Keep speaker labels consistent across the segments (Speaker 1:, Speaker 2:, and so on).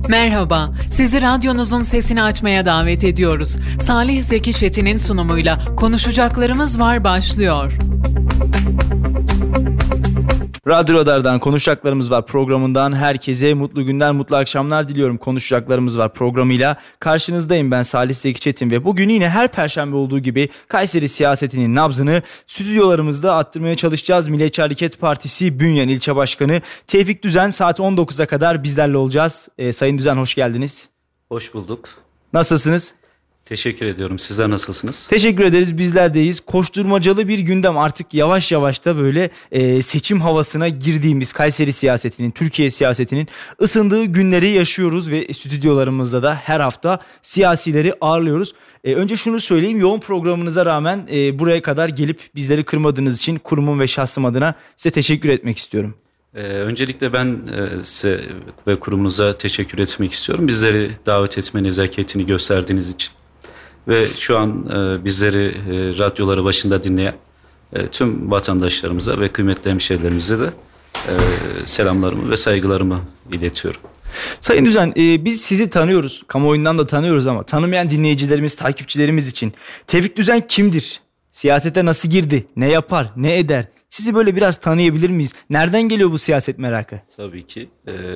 Speaker 1: Merhaba, sizi radyonuzun sesini açmaya davet ediyoruz. Salih Zeki Çetin'in sunumuyla Konuşacaklarımız Var başlıyor.
Speaker 2: Radyo Radar'dan Konuşacaklarımız Var programından herkese mutlu günler, mutlu akşamlar diliyorum. Konuşacaklarımız Var programıyla karşınızdayım ben Salih Zeki Çetin ve bugün yine her perşembe olduğu gibi Kayseri siyasetinin nabzını stüdyolarımızda attırmaya çalışacağız. Milliyetçi Hareket Partisi Bünyan İlçe Başkanı Tevfik Düzen saat 19'a kadar bizlerle olacağız. Sayın Düzen hoş geldiniz.
Speaker 3: Hoş bulduk.
Speaker 2: Nasılsınız?
Speaker 3: Teşekkür ediyorum. Sizler nasılsınız?
Speaker 2: Teşekkür ederiz. Bizler deyiz. Koşturmacalı bir gündem, artık yavaş yavaş da böyle seçim havasına girdiğimiz Kayseri siyasetinin, Türkiye siyasetinin ısındığı günleri yaşıyoruz ve stüdyolarımızda da her hafta siyasileri ağırlıyoruz. Önce şunu söyleyeyim, yoğun programınıza rağmen buraya kadar gelip bizleri kırmadığınız için kurumum ve şahsım adına size teşekkür etmek istiyorum.
Speaker 3: Öncelikle ben size ve kurumunuza teşekkür etmek istiyorum. Bizleri davet etme nezaketini gösterdiğiniz için. Ve şu an bizleri radyoları başında dinleyen tüm vatandaşlarımıza ve kıymetli hemşehrilerimize de selamlarımı ve saygılarımı iletiyorum.
Speaker 2: Sayın Düzen, biz sizi tanıyoruz, kamuoyundan da tanıyoruz ama tanımayan dinleyicilerimiz, takipçilerimiz için Tevfik Düzen kimdir? Siyasete nasıl girdi? Ne yapar? Ne eder? Sizi böyle biraz tanıyabilir miyiz? Nereden geliyor bu siyaset merakı?
Speaker 3: Tabii ki.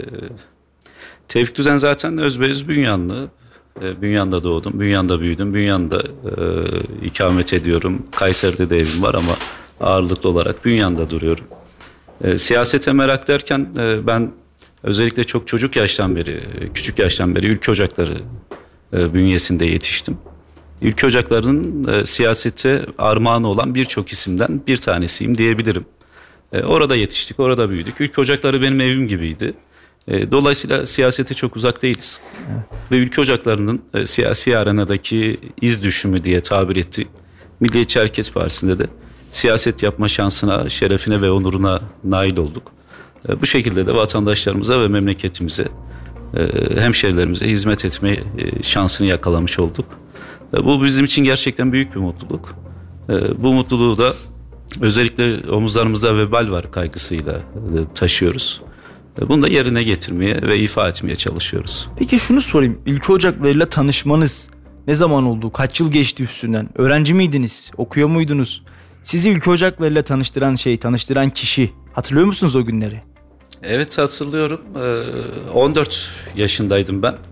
Speaker 3: Tevfik Düzen zaten özbeöz Bünyanlı. Bünyan'da doğdum, Bünyan'da büyüdüm, Bünyan'da ikamet ediyorum. Kayseri'de de evim var ama ağırlıklı olarak Bünyan'da duruyorum. Siyasete merak derken ben özellikle çok çocuk yaştan beri, küçük yaştan beri Ülke Ocakları bünyesinde yetiştim. Ülke Ocakları'nın siyasete armağanı olan birçok isimden bir tanesiyim diyebilirim. Orada yetiştik, orada büyüdük. Ülke Ocakları benim evim gibiydi. Dolayısıyla siyasete çok uzak değiliz. Evet. Ve Ülke Ocakları'nın siyasi arenadaki iz düşümü diye tabir ettiği Milliyetçi Hareket Partisi'nde de siyaset yapma şansına, şerefine ve onuruna nail olduk. Bu şekilde de vatandaşlarımıza ve memleketimize, hemşehrilerimize hizmet etme şansını yakalamış olduk. Bu bizim için gerçekten büyük bir mutluluk. Bu mutluluğu da özellikle omuzlarımızda vebal var kaygısıyla taşıyoruz. Bunu da yerine getirmeye ve ifa etmeye çalışıyoruz.
Speaker 2: Peki şunu sorayım. Ülke Ocakları'yla tanışmanız ne zaman oldu? Kaç yıl geçti üstünden? Öğrenci miydiniz? Okuyor muydunuz? Sizi Ülke Ocakları'yla tanıştıran kişi. Hatırlıyor musunuz o günleri?
Speaker 3: Evet, hatırlıyorum. 14 yaşındaydım ben.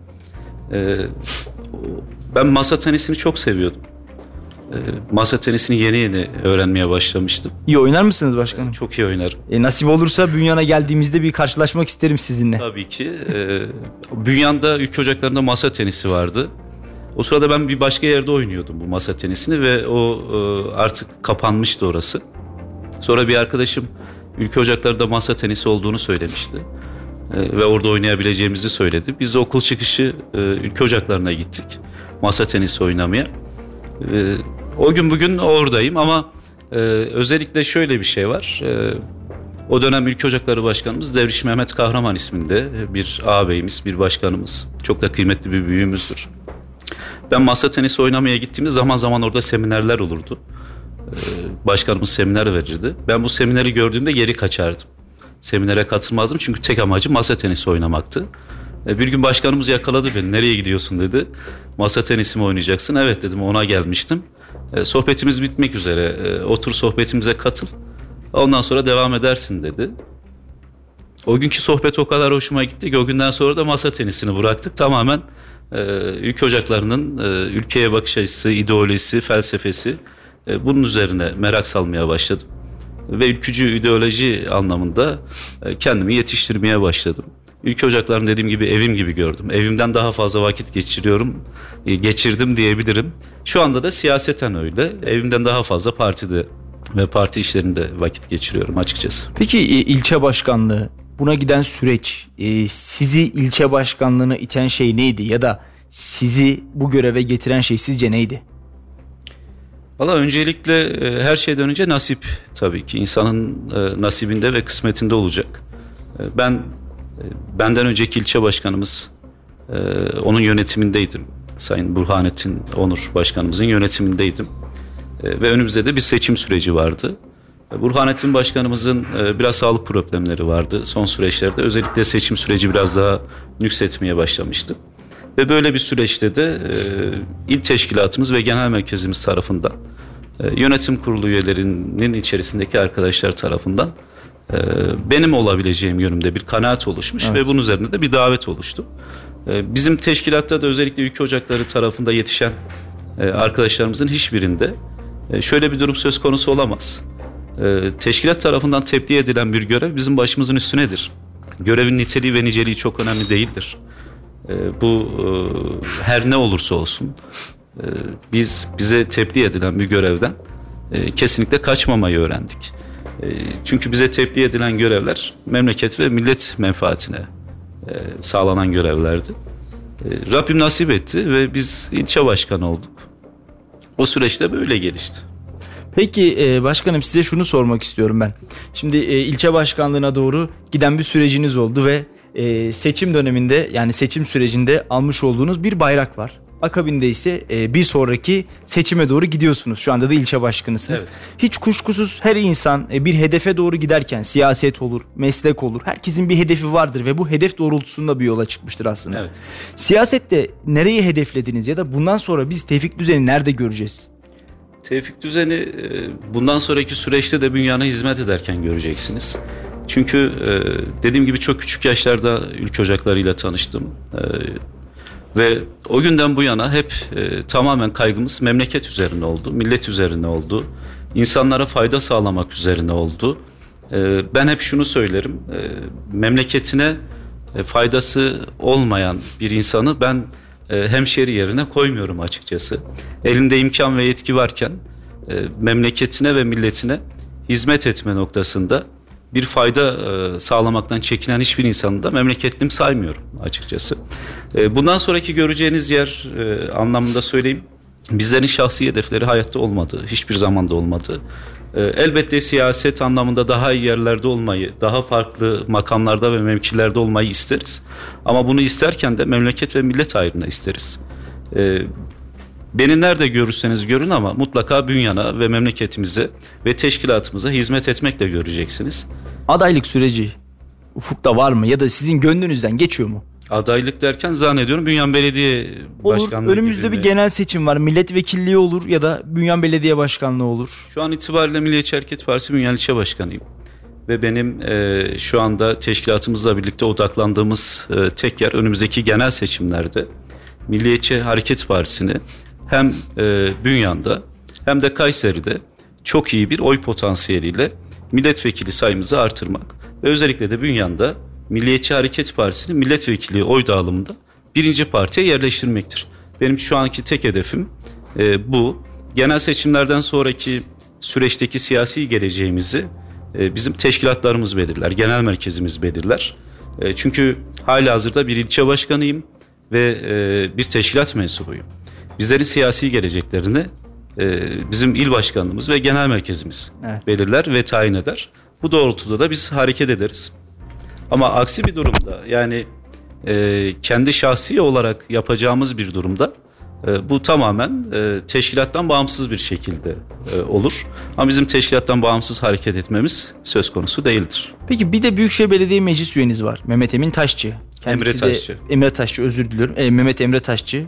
Speaker 3: Ben masa tenisini çok seviyordum. Masa tenisini yeni öğrenmeye başlamıştım.
Speaker 2: İyi oynar mısınız başkanım?
Speaker 3: Çok iyi oynarım.
Speaker 2: Nasip olursa Bünyan'a geldiğimizde bir karşılaşmak isterim sizinle.
Speaker 3: Tabii ki. Bünyan'da Ülke Ocakları'nda masa tenisi vardı. O sırada ben bir başka yerde oynuyordum bu masa tenisini ve o artık kapanmıştı orası. Sonra bir arkadaşım Ülke Ocakları'nda masa tenisi olduğunu söylemişti. Ve orada oynayabileceğimizi söyledi. Biz de okul çıkışı Ülke Ocakları'na gittik masa tenisi oynamaya. O gün bugün oradayım ama özellikle şöyle bir şey var. O dönem Ülke Ocakları Başkanımız Devriş Mehmet Kahraman isminde bir ağabeyimiz, bir başkanımız. Çok da kıymetli bir büyüğümüzdür. Ben masa tenisi oynamaya gittiğimde zaman zaman orada seminerler olurdu. Başkanımız seminer verirdi. Ben bu semineri gördüğümde geri kaçardım. Seminere katılmazdım çünkü tek amacım masa tenisi oynamaktı. Bir gün başkanımız yakaladı beni. Nereye gidiyorsun dedi. Masa tenisi mi oynayacaksın? Evet dedim, ona gelmiştim. Sohbetimiz bitmek üzere. Otur sohbetimize katıl. Ondan sonra devam edersin dedi. O günkü sohbet o kadar hoşuma gitti ki o günden sonra da masa tenisini bıraktık. Tamamen Ülke Ocakları'nın ülkeye bakış açısı, ideolojisi, felsefesi bunun üzerine merak salmaya başladım. Ve ülkücü ideoloji anlamında kendimi yetiştirmeye başladım. Ülke Ocakları'nı dediğim gibi evim gibi gördüm. Evimden daha fazla vakit geçirdim diyebilirim. Şu anda da siyaseten öyle. Evimden daha fazla partide ve parti işlerinde vakit geçiriyorum açıkçası.
Speaker 2: Peki ilçe başkanlığı, buna giden süreç, sizi ilçe başkanlığına iten şey neydi? Ya da sizi bu göreve getiren şey sizce neydi?
Speaker 3: Valla öncelikle her şeyden önce nasip tabii ki. İnsanın nasibinde ve kısmetinde olacak. Benden önceki ilçe başkanımız, onun yönetimindeydim. Sayın Burhanettin Onur başkanımızın yönetimindeydim. Ve önümüzde de bir seçim süreci vardı. Burhanettin Başkanımızın biraz sağlık problemleri vardı son süreçlerde. Özellikle seçim süreci biraz daha nüksetmeye başlamıştı. Ve böyle bir süreçte de il teşkilatımız ve genel merkezimiz tarafından, yönetim kurulu üyelerinin içerisindeki arkadaşlar tarafından benim olabileceğim yönümde bir kanaat oluşmuş, evet. Ve bunun üzerine de bir davet oluştu. Bizim teşkilatta da özellikle ülke ocakları tarafında yetişen arkadaşlarımızın hiçbirinde şöyle bir durum söz konusu olamaz. Teşkilat tarafından tebliğ edilen bir görev bizim başımızın üstünedir. Görevin niteliği ve niceliği çok önemli değildir. Bu her ne olursa olsun bize tebliğ edilen bir görevden kesinlikle kaçmamayı öğrendik. Çünkü bize tebliğ edilen görevler memleket ve millet menfaatine sağlanan görevlerdi. Rabbim nasip etti ve biz ilçe başkanı olduk. O süreçte böyle gelişti.
Speaker 2: Peki başkanım, size şunu sormak istiyorum ben. Şimdi ilçe başkanlığına doğru giden bir süreciniz oldu ve seçim döneminde, yani seçim sürecinde almış olduğunuz bir bayrak var. Akabinde ise bir sonraki seçime doğru gidiyorsunuz. Şu anda da ilçe başkanısınız. Evet. Hiç kuşkusuz her insan bir hedefe doğru giderken, siyaset olur, meslek olur, herkesin bir hedefi vardır ve bu hedef doğrultusunda bir yola çıkmıştır aslında. Evet. Siyasette nereyi hedeflediniz ya da bundan sonra biz Tevfik Düzen'i nerede göreceğiz?
Speaker 3: Tevfik Düzen'i bundan sonraki süreçte de bünyana hizmet ederken göreceksiniz. Çünkü dediğim gibi çok küçük yaşlarda ülke ocaklarıyla tanıştım. Ve o günden bu yana hep tamamen kaygımız memleket üzerine oldu, millet üzerine oldu, insanlara fayda sağlamak üzerine oldu. Ben hep şunu söylerim, memleketine faydası olmayan bir insanı ben hemşeri yerine koymuyorum açıkçası. Elinde imkan ve yetki varken memleketine ve milletine hizmet etme noktasında bir fayda sağlamaktan çekinen hiçbir insanı da memleketlim saymıyorum açıkçası. Bundan sonraki göreceğiniz yer anlamında söyleyeyim. Bizlerin şahsi hedefleri hayatta olmadı. Hiçbir zamanda olmadı. Elbette siyaset anlamında daha iyi yerlerde olmayı, daha farklı makamlarda ve mevkilerde olmayı isteriz. Ama bunu isterken de memleket ve millet hayrına isteriz. Beni nerede görürseniz görün ama mutlaka bünyana ve memleketimize ve teşkilatımıza hizmet etmekle göreceksiniz.
Speaker 2: Adaylık süreci ufukta var mı ya da sizin gönlünüzden geçiyor mu?
Speaker 3: Adaylık derken zannediyorum Bünyan Belediye Başkanlığı
Speaker 2: olur. Önümüzde bir genel seçim var. Milletvekilliği olur ya da Bünyan Belediye Başkanlığı olur.
Speaker 3: Şu an itibariyle Milliyetçi Hareket Partisi Bünyan İlçe Başkanıyım. Ve benim şu anda teşkilatımızla birlikte odaklandığımız tek yer önümüzdeki genel seçimlerde Milliyetçi Hareket Partisi'ni hem Bünyan'da hem de Kayseri'de çok iyi bir oy potansiyeliyle milletvekili sayımızı artırmak ve özellikle de Bünyan'da Milliyetçi Hareket Partisi'nin milletvekili oy dağılımında birinci partiye yerleştirmektir. Benim şu anki tek hedefim bu. Genel seçimlerden sonraki süreçteki siyasi geleceğimizi bizim teşkilatlarımız belirler, genel merkezimiz belirler. Çünkü halihazırda bir ilçe başkanıyım ve bir teşkilat mensubuyum. Bizlerin siyasi geleceklerini bizim il başkanlığımız ve genel merkezimiz belirler ve tayin eder. Bu doğrultuda da biz hareket ederiz. Ama aksi bir durumda, yani kendi şahsi olarak yapacağımız bir durumda bu tamamen teşkilattan bağımsız bir şekilde olur. Ama bizim teşkilattan bağımsız hareket etmemiz söz konusu değildir.
Speaker 2: Peki bir de Büyükşehir Belediye Meclis üyeniz var. Mehmet Emin Taşçı. Emre Taşçı, özür diliyorum. Mehmet Emre Taşçı.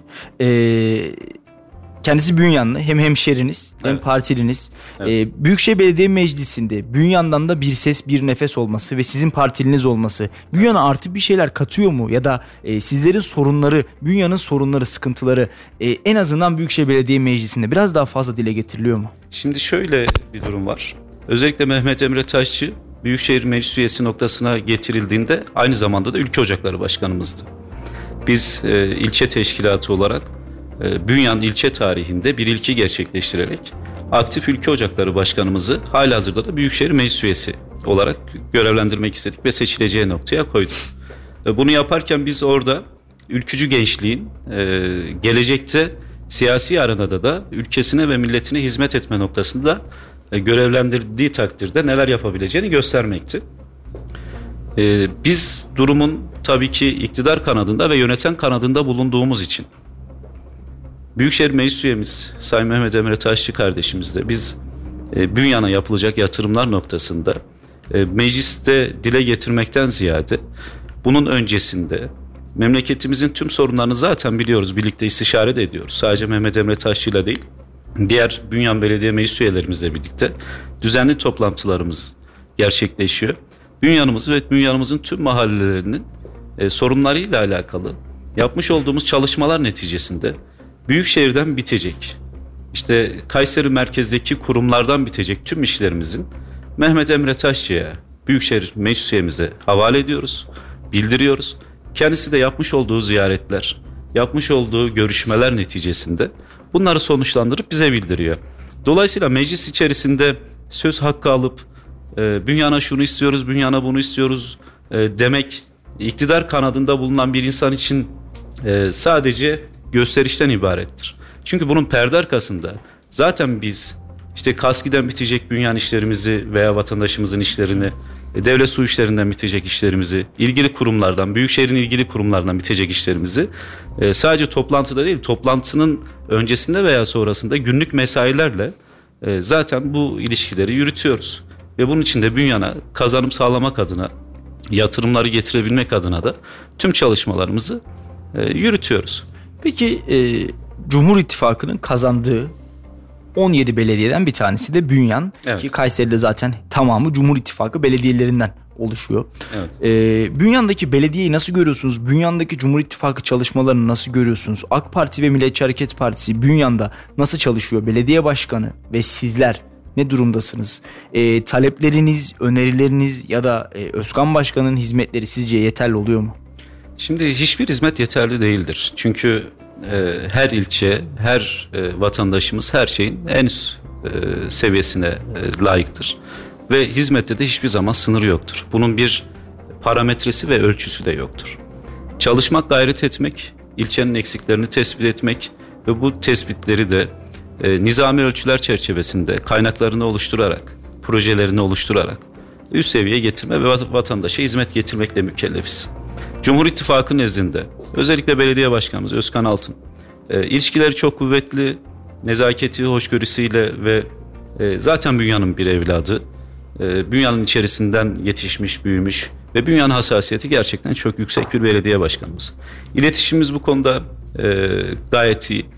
Speaker 2: Kendisi Bünyanlı, hem hemşeriniz hem partiliniz. Evet. Büyükşehir Belediye Meclisi'nde Bünyan'dan da bir ses bir nefes olması ve sizin partiliniz olması Bünyan'a artı bir şeyler katıyor mu? Ya da sizlerin sorunları, Bünyan'ın sorunları, sıkıntıları en azından Büyükşehir Belediye Meclisi'nde biraz daha fazla dile getiriliyor mu?
Speaker 3: Şimdi şöyle bir durum var. Özellikle Mehmet Emre Taşçı Büyükşehir Meclis üyesi noktasına getirildiğinde aynı zamanda da Ülke Ocakları Başkanımızdı. Biz ilçe teşkilatı olarak Bünyan ilçe tarihinde bir ilki gerçekleştirerek aktif Ülke Ocakları Başkanımızı halihazırda da Büyükşehir Meclis üyesi olarak görevlendirmek istedik ve seçileceği noktaya koyduk. Bunu yaparken biz orada ülkücü gençliğin gelecekte siyasi arenada da ülkesine ve milletine hizmet etme noktasında görevlendirdiği takdirde neler yapabileceğini göstermekti. Biz durumun tabii ki iktidar kanadında ve yöneten kanadında bulunduğumuz için Büyükşehir Meclis üyemiz Sayın Mehmet Emre Taşçı kardeşimizle biz Bünyan'a yapılacak yatırımlar noktasında mecliste dile getirmekten ziyade bunun öncesinde memleketimizin tüm sorunlarını zaten biliyoruz, birlikte istişare de ediyoruz. Sadece Mehmet Emre Taşçı'yla değil, diğer Bünyan Belediye Meclis üyelerimizle birlikte düzenli toplantılarımız gerçekleşiyor. Bünyan'ımız ve Bünyan'ımızın tüm mahallelerinin sorunlarıyla alakalı yapmış olduğumuz çalışmalar neticesinde Büyükşehir'den bitecek, İşte Kayseri merkezdeki kurumlardan bitecek tüm işlerimizin Mehmet Emre Taşçı'ya, Büyükşehir Meclis üyemize havale ediyoruz, bildiriyoruz. Kendisi de yapmış olduğu ziyaretler, yapmış olduğu görüşmeler neticesinde bunları sonuçlandırıp bize bildiriyor. Dolayısıyla meclis içerisinde söz hakkı alıp Bünyan'a şunu istiyoruz, Bünyan'a bunu istiyoruz demek iktidar kanadında bulunan bir insan için sadece gösterişten ibarettir. Çünkü bunun perde arkasında zaten biz işte KASKİ'den bitecek Bünyan işlerimizi veya vatandaşımızın işlerini, devlet su işlerinden bitecek işlerimizi, ilgili kurumlardan, Büyükşehir'in ilgili kurumlardan bitecek işlerimizi sadece toplantıda değil, toplantının öncesinde veya sonrasında günlük mesailerle zaten bu ilişkileri yürütüyoruz. Ve bunun için de Bünyan'a kazanım sağlamak adına, yatırımları getirebilmek adına da tüm çalışmalarımızı yürütüyoruz.
Speaker 2: Peki Cumhur İttifakı'nın kazandığı 17 belediyeden bir tanesi de Bünyan. Evet. Ki Kayseri'de zaten tamamı Cumhur İttifakı belediyelerinden oluşuyor. Evet. Bünyan'daki belediyeyi nasıl görüyorsunuz? Bünyan'daki Cumhur İttifakı çalışmalarını nasıl görüyorsunuz? AK Parti ve Milliyetçi Hareket Partisi Bünyan'da nasıl çalışıyor? Belediye başkanı ve sizler ne durumdasınız? Talepleriniz, önerileriniz ya da Özkan Başkan'ın hizmetleri sizce yeterli oluyor mu?
Speaker 3: Şimdi hiçbir hizmet yeterli değildir. Çünkü her ilçe, her vatandaşımız her şeyin en üst seviyesine layıktır. Ve hizmette de hiçbir zaman sınır yoktur. Bunun bir parametresi ve ölçüsü de yoktur. Çalışmak, gayret etmek, ilçenin eksiklerini tespit etmek ve bu tespitleri de nizami ölçüler çerçevesinde kaynaklarını oluşturarak, projelerini oluşturarak üst seviyeye getirme ve vatandaşa hizmet getirmekle mükellefiz. Cumhur İttifakı nezdinde özellikle belediye başkanımız Özkan Altun ilişkileri çok kuvvetli, nezaketi, hoşgörüsüyle ve zaten Bünyan'ın bir evladı. Bünyan'ın içerisinden yetişmiş, büyümüş ve Bünyan'ın hassasiyeti gerçekten çok yüksek bir belediye başkanımız. İletişimimiz bu konuda gayet iyi.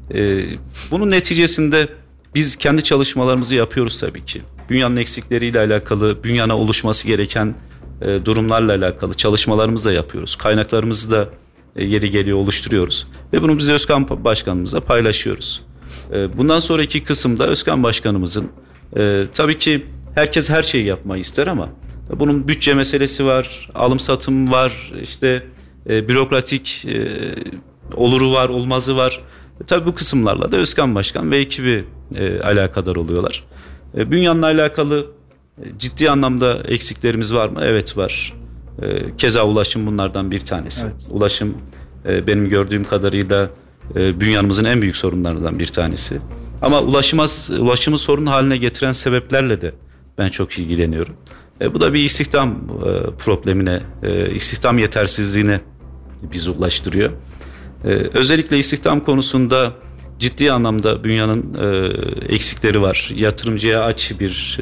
Speaker 3: Bunun neticesinde biz kendi çalışmalarımızı yapıyoruz tabii ki. Bünyan'ın eksikleriyle alakalı, Bünyan'a oluşması gereken durumlarla alakalı çalışmalarımızı da yapıyoruz. Kaynaklarımızı da yeri geliyor oluşturuyoruz. Ve bunu biz Özkan Başkanımızla paylaşıyoruz. Bundan sonraki kısımda Özkan Başkanımızın tabii ki herkes her şeyi yapmayı ister ama bunun bütçe meselesi var, alım satım var, işte bürokratik oluru var, olmazı var. Tabii bu kısımlarla da Özkan Başkan ve ekibi alakadar oluyorlar. Bünyan'la alakalı ciddi anlamda eksiklerimiz var mı? Evet var. Keza ulaşım bunlardan bir tanesi. Evet. Ulaşım benim gördüğüm kadarıyla Bünyan'ımızın en büyük sorunlarından bir tanesi. Ama ulaşımı sorun haline getiren sebeplerle de ben çok ilgileniyorum. Bu da bir istihdam problemine, istihdam yetersizliğine bizi ulaştırıyor. Özellikle istihdam konusunda ciddi anlamda Bünyan'ın eksikleri var. Yatırımcıya aç bir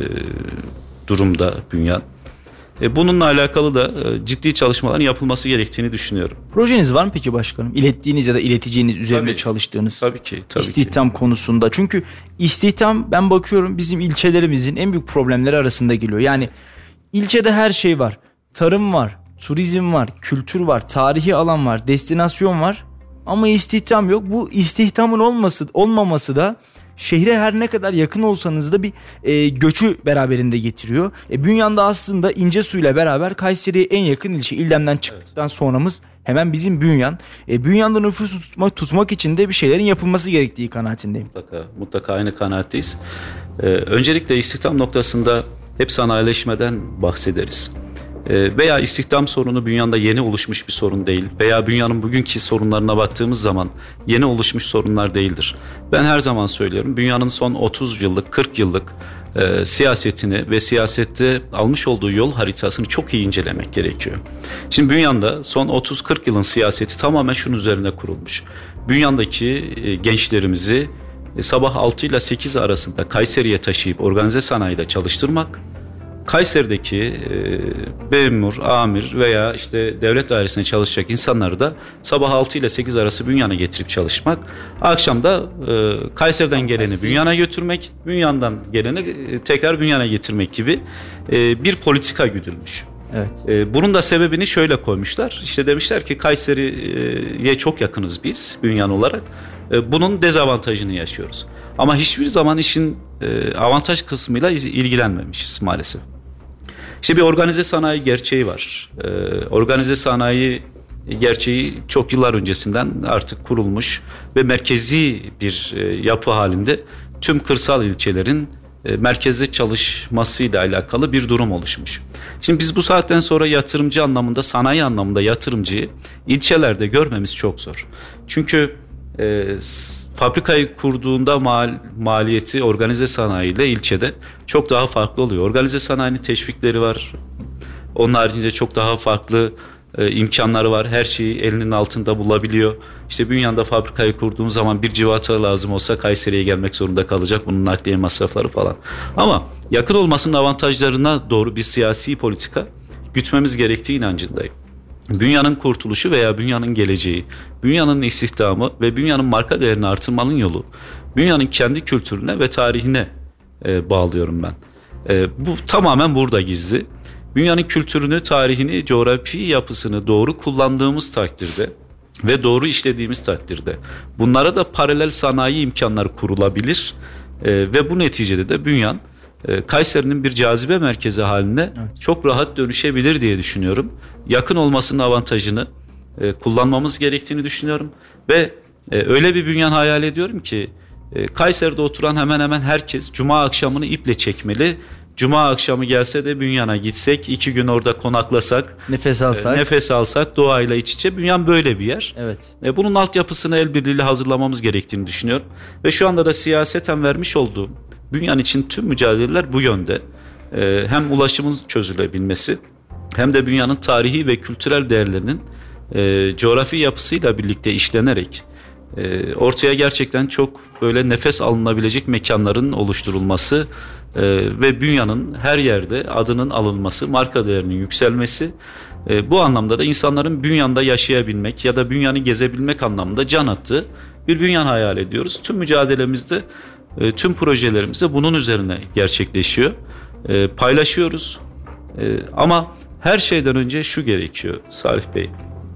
Speaker 3: durumda Bünyan. Bununla alakalı da ciddi çalışmaların yapılması gerektiğini düşünüyorum.
Speaker 2: Projeniz var mı peki başkanım? İlettiğiniz ya da ileteceğiniz, üzerinde çalıştığınız
Speaker 3: tabii ki,
Speaker 2: istihdam konusunda. Çünkü istihdam, ben bakıyorum bizim ilçelerimizin en büyük problemleri arasında geliyor. Yani ilçede her şey var. Tarım var, turizm var, kültür var, tarihi alan var, destinasyon var. Ama istihdam yok. Bu istihdamın olmaması da şehre her ne kadar yakın olsanız da bir göçü beraberinde getiriyor. Bünyan'da aslında İncesu ile beraber Kayseri'ye en yakın ilçe. İldem'den çıktıktan sonramız hemen bizim Bünyan. Bünyan'da nüfusu tutmak için de bir şeylerin yapılması gerektiği kanaatindeyim.
Speaker 3: Mutlaka aynı kanaatteyiz. Öncelikle istihdam noktasında hep sanayileşmeden bahsederiz. Veya istihdam sorunu Bünyan'da yeni oluşmuş bir sorun değil veya Bünyan'ın bugünkü sorunlarına baktığımız zaman yeni oluşmuş sorunlar değildir. Ben her zaman söylüyorum, Bünyan'ın son 30 yıllık 40 yıllık siyasetini ve siyasette almış olduğu yol haritasını çok iyi incelemek gerekiyor. Şimdi Bünyan'da son 30-40 yılın siyaseti tamamen şunun üzerine kurulmuş. Bünyan'daki gençlerimizi sabah 6 ile 8 arasında Kayseri'ye taşıyıp organize sanayiyle çalıştırmak, Kayseri'deki memur, amir veya işte devlet dairesinde çalışacak insanları da sabah 6 ile 8 arası Bünyan'a getirip çalışmak, akşam da Kayseri'den geleni Bünyan'a götürmek, Bünyan'dan geleni tekrar Bünyan'a getirmek gibi bir politika güdülmüş.
Speaker 2: Evet.
Speaker 3: Bunun da sebebini şöyle koymuşlar. İşte demişler ki Kayseri'ye çok yakınız biz Bünyan olarak. Bunun dezavantajını yaşıyoruz. Ama hiçbir zaman işin avantaj kısmıyla ilgilenmemişiz maalesef. İşte bir organize sanayi gerçeği var. Organize sanayi gerçeği çok yıllar öncesinden artık kurulmuş ve merkezi bir yapı halinde tüm kırsal ilçelerin merkezde çalışmasıyla alakalı bir durum oluşmuş. Şimdi biz bu saatten sonra yatırımcı anlamında, sanayi anlamında yatırımcıyı ilçelerde görmemiz çok zor. Çünkü fabrikayı kurduğunda maliyeti organize sanayiyle ilçede çok daha farklı oluyor. Organize sanayinin teşvikleri var. Onun haricinde çok daha farklı imkanları var. Her şeyi elinin altında bulabiliyor. İşte Bünyan'da fabrikayı kurduğun zaman bir civata lazım olsa Kayseri'ye gelmek zorunda kalacak. Bunun nakliye masrafları falan. Ama yakın olmasının avantajlarına doğru bir siyasi politika gütmemiz gerektiği inancındayım. Bünyanın kurtuluşu veya Bünyanın geleceği, Bünyanın istihdamı ve Bünyanın marka değerini artırmanın yolu, Bünyanın kendi kültürüne ve tarihine bağlıyorum ben. Bu tamamen burada gizli. Bünyanın kültürünü, tarihini, coğrafi yapısını doğru kullandığımız takdirde ve doğru işlediğimiz takdirde bunlara da paralel sanayi imkanları kurulabilir ve bu neticede de Bünyan Kayseri'nin bir cazibe merkezi haline çok rahat dönüşebilir diye düşünüyorum. Yakın olmasının avantajını kullanmamız gerektiğini düşünüyorum ve öyle bir Bünyan hayal ediyorum ki Kayseri'de oturan hemen hemen herkes Cuma akşamını iple çekmeli. Cuma akşamı gelse de Bünyan'a gitsek, 2 gün orada konaklasak, nefes alsak, doğayla iç içe. Bünyan böyle bir yer.
Speaker 2: Evet.
Speaker 3: Bunun altyapısını el birliğiyle hazırlamamız gerektiğini düşünüyorum. Ve şu anda da siyaseten vermiş olduğum Bünyan için tüm mücadeleler bu yönde. Hem ulaşımın çözülebilmesi hem de Bünyan'ın tarihi ve kültürel değerlerinin coğrafi yapısıyla birlikte işlenerek ortaya gerçekten çok böyle nefes alınabilecek mekanların oluşturulması ve Bünyan'ın her yerde adının alınması, marka değerinin yükselmesi, bu anlamda da insanların Bünyan'da yaşayabilmek ya da Bünyan'ı gezebilmek anlamında can attığı bir Bünyan hayal ediyoruz. Tüm mücadelemizde, tüm projelerimizde bunun üzerine gerçekleşiyor. Paylaşıyoruz. Ama her şeyden önce şu gerekiyor Salih Bey.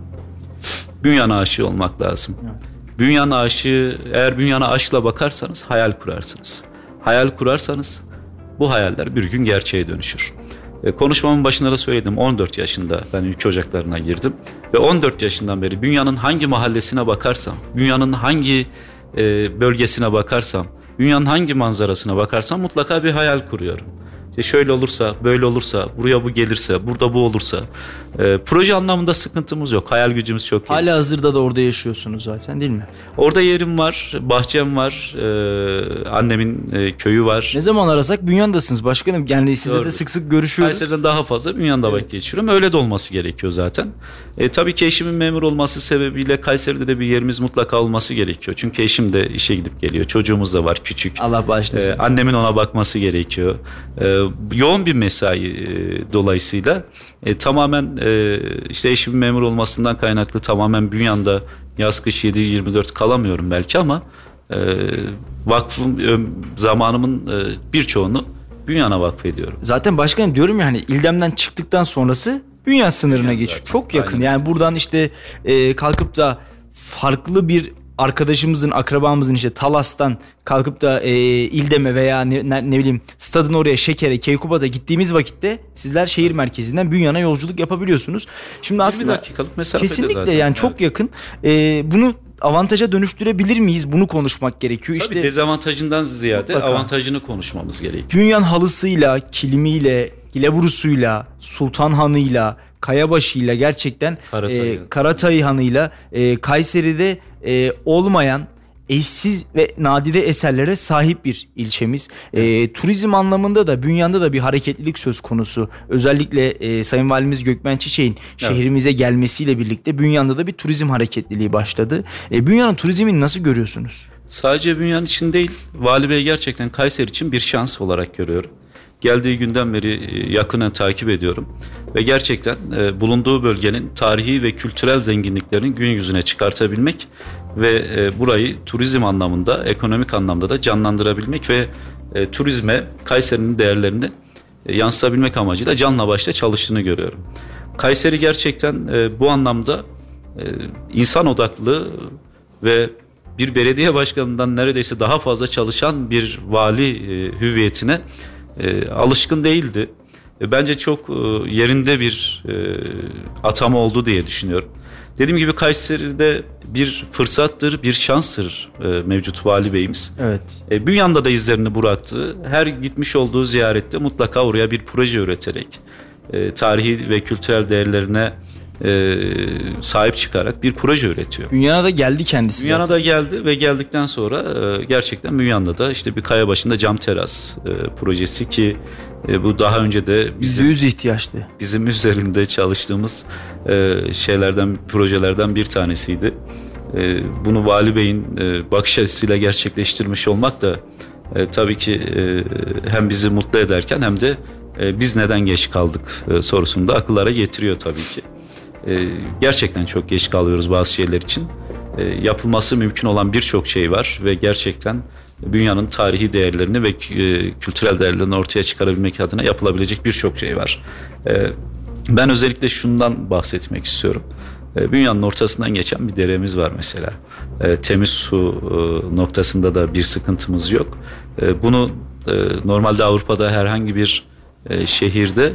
Speaker 3: Bünyan aşığı olmak lazım. Bünyan aşığı, eğer Bünyan'a aşkla bakarsanız hayal kurarsınız. Hayal kurarsanız bu hayaller bir gün gerçeğe dönüşür. Konuşmamın başında da söyledim, 14 yaşında ben ülke ocaklarına girdim. Ve 14 yaşından beri Bünyan'ın hangi mahallesine bakarsam, Bünyan'ın hangi bölgesine bakarsam, Bünyan'ın hangi manzarasına bakarsam mutlaka bir hayal kuruyorum. İşte şöyle olursa, böyle olursa, buraya bu gelirse, burada bu olursa. Proje anlamında sıkıntımız yok. Hayal gücümüz çok iyi.
Speaker 2: Hala hazırda da orada yaşıyorsunuz zaten, değil mi?
Speaker 3: Orada yerim var, bahçem var, annemin köyü var.
Speaker 2: Ne zaman arasak Bünyan'dasınız başkanım. Yani sizle de sık sık görüşüyoruz.
Speaker 3: Kayseri'den daha fazla Bünyan'da vakit geçiriyorum. Öyle de olması gerekiyor zaten. Tabii ki eşimin memur olması sebebiyle Kayseri'de de bir yerimiz mutlaka olması gerekiyor. Çünkü eşim de işe gidip geliyor. Çocuğumuz da var küçük.
Speaker 2: Allah bağışlasın.
Speaker 3: Annemin ona bakması gerekiyor. Yoğun bir mesai dolayısıyla tamamen işte eşimin memur olmasından kaynaklı tamamen Bünyan'da yaz kış 7-24 kalamıyorum belki ama vakfım zamanımın birçoğunu Bünyan'a vakfediyorum.
Speaker 2: Zaten başkanım diyorum ya, hani İldem'den çıktıktan sonrası Bünyan sınırına geçiyor.
Speaker 3: Zaten.
Speaker 2: Çok yakın.
Speaker 3: Aynen.
Speaker 2: Yani buradan işte kalkıp da farklı bir arkadaşımızın, akrabamızın işte Talas'tan kalkıp da İldem'e veya ne bileyim stadın oraya, Şeker'e, Keykubat'a gittiğimiz vakitte sizler şehir merkezinden Bünyan'a yolculuk yapabiliyorsunuz. Şimdi aslında
Speaker 3: 20 dakikalık mesafede
Speaker 2: kesinlikle
Speaker 3: zaten.
Speaker 2: yani çok yakın. Bunu avantaja dönüştürebilir miyiz? Bunu konuşmak gerekiyor.
Speaker 3: Tabii
Speaker 2: işte
Speaker 3: dezavantajından ziyade
Speaker 2: mutlaka
Speaker 3: avantajını konuşmamız gerekiyor.
Speaker 2: Bünyan halısıyla, kilimiyle, Gileburusuyla, Sultan Hanı'yla, Kayabaşı'yla, gerçekten Karatay Hanı'yla Kayseri'de olmayan eşsiz ve nadide eserlere sahip bir ilçemiz. Turizm anlamında da Bünyan'da da bir hareketlilik söz konusu. Özellikle Sayın Valimiz Gökmen Çiçek'in şehrimize gelmesiyle birlikte Bünyan'da da bir turizm hareketliliği başladı. Bünyan'ın turizmini nasıl görüyorsunuz?
Speaker 3: Sadece Bünyan için değil, Vali Bey gerçekten Kayseri için bir şans olarak görüyorum. Geldiği günden beri yakından takip ediyorum ve gerçekten bulunduğu bölgenin tarihi ve kültürel zenginliklerini gün yüzüne çıkartabilmek ve burayı turizm anlamında, ekonomik anlamda da canlandırabilmek ve turizme Kayseri'nin değerlerini yansıtabilmek amacıyla canla başla çalıştığını görüyorum. Kayseri gerçekten bu anlamda insan odaklı ve bir belediye başkanından neredeyse daha fazla çalışan bir vali hüviyetine alışkın değildi. Bence çok yerinde bir atama oldu diye düşünüyorum. Dediğim gibi Kayseri'de bir fırsattır, bir şanstır mevcut Vali Beyimiz.
Speaker 2: Evet.
Speaker 3: Bünyan'da da izlerini bıraktı. Her gitmiş olduğu ziyarette mutlaka oraya bir proje üreterek tarihi ve kültürel değerlerine sahip çıkarak bir proje üretiyor.
Speaker 2: Bünyan'a da geldi kendisi.
Speaker 3: Bünyan'a da geldi ve geldikten sonra gerçekten Bünyan'da da işte bir kaya başında cam teras projesi ki bu daha önce de
Speaker 2: %100 ihtiyaçtı.
Speaker 3: Bizim üzerinde çalıştığımız projelerden bir tanesiydi. Bunu Vali Bey'in bakış açısıyla gerçekleştirmiş olmak da tabii ki hem bizi mutlu ederken hem de biz neden geç kaldık sorusunu da akıllara getiriyor tabii ki. Gerçekten çok geç kalıyoruz bazı şeyler için. Yapılması mümkün olan birçok şey var ve gerçekten Bünyan'ın tarihi değerlerini ve kültürel değerlerini ortaya çıkarabilmek adına yapılabilecek birçok şey var. Ben özellikle şundan bahsetmek istiyorum. Bünyan'ın ortasından geçen bir deremiz var mesela. Temiz su noktasında da bir sıkıntımız yok. Bunu normalde Avrupa'da herhangi bir şehirde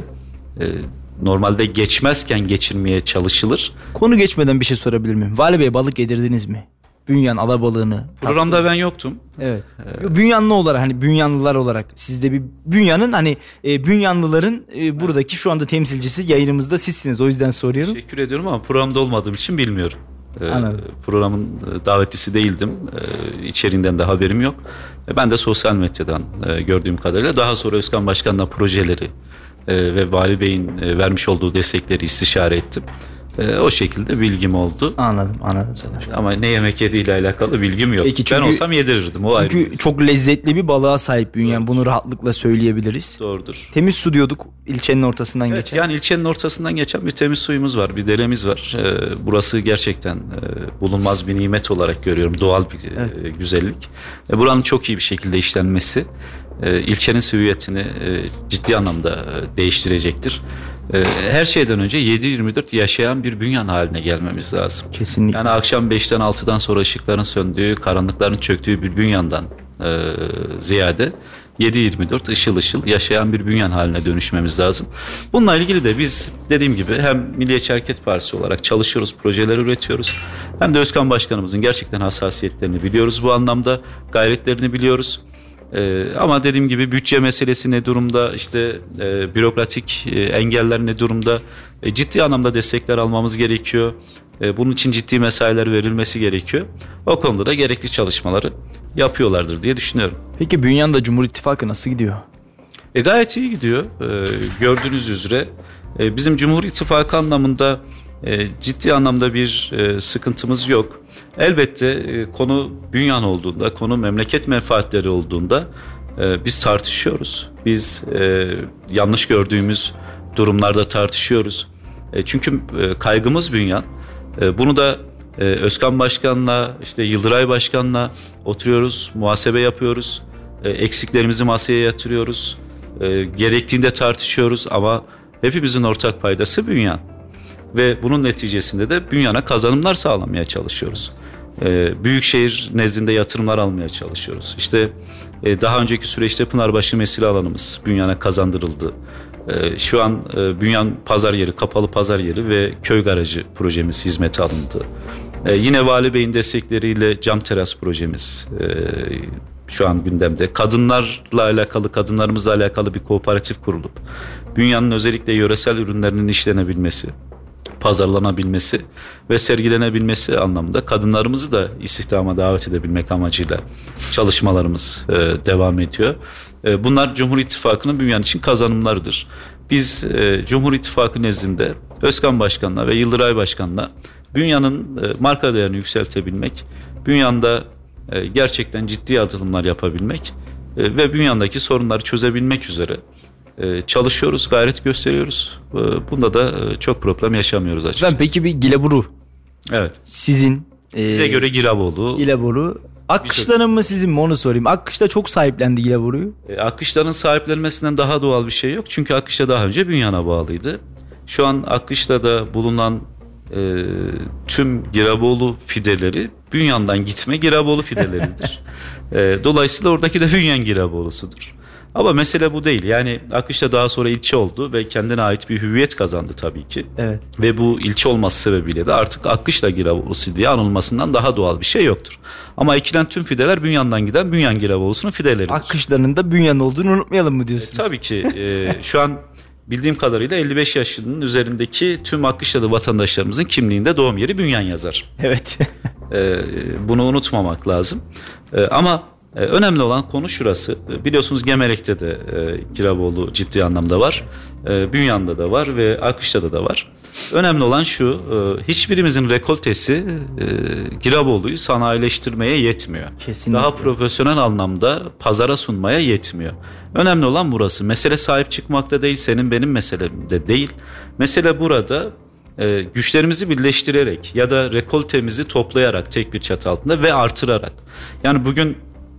Speaker 3: normalde geçmezken geçirmeye çalışılır.
Speaker 2: Konu geçmeden bir şey sorabilir miyim? Vali Bey, balık yedirdiniz mi? Bünyan alabalığını.
Speaker 3: Programda
Speaker 2: tattım.
Speaker 3: ben yoktum.
Speaker 2: Evet. Bünyanlı olarak, hani Bünyanlılar olarak sizde bir Bünyan'ın hani Bünyanlıların buradaki şu anda temsilcisi yayınımızda sizsiniz. O yüzden soruyorum.
Speaker 3: Teşekkür ediyorum ama programda olmadığım için bilmiyorum.
Speaker 2: Anladım.
Speaker 3: Programın davetlisi değildim. İçeriğinden de haberim yok. Ben de sosyal medyadan gördüğüm kadarıyla daha sonra Özkan Başkan'la projeleri ve Vali Bey'in vermiş olduğu destekleri istişare ettim. O şekilde bilgim oldu.
Speaker 2: Anladım sana.
Speaker 3: Ama ne yemek yediğiyle alakalı bilgim yok.
Speaker 2: Peki, çünkü,
Speaker 3: ben olsam yedirirdim.
Speaker 2: Çünkü çok lezzetli bir balığa sahip Bünyan. Bunu rahatlıkla söyleyebiliriz.
Speaker 3: Doğrudur.
Speaker 2: Temiz su diyorduk, ilçenin ortasından geçen.
Speaker 3: Yani ilçenin ortasından geçen bir temiz suyumuz var. Bir deremiz var. Burası gerçekten bulunmaz bir nimet olarak görüyorum. Doğal bir güzellik. Buranın çok iyi bir şekilde işlenmesi ilçenin hüviyetini ciddi anlamda değiştirecektir. Her şeyden önce 7/24 yaşayan bir Bünyan haline gelmemiz lazım.
Speaker 2: Kesinlikle.
Speaker 3: Yani akşam 5'ten 6'dan sonra ışıkların söndüğü, karanlıkların çöktüğü bir Bünyan'dan ziyade 7/24 ışıl ışıl yaşayan bir Bünyan haline dönüşmemiz lazım. Bununla ilgili de biz dediğim gibi hem Milliyetçi Hareket Partisi olarak çalışıyoruz, projeler üretiyoruz. Hem de Özkan Başkanımızın gerçekten hassasiyetlerini biliyoruz bu anlamda, gayretlerini biliyoruz. Ama dediğim gibi bütçe meselesi ne durumda, işte bürokratik engeller ne durumda, ciddi anlamda destekler almamız gerekiyor. Bunun için ciddi mesailer verilmesi gerekiyor. O konuda da gerekli çalışmaları yapıyorlardır diye düşünüyorum.
Speaker 2: Peki Bünyan'da Cumhur İttifakı nasıl gidiyor?
Speaker 3: Gayet iyi gidiyor. Gördüğünüz üzere bizim Cumhur İttifakı anlamında ciddi anlamda bir sıkıntımız yok. Elbette konu Bünyan olduğunda, konu memleket menfaatleri olduğunda biz tartışıyoruz. Biz yanlış gördüğümüz durumlarda tartışıyoruz. Çünkü kaygımız Bünyan. Bunu da Özkan Başkan'la, işte Yıldıray Başkan'la oturuyoruz, muhasebe yapıyoruz. Eksiklerimizi masaya yatırıyoruz. Gerektiğinde tartışıyoruz ama hepimizin ortak paydası Bünyan. Ve bunun neticesinde de Bünyan'a kazanımlar sağlamaya çalışıyoruz. Büyükşehir nezdinde yatırımlar almaya çalışıyoruz. İşte daha önceki süreçte Pınarbaşı mesire alanımız Bünyan'a kazandırıldı. Şu an Bünyan pazar yeri, kapalı pazar yeri ve köy garajı projemiz hizmete alındı. Yine Vali Bey'in destekleriyle cam teras projemiz şu an gündemde. Kadınlarla alakalı, kadınlarımızla alakalı bir kooperatif kurulup Bünyan'ın özellikle yöresel ürünlerinin işlenebilmesi, pazarlanabilmesi ve sergilenebilmesi anlamında kadınlarımızı da istihdama davet edebilmek amacıyla çalışmalarımız devam ediyor. Bunlar Cumhur İttifakı'nın Bünyan için kazanımlarıdır. Biz Cumhur İttifakı nezdinde Özkan Başkan'la ve Yıldıray Başkan'la Bünyan'ın marka değerini yükseltebilmek, Bünyan'da gerçekten ciddi adımlar yapabilmek ve bünyandaki sorunları çözebilmek üzere çalışıyoruz, gayret gösteriyoruz. Bunda da çok problem yaşamıyoruz açıkçası.
Speaker 2: Peki bir Gileburu.
Speaker 3: Evet.
Speaker 2: Sizin.
Speaker 3: Bize göre Gileboğlu.
Speaker 2: Gileburu. Akkışla'nın mı sizin mi onu sorayım. Akkışla çok sahiplendi Gileburu'yu.
Speaker 3: Akkışla'nın sahiplenmesinden daha doğal bir şey yok. Çünkü Akkışla daha önce Bünyan'a bağlıydı. Şu an Akkışla'da bulunan tüm Gileboğlu fideleri Bünyan'dan gitme Gileboğlu fideleridir. Dolayısıyla oradaki de Bünyan Gileboğlu'sudur. Ama mesele bu değil. Yani Akkışla daha sonra ilçe oldu ve kendine ait bir hüviyet kazandı tabii ki.
Speaker 2: Evet.
Speaker 3: Ve bu ilçe olması sebebiyle de artık Akkışla Gileboğlu'su diye anılmasından daha doğal bir şey yoktur. Ama ekilen tüm fideler Bünyan'dan giden Bünyan Gileboğlu'sunun fideleridir.
Speaker 2: Akkışla'nın da Bünyan olduğunu unutmayalım mı diyorsunuz?
Speaker 3: Tabii ki. Şu an bildiğim kadarıyla 55 yaşının üzerindeki tüm Akkışla'da vatandaşlarımızın kimliğinde doğum yeri Bünyan yazar.
Speaker 2: Evet.
Speaker 3: Bunu unutmamak lazım. Ama önemli olan konu şurası. Biliyorsunuz Gemerek'te de Gileboğlu ciddi anlamda var. Bünyan'da da var ve Akkışla'da da var. Önemli olan şu, hiçbirimizin rekoltesi Gileboğlu'yu sanayileştirmeye yetmiyor.
Speaker 2: Kesinlikle.
Speaker 3: Daha profesyonel anlamda pazara sunmaya yetmiyor. Önemli olan burası. Mesele sahip çıkmakta değil, senin benim meselemde değil. Mesele burada güçlerimizi birleştirerek ya da rekoltemizi toplayarak tek bir çatı altında ve artırarak. Yani bugün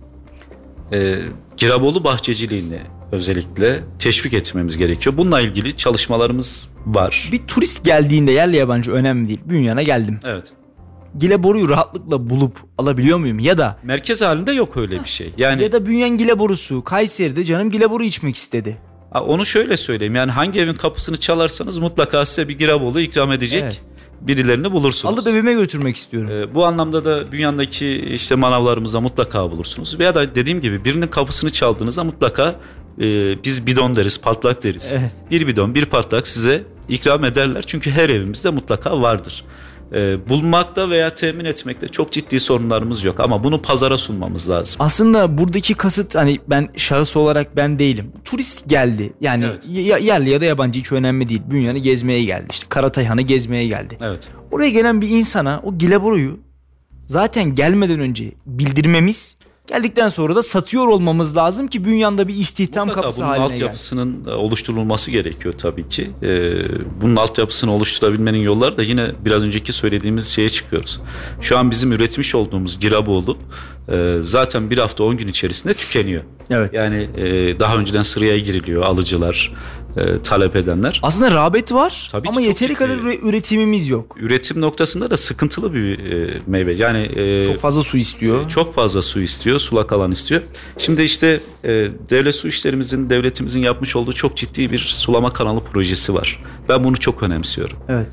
Speaker 3: Gileboğlu bahçeciliğini özellikle teşvik etmemiz gerekiyor. Bununla ilgili çalışmalarımız var.
Speaker 2: Bir turist geldiğinde yerli yabancı önemli değil. Bünyan'a geldim.
Speaker 3: Evet.
Speaker 2: Gileboru'yu rahatlıkla bulup alabiliyor muyum? Ya da
Speaker 3: merkez halinde yok öyle bir şey. Yani
Speaker 2: ya da Bünyan Gileboru'su, Kayseri'de canım Gileboru içmek istedi.
Speaker 3: Onu şöyle söyleyeyim. Yani hangi evin kapısını çalarsanız mutlaka size bir Gileboğlu ikram edecek birilerini bulursunuz.
Speaker 2: Alıp evime götürmek istiyorum.
Speaker 3: Bu anlamda da Bünyan'daki işte manavlarımızda mutlaka bulursunuz. Veya da dediğim gibi birinin kapısını çaldığınızda mutlaka biz bidon deriz, patlak deriz.
Speaker 2: Evet.
Speaker 3: Bir bidon, bir patlak size ikram ederler. Çünkü her evimizde mutlaka vardır. Bulmakta veya temin etmekte çok ciddi sorunlarımız yok ama bunu pazara sunmamız lazım.
Speaker 2: Aslında buradaki kasıt hani ben şahıs olarak ben değilim. Turist geldi. Yani
Speaker 3: Evet.
Speaker 2: Yerli ya da yabancı hiç önemli değil. Bünyan'ı gezmeye geldi. İşte Karatayhan'ı gezmeye geldi.
Speaker 3: Evet.
Speaker 2: Oraya gelen bir insana o Gileboru'yu zaten gelmeden önce bildirmemiz, geldikten sonra da satıyor olmamız lazım ki Bünyan'da bir istihdam
Speaker 3: Mutlaka
Speaker 2: kapısı
Speaker 3: bunun
Speaker 2: haline gelsin.
Speaker 3: altyapısının oluşturulması gerekiyor tabii ki. Bunun altyapısını oluşturabilmenin yolları da yine biraz önceki söylediğimiz şeye çıkıyoruz. Şu an bizim üretmiş olduğumuz Gileboğlu zaten bir hafta 10 gün içerisinde tükeniyor.
Speaker 2: Evet.
Speaker 3: Yani daha önceden sıraya giriliyor alıcılar, talep edenler.
Speaker 2: Aslında rağbet var
Speaker 3: Tabii
Speaker 2: ama
Speaker 3: ki
Speaker 2: yeteri
Speaker 3: çok
Speaker 2: kadar üretimimiz yok.
Speaker 3: Üretim noktasında da sıkıntılı bir meyve. Yani
Speaker 2: Çok fazla su istiyor.
Speaker 3: çok fazla su istiyor, sulak alan istiyor. Şimdi işte devlet su işlerimizin, devletimizin yapmış olduğu çok ciddi bir sulama kanalı projesi var. Ben bunu çok önemsiyorum.
Speaker 2: Evet.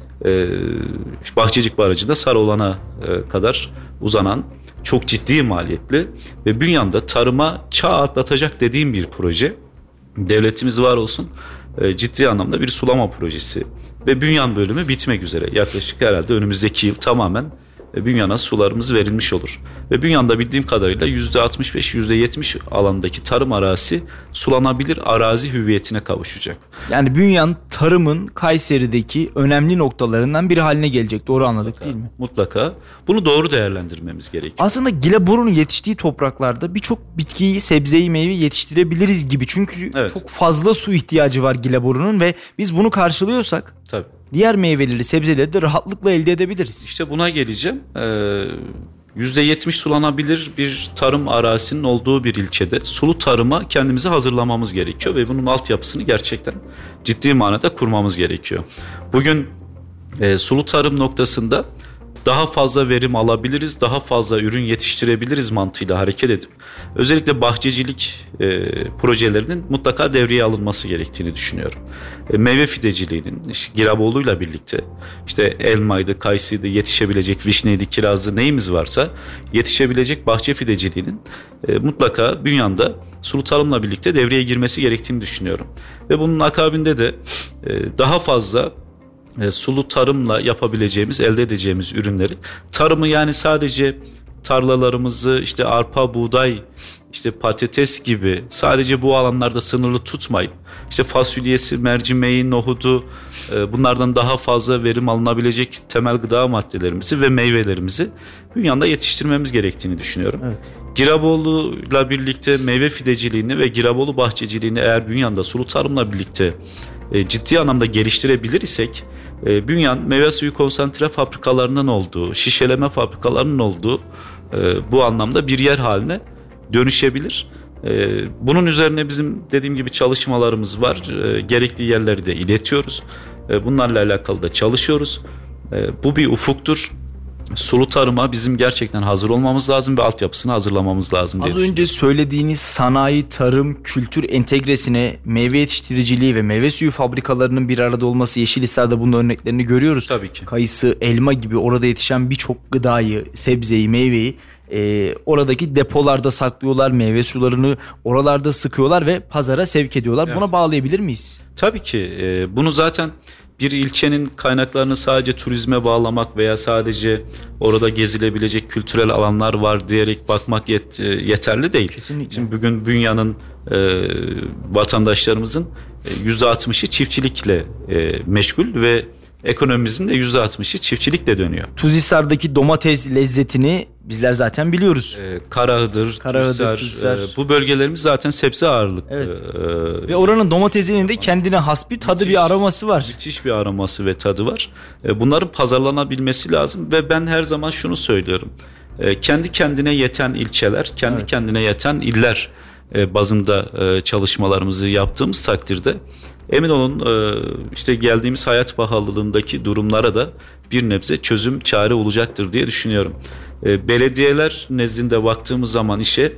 Speaker 3: Bahçecik Barajı'nda Sarıolan'a kadar uzanan çok ciddi maliyetli ve Bünyan'da tarıma çağ atlatacak dediğim bir proje. Devletimiz var olsun, ciddi anlamda bir sulama projesi ve Bünyan bölümü bitmek üzere. Yaklaşık herhalde önümüzdeki yıl tamamen Bünyan'a sularımız verilmiş olur. Ve Bünyan'da bildiğim kadarıyla %65-%70 alandaki tarım arazisi sulanabilir arazi hüviyetine kavuşacak.
Speaker 2: Yani Bünyan tarımın Kayseri'deki önemli noktalarından biri haline gelecek. Doğru anladık değil mi?
Speaker 3: Mutlaka. Bunu doğru değerlendirmemiz gerekiyor.
Speaker 2: Aslında Gileboru'nun yetiştiği topraklarda birçok bitkiyi, sebzeyi, meyve yetiştirebiliriz gibi. Çünkü
Speaker 3: Evet.
Speaker 2: çok fazla su ihtiyacı var Gileboru'nun ve biz bunu karşılıyorsak
Speaker 3: Tabii.
Speaker 2: diğer meyveleri, sebzeleri de rahatlıkla elde edebiliriz.
Speaker 3: İşte buna geleceğim. %70 sulanabilir bir tarım arazisinin olduğu bir ilçede sulu tarıma kendimizi hazırlamamız gerekiyor ve bunun altyapısını gerçekten ciddi manada kurmamız gerekiyor. Bugün sulu tarım noktasında daha fazla verim alabiliriz, daha fazla ürün yetiştirebiliriz mantığıyla hareket edip özellikle bahçecilik projelerinin mutlaka devreye alınması gerektiğini düşünüyorum. Meyve fideciliğinin işte Gileboğlu'yla birlikte işte elmaydı, kayısıydı, yetişebilecek vişneydi, kirazdı neyimiz varsa yetişebilecek bahçe fideciliğinin mutlaka Bünyan'da sulu tarımla birlikte devreye girmesi gerektiğini düşünüyorum. Ve bunun akabinde de daha fazla sulu tarımla yapabileceğimiz, elde edeceğimiz ürünleri, tarımı yani sadece tarlalarımızı işte arpa, buğday, işte patates gibi sadece bu alanlarda sınırlı tutmayıp işte fasulyesi, mercimeği, nohudu, bunlardan daha fazla verim alınabilecek temel gıda maddelerimizi ve meyvelerimizi Bünyan'da yetiştirmemiz gerektiğini düşünüyorum. Evet. Giraboğlu'yla birlikte meyve fideciliğini ve Giraboğlu bahçeciliğini eğer Bünyan'da sulu tarımla birlikte ciddi anlamda geliştirebilir isek, Bünyan meyve suyu konsantre fabrikalarının olduğu, şişeleme fabrikalarının olduğu bu anlamda bir yer haline dönüşebilir. Bunun üzerine bizim dediğim gibi çalışmalarımız var. Gerekli yerleri de iletiyoruz. Bunlarla alakalı da çalışıyoruz. Bu bir ufuktur. Sulu tarıma bizim gerçekten hazır olmamız lazım ve altyapısını hazırlamamız lazım diye düşünüyorum.
Speaker 2: Az önce söylediğiniz sanayi, tarım, kültür entegresine meyve yetiştiriciliği ve meyve suyu fabrikalarının bir arada olması, Yeşilhisar'da bunun örneklerini görüyoruz.
Speaker 3: Tabii ki.
Speaker 2: Kayısı, elma gibi orada yetişen birçok gıdayı, sebzeyi, meyveyi oradaki depolarda saklıyorlar, meyve sularını oralarda sıkıyorlar ve pazara sevk ediyorlar. Evet. Buna bağlayabilir miyiz?
Speaker 3: Tabii ki. Bunu zaten bir ilçenin kaynaklarını sadece turizme bağlamak veya sadece orada gezilebilecek kültürel alanlar var diyerek bakmak yeterli değil.
Speaker 2: Kesinlikle.
Speaker 3: Şimdi bugün Bünyan'ın vatandaşlarımızın %60'ı çiftçilikle meşgul ve ekonomimizin de %60'ı çiftçilikle dönüyor.
Speaker 2: Tuzhisar'daki domates lezzetini bizler zaten biliyoruz.
Speaker 3: Karahıdır, Tuzhisar. Bu bölgelerimiz zaten sebze ağırlıklı.
Speaker 2: Evet. Ve oranın domatesinin de kendine has bir tadı, bir aroması var.
Speaker 3: Müthiş bir aroması ve tadı var. Bunların pazarlanabilmesi lazım ve ben her zaman şunu söylüyorum. Kendi kendine yeten ilçeler, kendi kendine yeten iller bazında çalışmalarımızı yaptığımız takdirde emin olun işte geldiğimiz hayat pahalılığındaki durumlara da bir nebze çözüm, çare olacaktır diye düşünüyorum. Belediyeler nezdinde baktığımız zaman işe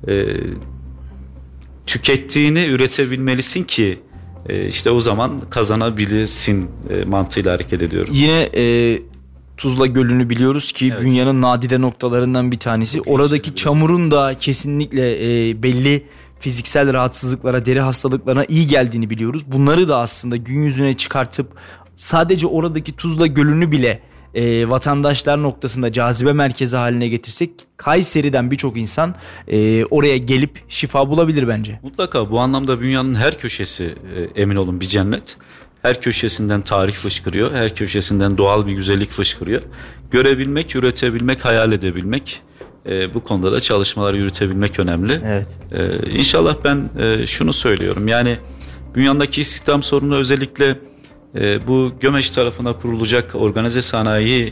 Speaker 3: tükettiğini üretebilmelisin ki işte o zaman kazanabilirsin mantığıyla hareket ediyorum.
Speaker 2: Yine Tuzla Gölü'nü biliyoruz ki Bünyan'ın nadide noktalarından bir tanesi. Oradaki çamurun da kesinlikle belli fiziksel rahatsızlıklara, deri hastalıklarına iyi geldiğini biliyoruz. Bunları da aslında gün yüzüne çıkartıp sadece oradaki Tuzla Gölü'nü bile vatandaşlar noktasında cazibe merkezi haline getirsek Kayseri'den birçok insan oraya gelip şifa bulabilir bence.
Speaker 3: Mutlaka bu anlamda Bünyan'ın her köşesi emin olun bir cennet. Her köşesinden tarih fışkırıyor, her köşesinden doğal bir güzellik fışkırıyor. Görebilmek, üretebilmek, hayal edebilmek, bu konuda da çalışmalar yürütebilmek önemli.
Speaker 2: Evet.
Speaker 3: İnşallah ben şunu söylüyorum, yani Bünyan'daki istihdam sorunu özellikle bu Gömeç tarafına kurulacak organize sanayi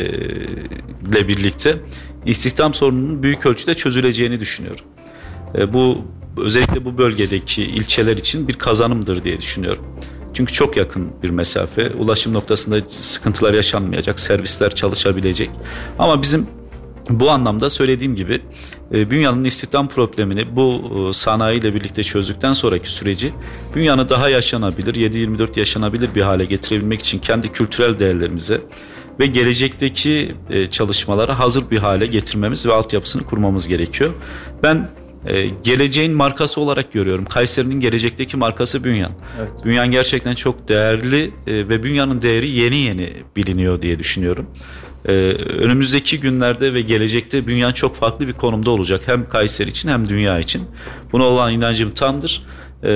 Speaker 3: ile birlikte istihdam sorununun büyük ölçüde çözüleceğini düşünüyorum. Bu özellikle bu bölgedeki ilçeler için bir kazanımdır diye düşünüyorum. Çünkü çok yakın bir mesafe, ulaşım noktasında sıkıntılar yaşanmayacak, servisler çalışabilecek. Ama bizim bu anlamda söylediğim gibi Bünyan'ın istihdam problemini bu sanayiyle birlikte çözdükten sonraki süreci Bünyan'ı daha yaşanabilir, 7/24 yaşanabilir bir hale getirebilmek için kendi kültürel değerlerimize ve gelecekteki çalışmalara hazır bir hale getirmemiz ve altyapısını kurmamız gerekiyor. Ben geleceğin markası olarak görüyorum. Kayseri'nin gelecekteki markası Bünyan. Evet. Bünyan gerçekten çok değerli ve Bünyan'ın değeri yeni yeni biliniyor diye düşünüyorum. Önümüzdeki günlerde ve gelecekte Bünyan çok farklı bir konumda olacak. Hem Kayseri için hem dünya için. Buna olan inancım tamdır.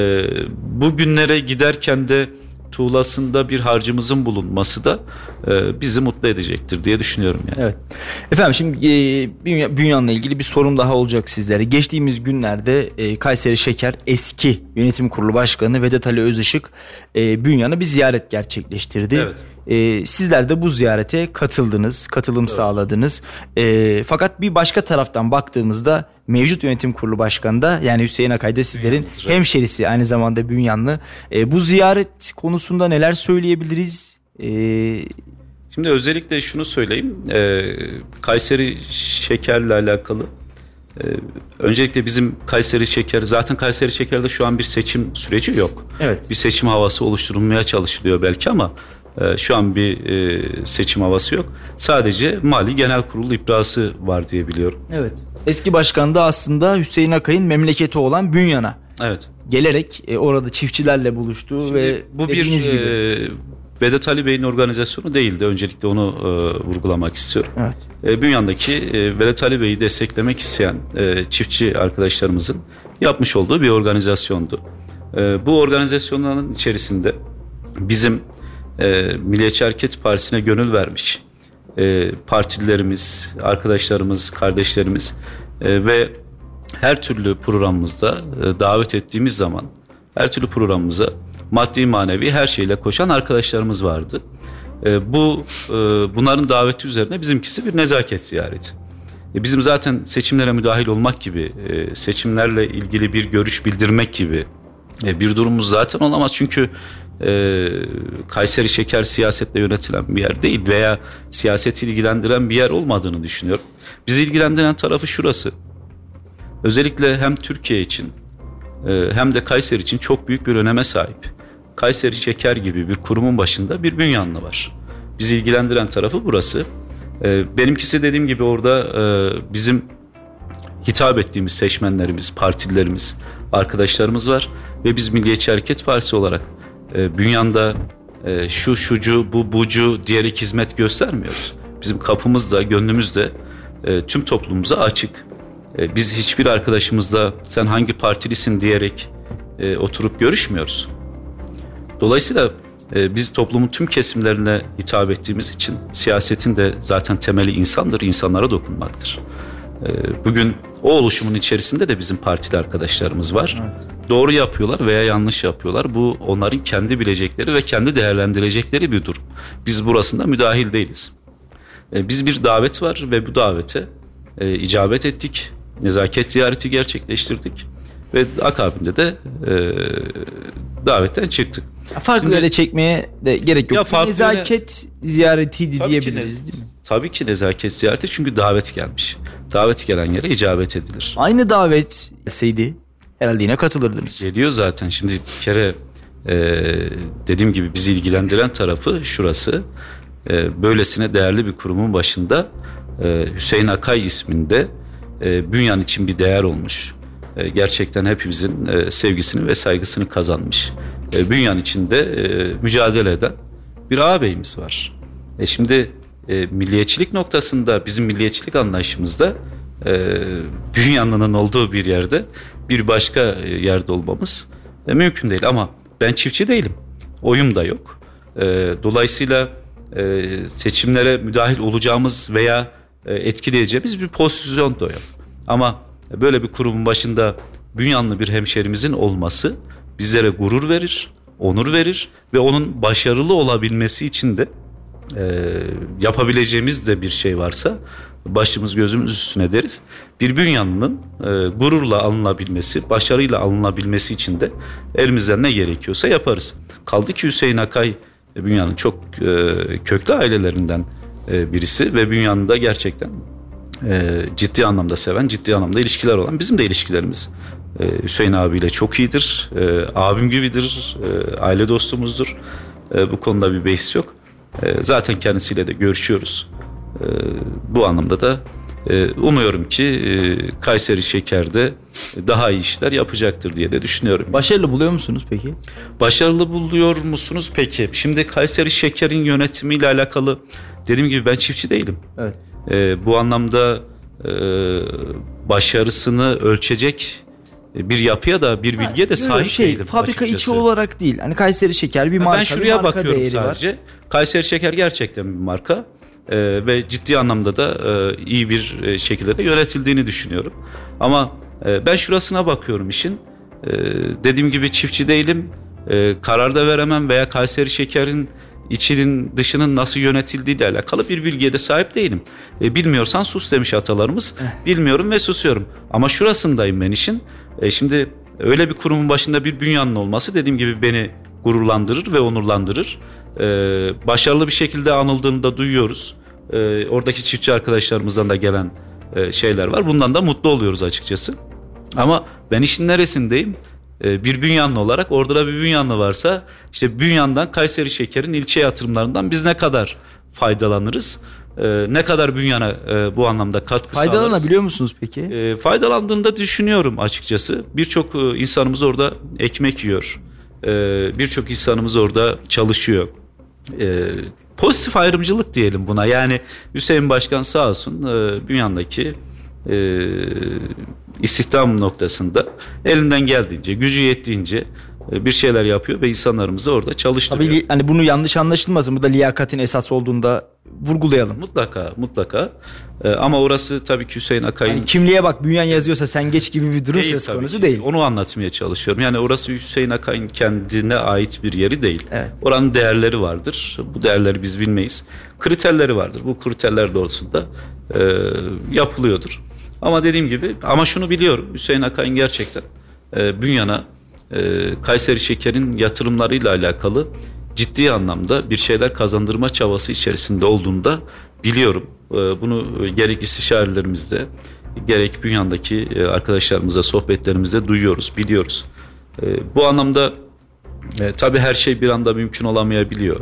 Speaker 3: Bu günlere giderken de tuğlasında bir harcımızın bulunması da bizi mutlu edecektir diye düşünüyorum yani.
Speaker 2: Evet. Efendim şimdi Bünyan'la ilgili bir sorum daha olacak sizlere. Geçtiğimiz günlerde Kayseri Şeker eski yönetim kurulu başkanı Vedat Ali Özışık Bünyan'a bir ziyaret gerçekleştirdi.
Speaker 3: Evet.
Speaker 2: Sizler de bu ziyarete katıldınız, katılım sağladınız. Fakat bir başka taraftan baktığımızda mevcut yönetim kurulu başkanı da yani Hüseyin Akay da sizlerin hemşerisi, aynı zamanda Bünyanlı. Bu ziyaret konusunda neler söyleyebiliriz?
Speaker 3: Şimdi özellikle şunu söyleyeyim. Kayseri Şeker'le alakalı. Öncelikle bizim Kayseri Şeker, zaten Kayseri Şeker'de şu an bir seçim süreci yok.
Speaker 2: Evet.
Speaker 3: Bir seçim havası oluşturulmaya çalışılıyor belki ama şu an bir seçim havası yok. Sadece Mali Genel Kurulu ibrası var diye biliyorum.
Speaker 2: Evet. Eski başkan da aslında Hüseyin Akay'ın memleketi olan Bünyan'a
Speaker 3: evet.
Speaker 2: gelerek orada çiftçilerle buluştu. Şimdi ve
Speaker 3: bu bir Vedat Ali Bey'in organizasyonu değildi. Öncelikle onu vurgulamak istiyorum.
Speaker 2: Evet.
Speaker 3: Bünyan'daki Vedat Ali Bey'i desteklemek isteyen çiftçi arkadaşlarımızın yapmış olduğu bir organizasyondu. Bu organizasyonların içerisinde bizim Milliyetçi Hareket Partisi'ne gönül vermiş partililerimiz, arkadaşlarımız, kardeşlerimiz ve her türlü programımızda davet ettiğimiz zaman her türlü programımıza maddi manevi her şeyle koşan arkadaşlarımız vardı. Bunların daveti üzerine bizimkisi bir nezaket ziyareti. Bizim zaten seçimlere müdahil olmak gibi, seçimlerle ilgili bir görüş bildirmek gibi bir durumumuz zaten olamaz. Çünkü Kayseri Şeker siyasetle yönetilen bir yer değil veya siyaseti ilgilendiren bir yer olmadığını düşünüyorum. Bizi ilgilendiren tarafı şurası. Özellikle hem Türkiye için hem de Kayseri için çok büyük bir öneme sahip. Kayseri Şeker gibi bir kurumun başında bir Bünyanlı var. Bizi ilgilendiren tarafı burası. Benimkisi dediğim gibi orada bizim hitap ettiğimiz seçmenlerimiz, partililerimiz, arkadaşlarımız var. Ve biz Milliyetçi Hareket Partisi olarak Bünyan'da şucu, bucu diyerek hizmet göstermiyoruz. Bizim kapımız da, gönlümüz de tüm toplumumuza açık. Biz hiçbir arkadaşımızla sen hangi partilisin diyerek oturup görüşmüyoruz. Dolayısıyla biz toplumun tüm kesimlerine hitap ettiğimiz için siyasetin de zaten temeli insandır, insanlara dokunmaktır. Bugün o oluşumun içerisinde de bizim partili arkadaşlarımız var. Evet. Doğru yapıyorlar veya yanlış yapıyorlar. Bu onların kendi bilecekleri ve kendi değerlendirecekleri bir durum. Biz burasında müdahil değiliz. Biz bir davet var ve bu davete icabet ettik. Nezaket ziyareti gerçekleştirdik. Ve akabinde de davetten çıktık.
Speaker 2: Farklı yere çekmeye de gerek yok. Nezaket ziyaretiydi diyebiliriz değil mi?
Speaker 3: Tabii ki nezaket ziyareti çünkü davet gelmiş. Davet gelen yere icabet edilir.
Speaker 2: Aynı davet etseydi herhalde yine katılırdınız.
Speaker 3: Geliyor zaten. Şimdi bir kere dediğim gibi bizi ilgilendiren tarafı şurası. Böylesine değerli bir kurumun başında Hüseyin Akay isminde Bünyan için bir değer olmuş. Gerçekten hepimizin sevgisini ve saygısını kazanmış. Bünyan içinde mücadele eden bir ağabeyimiz var. Şimdi milliyetçilik noktasında bizim milliyetçilik anlayışımızda Bünyanlı'nın olduğu bir yerde bir başka yerde olmamız mümkün değil. Ama ben çiftçi değilim. Oyum da yok. Dolayısıyla seçimlere müdahil olacağımız veya etkileyeceğimiz bir pozisyon da yok. Ama böyle bir kurumun başında Bünyanlı bir hemşerimizin olması bizlere gurur verir, onur verir ve onun başarılı olabilmesi için de yapabileceğimiz de bir şey varsa başımız gözümüz üstüne deriz. Bir Bünyanlı'nın gururla alınabilmesi, başarıyla alınabilmesi için de elimizden ne gerekiyorsa yaparız. Kaldı ki Hüseyin Akay Bünyan'ın çok köklü ailelerinden birisi ve Bünyan'da gerçekten ciddi anlamda seven, ciddi anlamda ilişkiler olan, bizim de ilişkilerimiz Hüseyin abiyle çok iyidir. Abim gibidir, aile dostumuzdur. Bu konuda bir behis yok. Zaten kendisiyle de görüşüyoruz. Bu anlamda da umuyorum ki Kayseri Şeker'de daha iyi işler yapacaktır diye de düşünüyorum.
Speaker 2: Başarılı buluyor musunuz peki?
Speaker 3: Başarılı buluyor musunuz peki? Şimdi Kayseri Şeker'in yönetimiyle alakalı dediğim gibi ben çiftçi değilim.
Speaker 2: Evet.
Speaker 3: Bu anlamda başarısını ölçecek bir yapıya da bir bilgiye de sahip değilim.
Speaker 2: Fabrika
Speaker 3: açıkçası.
Speaker 2: içi olarak değil. Hani Kayseri Şeker bir marka.
Speaker 3: Ben şuraya bakıyorum sadece.
Speaker 2: Var.
Speaker 3: Kayseri Şeker gerçekten bir marka ve ciddi anlamda da iyi bir şekilde de yönetildiğini düşünüyorum. Ama ben şurasına bakıyorum işin. Dediğim gibi çiftçi değilim. Karar da veremem veya Kayseri Şeker'in içinin dışının nasıl yönetildiği ile alakalı bir bilgiye de sahip değilim. Bilmiyorsan sus demiş atalarımız. Bilmiyorum ve susuyorum. Ama şurasındayım ben işin. Şimdi öyle bir kurumun başında bir Bünyanlı olması dediğim gibi beni gururlandırır ve onurlandırır. Başarılı bir şekilde anıldığını da duyuyoruz. Oradaki çiftçi arkadaşlarımızdan da gelen şeyler var. Bundan da mutlu oluyoruz açıkçası. Ama ben işin neresindeyim? Bir Bünyanlı olarak orada da bir Bünyanlı varsa işte Bünyan'dan Kayseri Şeker'in ilçe yatırımlarından biz ne kadar faydalanırız? Ne kadar Bünyan'a bu anlamda katkı sağlarız?
Speaker 2: Faydalanabiliyor musunuz peki?
Speaker 3: Faydalandığını da düşünüyorum açıkçası. Birçok insanımız orada ekmek yiyor. Birçok insanımız orada çalışıyor. pozitif ayrımcılık diyelim buna. Yani Hüseyin Başkan sağ olsun Bünyan'daki istihdam noktasında elinden geldiğince, gücü yettiğince bir şeyler yapıyor ve insanlarımızı orada çalıştırıyor.
Speaker 2: Tabii hani bunu yanlış anlaşılmasın. Bu da liyakatin esas olduğunda vurgulayalım.
Speaker 3: Mutlaka. Ama orası tabii ki Hüseyin Akay'ın...
Speaker 2: Yani kimliğe bak, Bünyan yazıyorsa sen geç gibi bir durum söz konusu değil.
Speaker 3: Onu anlatmaya çalışıyorum. Yani orası Hüseyin Akay'ın kendine ait bir yeri değil.
Speaker 2: Evet.
Speaker 3: Oranın değerleri vardır. Bu değerleri biz bilmeyiz. Kriterleri vardır. Bu kriterler doğrultusunda yapılıyordur. Ama dediğim gibi, ama şunu biliyorum. Hüseyin Akay'ın gerçekten Bünyan'a Kayseri Şeker'in yatırımlarıyla alakalı ciddi anlamda bir şeyler kazandırma çabası içerisinde olduğunu da biliyorum. Bunu gerek istişarelerimizde gerek Bünyan'daki arkadaşlarımızla sohbetlerimizde duyuyoruz, biliyoruz. Bu anlamda tabii her şey bir anda mümkün olamayabiliyor.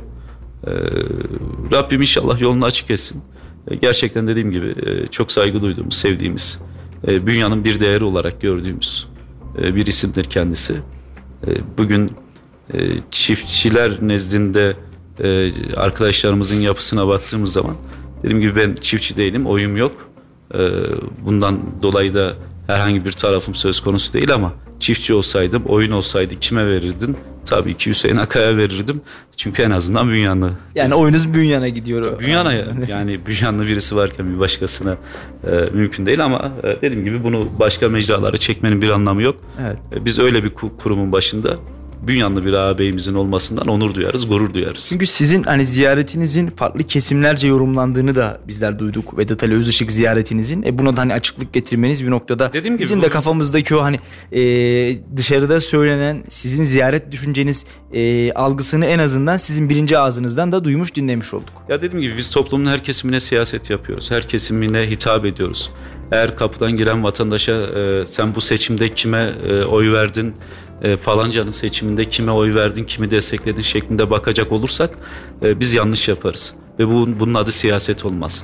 Speaker 3: Rabbim inşallah yolunu açık etsin. Gerçekten dediğim gibi çok saygı duyduğumuz, sevdiğimiz, Bünyan'ın bir değeri olarak gördüğümüz bir isimdir kendisi. Bugün çiftçiler nezdinde arkadaşlarımızın yapısına baktığımız zaman, dediğim gibi ben çiftçi değilim, oyum yok. Bundan dolayı da herhangi bir tarafım söz konusu değil, ama çiftçi olsaydım, oyun olsaydı kime verirdim? Tabii ki Hüseyin Akay'a verirdim. Çünkü en azından Bünyanlı.
Speaker 2: Yani oyunuz Bünyan'a gidiyor.
Speaker 3: Bünyan'a yani Bünyanlı birisi varken bir başkasına mümkün değil, ama dediğim gibi bunu başka mecralara çekmenin bir anlamı yok.
Speaker 2: Evet.
Speaker 3: Biz öyle bir kurumun başında Bünyanlı bir ağabeyimizin olmasından onur duyarız, gurur duyarız.
Speaker 2: Çünkü sizin hani ziyaretinizin farklı kesimlerce yorumlandığını da bizler duyduk. Vedat Ali Özışık ziyaretinizin. Buna da hani açıklık getirmeniz bir noktada
Speaker 3: dediğim gibi
Speaker 2: bizim de kafamızdaki o hani dışarıda söylenen sizin ziyaret düşünceniz algısını en azından sizin birinci ağzınızdan da duymuş, dinlemiş olduk.
Speaker 3: Ya dediğim gibi biz toplumun her kesimine siyaset yapıyoruz. Her kesimine hitap ediyoruz. Eğer kapıdan giren vatandaşa sen bu seçimde kime oy verdin, falancanın seçiminde kime oy verdin, kimi destekledin şeklinde bakacak olursak biz yanlış yaparız. Ve bunun adı siyaset olmaz.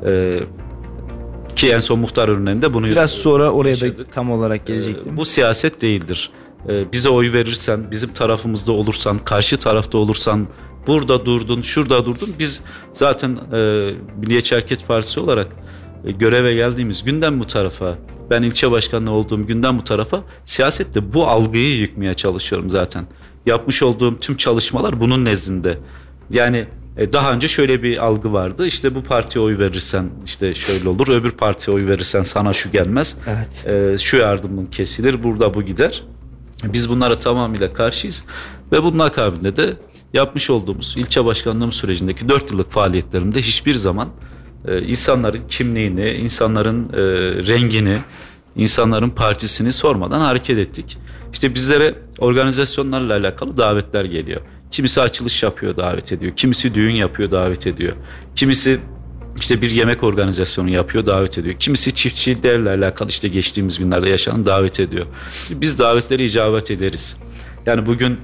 Speaker 3: Ki en son muhtar örneğinde bunu
Speaker 2: biraz sonra oraya
Speaker 3: yaşadık.
Speaker 2: da tam olarak gelecektim.
Speaker 3: Bu siyaset değildir. Bize oy verirsen, bizim tarafımızda olursan, karşı tarafta olursan, burada durdun, şurada durdun. Biz zaten Milliyetçi Hareket Partisi olarak göreve geldiğimiz günden bu tarafa, ben ilçe başkanlığı olduğum günden bu tarafa siyasette bu algıyı yıkmaya çalışıyorum zaten. Yapmış olduğum tüm çalışmalar bunun nezdinde. Yani daha önce şöyle bir algı vardı. İşte bu partiye oy verirsen işte şöyle olur, öbür partiye oy verirsen sana şu gelmez.
Speaker 2: Evet.
Speaker 3: Şu yardımın kesilir, burada bu gider. Biz bunlara tamamıyla karşıyız ve bunun akabinde de yapmış olduğumuz ilçe başkanlığım sürecindeki 4 yıllık faaliyetlerimde hiçbir zaman insanların kimliğini, insanların rengini, insanların partisini sormadan hareket ettik. İşte bizlere organizasyonlarla alakalı davetler geliyor. Kimisi açılış yapıyor, davet ediyor. Kimisi düğün yapıyor, davet ediyor. Kimisi işte bir yemek organizasyonu yapıyor, davet ediyor. Kimisi çiftçilerle alakalı işte geçtiğimiz günlerde yaşanan davet ediyor. Biz davetleri icabet ederiz. Yani bugün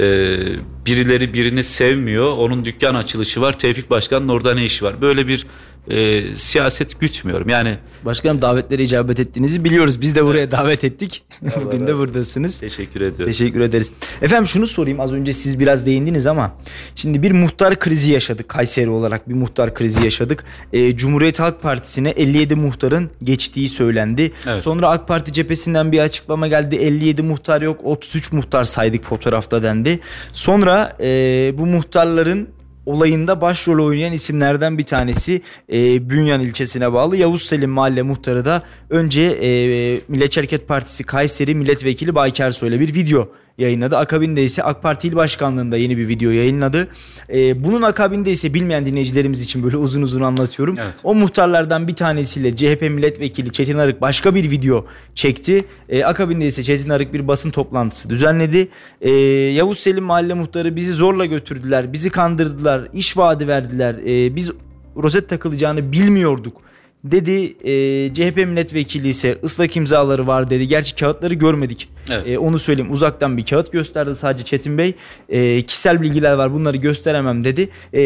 Speaker 3: birileri birini sevmiyor, onun dükkan açılışı var, Tevfik Başkan'ın orada ne işi var? Böyle bir siyaset gütmüyorum. Yani
Speaker 2: başkanım, davetlere icabet ettiğinizi biliyoruz. Biz de buraya davet ettik. Bugün de buradasınız.
Speaker 3: Teşekkür ediyorum.
Speaker 2: Teşekkür ederiz. Efendim şunu sorayım, az önce siz biraz değindiniz ama şimdi bir muhtar krizi yaşadık. Kayseri olarak bir muhtar krizi yaşadık. Cumhuriyet Halk Partisi'ne 57 muhtarın geçtiği söylendi.
Speaker 3: Evet.
Speaker 2: Sonra AK Parti cephesinden bir açıklama geldi. 57 muhtar yok, 33 muhtar saydık fotoğrafta dendi. Sonra bu muhtarların olayında başrol oynayan isimlerden bir tanesi Bünyan ilçesine bağlı Yavuz Selim Mahalle Muhtarı da önce Milliyetçi Hareket Partisi Kayseri Milletvekili Bayker Ersoy'la bir video yayınladı. Akabinde ise AK Parti İl Başkanlığı'nda yeni bir video yayınladı. Bunun akabinde ise bilmeyen dinleyicilerimiz için böyle uzun uzun anlatıyorum.
Speaker 3: Evet.
Speaker 2: O muhtarlardan bir tanesiyle CHP Milletvekili Çetin Arık başka bir video çekti. Akabinde ise Çetin Arık bir basın toplantısı düzenledi. Yavuz Selim Mahalle Muhtarı bizi zorla götürdüler, bizi kandırdılar, iş vaadi verdiler, biz rozet takılacağını bilmiyorduk dedi. CHP milletvekili ise ıslak imzaları var dedi. Gerçi kağıtları görmedik.
Speaker 3: Evet.
Speaker 2: Onu söyleyeyim. Uzaktan bir kağıt gösterdi sadece Çetin Bey. Kişisel bilgiler var, bunları gösteremem dedi.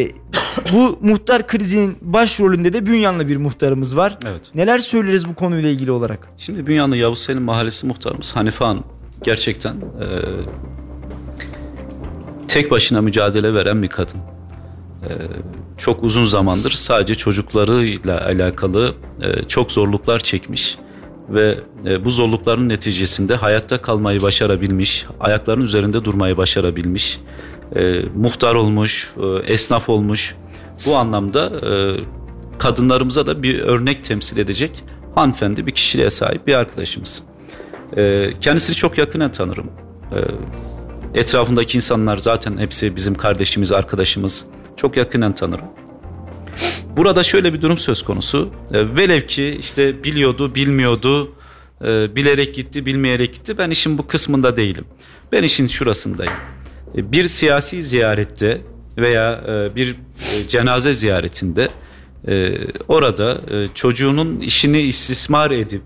Speaker 2: Bu muhtar krizinin başrolünde de Bünyanlı bir muhtarımız var.
Speaker 3: Evet.
Speaker 2: Neler söyleriz bu konuyla ilgili olarak?
Speaker 3: Şimdi Bünyanlı Yavuz Selim Mahallesi muhtarımız Hanife Hanım gerçekten tek başına mücadele veren bir kadın. çok uzun zamandır sadece çocuklarıyla alakalı çok zorluklar çekmiş ve bu zorlukların neticesinde hayatta kalmayı başarabilmiş, ayaklarının üzerinde durmayı başarabilmiş, muhtar olmuş, esnaf olmuş. Bu anlamda kadınlarımıza da bir örnek temsil edecek hanımefendi bir kişiliğe sahip bir arkadaşımız. Kendisini çok yakinen tanırım. Etrafındaki insanlar zaten hepsi bizim kardeşimiz, arkadaşımız. Çok yakinen tanırım. Burada şöyle bir durum söz konusu. Velev ki işte biliyordu, bilmiyordu, bilerek gitti, bilmeyerek gitti. Ben işin bu kısmında değilim. Ben işin şurasındayım. Bir siyasi ziyarette veya bir cenaze ziyaretinde orada çocuğunun işini istismar edip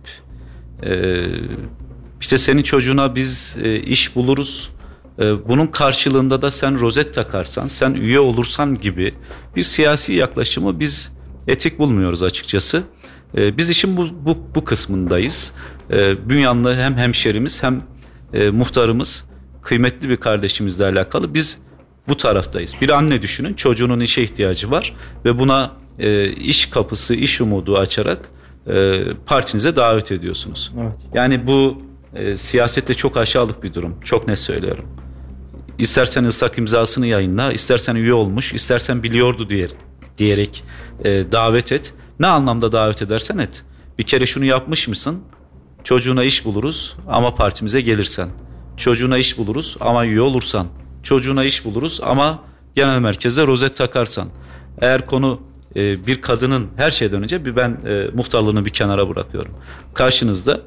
Speaker 3: işte senin çocuğuna biz iş buluruz, bunun karşılığında da sen rozet takarsan, sen üye olursan gibi bir siyasi yaklaşımı biz etik bulmuyoruz açıkçası. Biz işin bu kısmındayız. Bünyanlı hem hemşerimiz hem muhtarımız, kıymetli bir kardeşimizle alakalı biz bu taraftayız. Bir anne düşünün, çocuğunun işe ihtiyacı var ve buna iş kapısı, iş umudu açarak partinize davet ediyorsunuz. Evet. Yani bu siyasette çok aşağılık bir durum. Çok net söylüyorum. İstersen ıslak imzasını yayınla, istersen üye olmuş, istersen biliyordu diyerek davet et. Ne anlamda davet edersen et. Bir kere şunu yapmış mısın? Çocuğuna iş buluruz ama partimize gelirsen. Çocuğuna iş buluruz ama üye olursan. Çocuğuna iş buluruz ama genel merkeze rozet takarsan. Eğer konu bir kadının her şeyden önce ben muhtarlığını bir kenara bırakıyorum. Karşınızda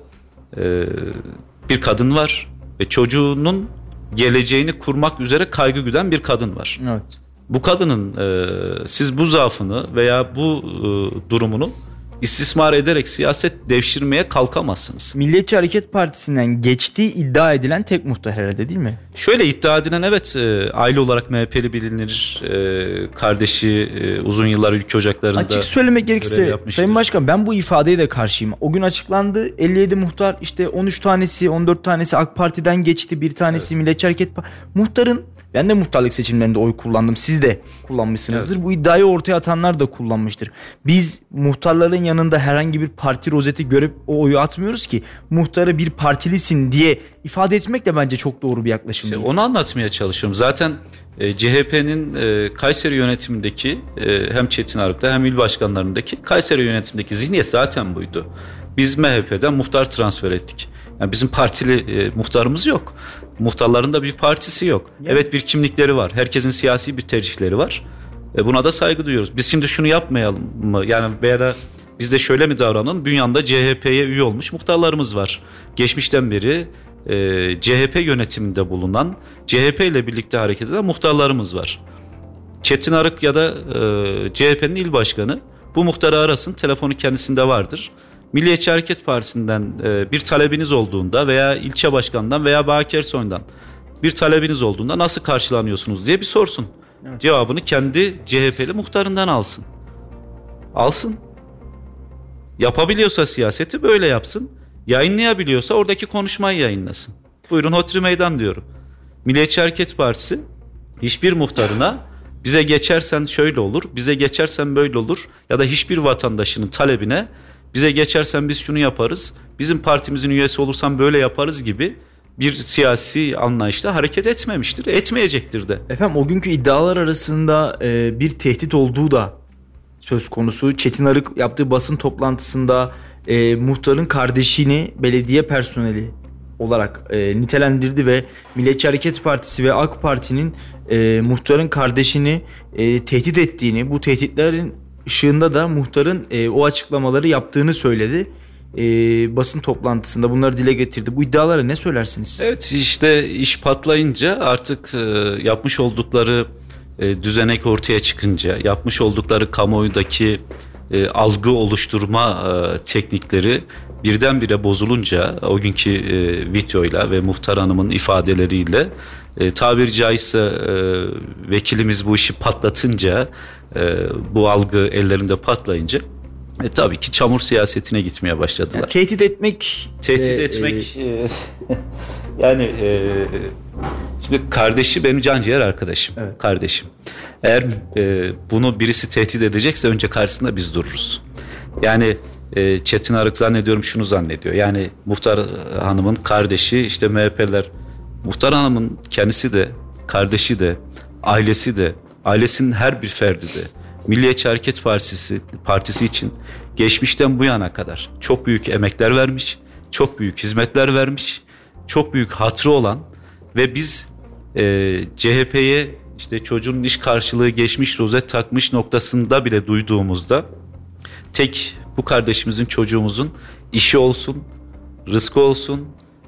Speaker 3: bir kadın var ve çocuğunun geleceğini kurmak üzere kaygı güden bir kadın var. Evet. Bu kadının siz bu zaafını veya bu durumunu istismar ederek siyaset devşirmeye kalkamazsınız.
Speaker 2: Milliyetçi Hareket Partisi'nden geçtiği iddia edilen tek muhtar herhalde değil mi?
Speaker 3: Şöyle iddia edilen evet, aile olarak MHP'li bilinir. Kardeşi uzun yıllar ülke ocaklarında.
Speaker 2: Açık söylemek gerekirse Sayın Başkan, ben bu ifadeye de karşıyım. O gün açıklandı 57 muhtar, işte 13 tanesi 14 tanesi AK Parti'den geçti, bir tanesi Milliyetçi Hareket Partisi. Muhtarın, ben de muhtarlık seçimlerinde oy kullandım. Siz de kullanmışsınızdır. Evet. Bu iddiayı ortaya atanlar da kullanmıştır. Biz muhtarların yanında herhangi bir parti rozeti görüp o oyu atmıyoruz ki. Muhtarı bir partilisin diye ifade etmek de bence çok doğru bir yaklaşım değil.
Speaker 3: Onu anlatmaya çalışıyorum. Zaten CHP'nin Kayseri yönetimindeki hem Çetin Arık'ta hem il başkanlarındaki Kayseri yönetimindeki zihniyet zaten buydu. Biz MHP'den muhtar transfer ettik. Yani bizim partili muhtarımız yok. Muhtarların da bir partisi yok. Yani. Evet, bir kimlikleri var. Herkesin siyasi bir tercihleri var. Buna da saygı duyuyoruz. Biz şimdi şunu yapmayalım mı? Yani veya da biz de şöyle mi davranalım? Bünyanda CHP'ye üye olmuş muhtarlarımız var. Geçmişten beri CHP yönetiminde bulunan, CHP ile birlikte hareket eden muhtarlarımız var. Çetin Arık ya da CHP'nin il başkanı bu muhtarı arasın. Telefonu kendisinde vardır. Milliyetçi Hareket Partisi'nden bir talebiniz olduğunda veya ilçe başkanından veya Baki Ersoy'dan bir talebiniz olduğunda nasıl karşılanıyorsunuz diye bir sorsun. Evet. Cevabını kendi CHP'li muhtarından alsın. Alsın. Yapabiliyorsa siyaseti böyle yapsın. Yayınlayabiliyorsa oradaki konuşmayı yayınlasın. Buyurun hodri meydan diyorum. Milliyetçi Hareket Partisi hiçbir muhtarına bize geçersen şöyle olur, bize geçersen böyle olur ya da hiçbir vatandaşının talebine bize geçersen biz şunu yaparız, bizim partimizin üyesi olursan böyle yaparız gibi bir siyasi anlayışla hareket etmemiştir, etmeyecektir de.
Speaker 2: Efendim, o günkü iddialar arasında bir tehdit olduğu da söz konusu. Çetin Arık yaptığı basın toplantısında muhtarın kardeşini belediye personeli olarak nitelendirdi ve Milliyetçi Hareket Partisi ve AK Parti'nin muhtarın kardeşini tehdit ettiğini, bu tehditlerin ışığında da muhtarın o açıklamaları yaptığını söyledi. Basın toplantısında bunları dile getirdi. Bu iddialara ne söylersiniz?
Speaker 3: Evet, işte iş patlayınca artık yapmış oldukları düzenek ortaya çıkınca, yapmış oldukları kamuoyundaki algı oluşturma teknikleri birdenbire bozulunca, o günkü videoyla ve muhtar hanımın ifadeleriyle tabiri caizse vekilimiz bu işi patlatınca, bu algı ellerinde patlayınca tabii ki çamur siyasetine gitmeye başladılar.
Speaker 2: Yani tehdit etmek
Speaker 3: yani şimdi kardeşi benim canciğer arkadaşım. Evet. Kardeşim. Eğer bunu birisi tehdit edecekse önce karşısında biz dururuz. Yani Çetin Arık zannediyorum şunu zannediyor. Yani muhtar hanımın kardeşi işte MHP'liler. Muhtar hanımın kendisi de, kardeşi de, ailesi de, ailesinin her bir ferdi de Milliyetçi Hareket Partisi için geçmişten bu yana kadar çok büyük emekler vermiş, çok büyük hizmetler vermiş, çok büyük hatırı olan ve biz CHP'ye işte çocuğun iş karşılığı geçmiş, rozet takmış noktasında bile duyduğumuzda tek bu kardeşimizin, çocuğumuzun işi olsun, rızkı olsun,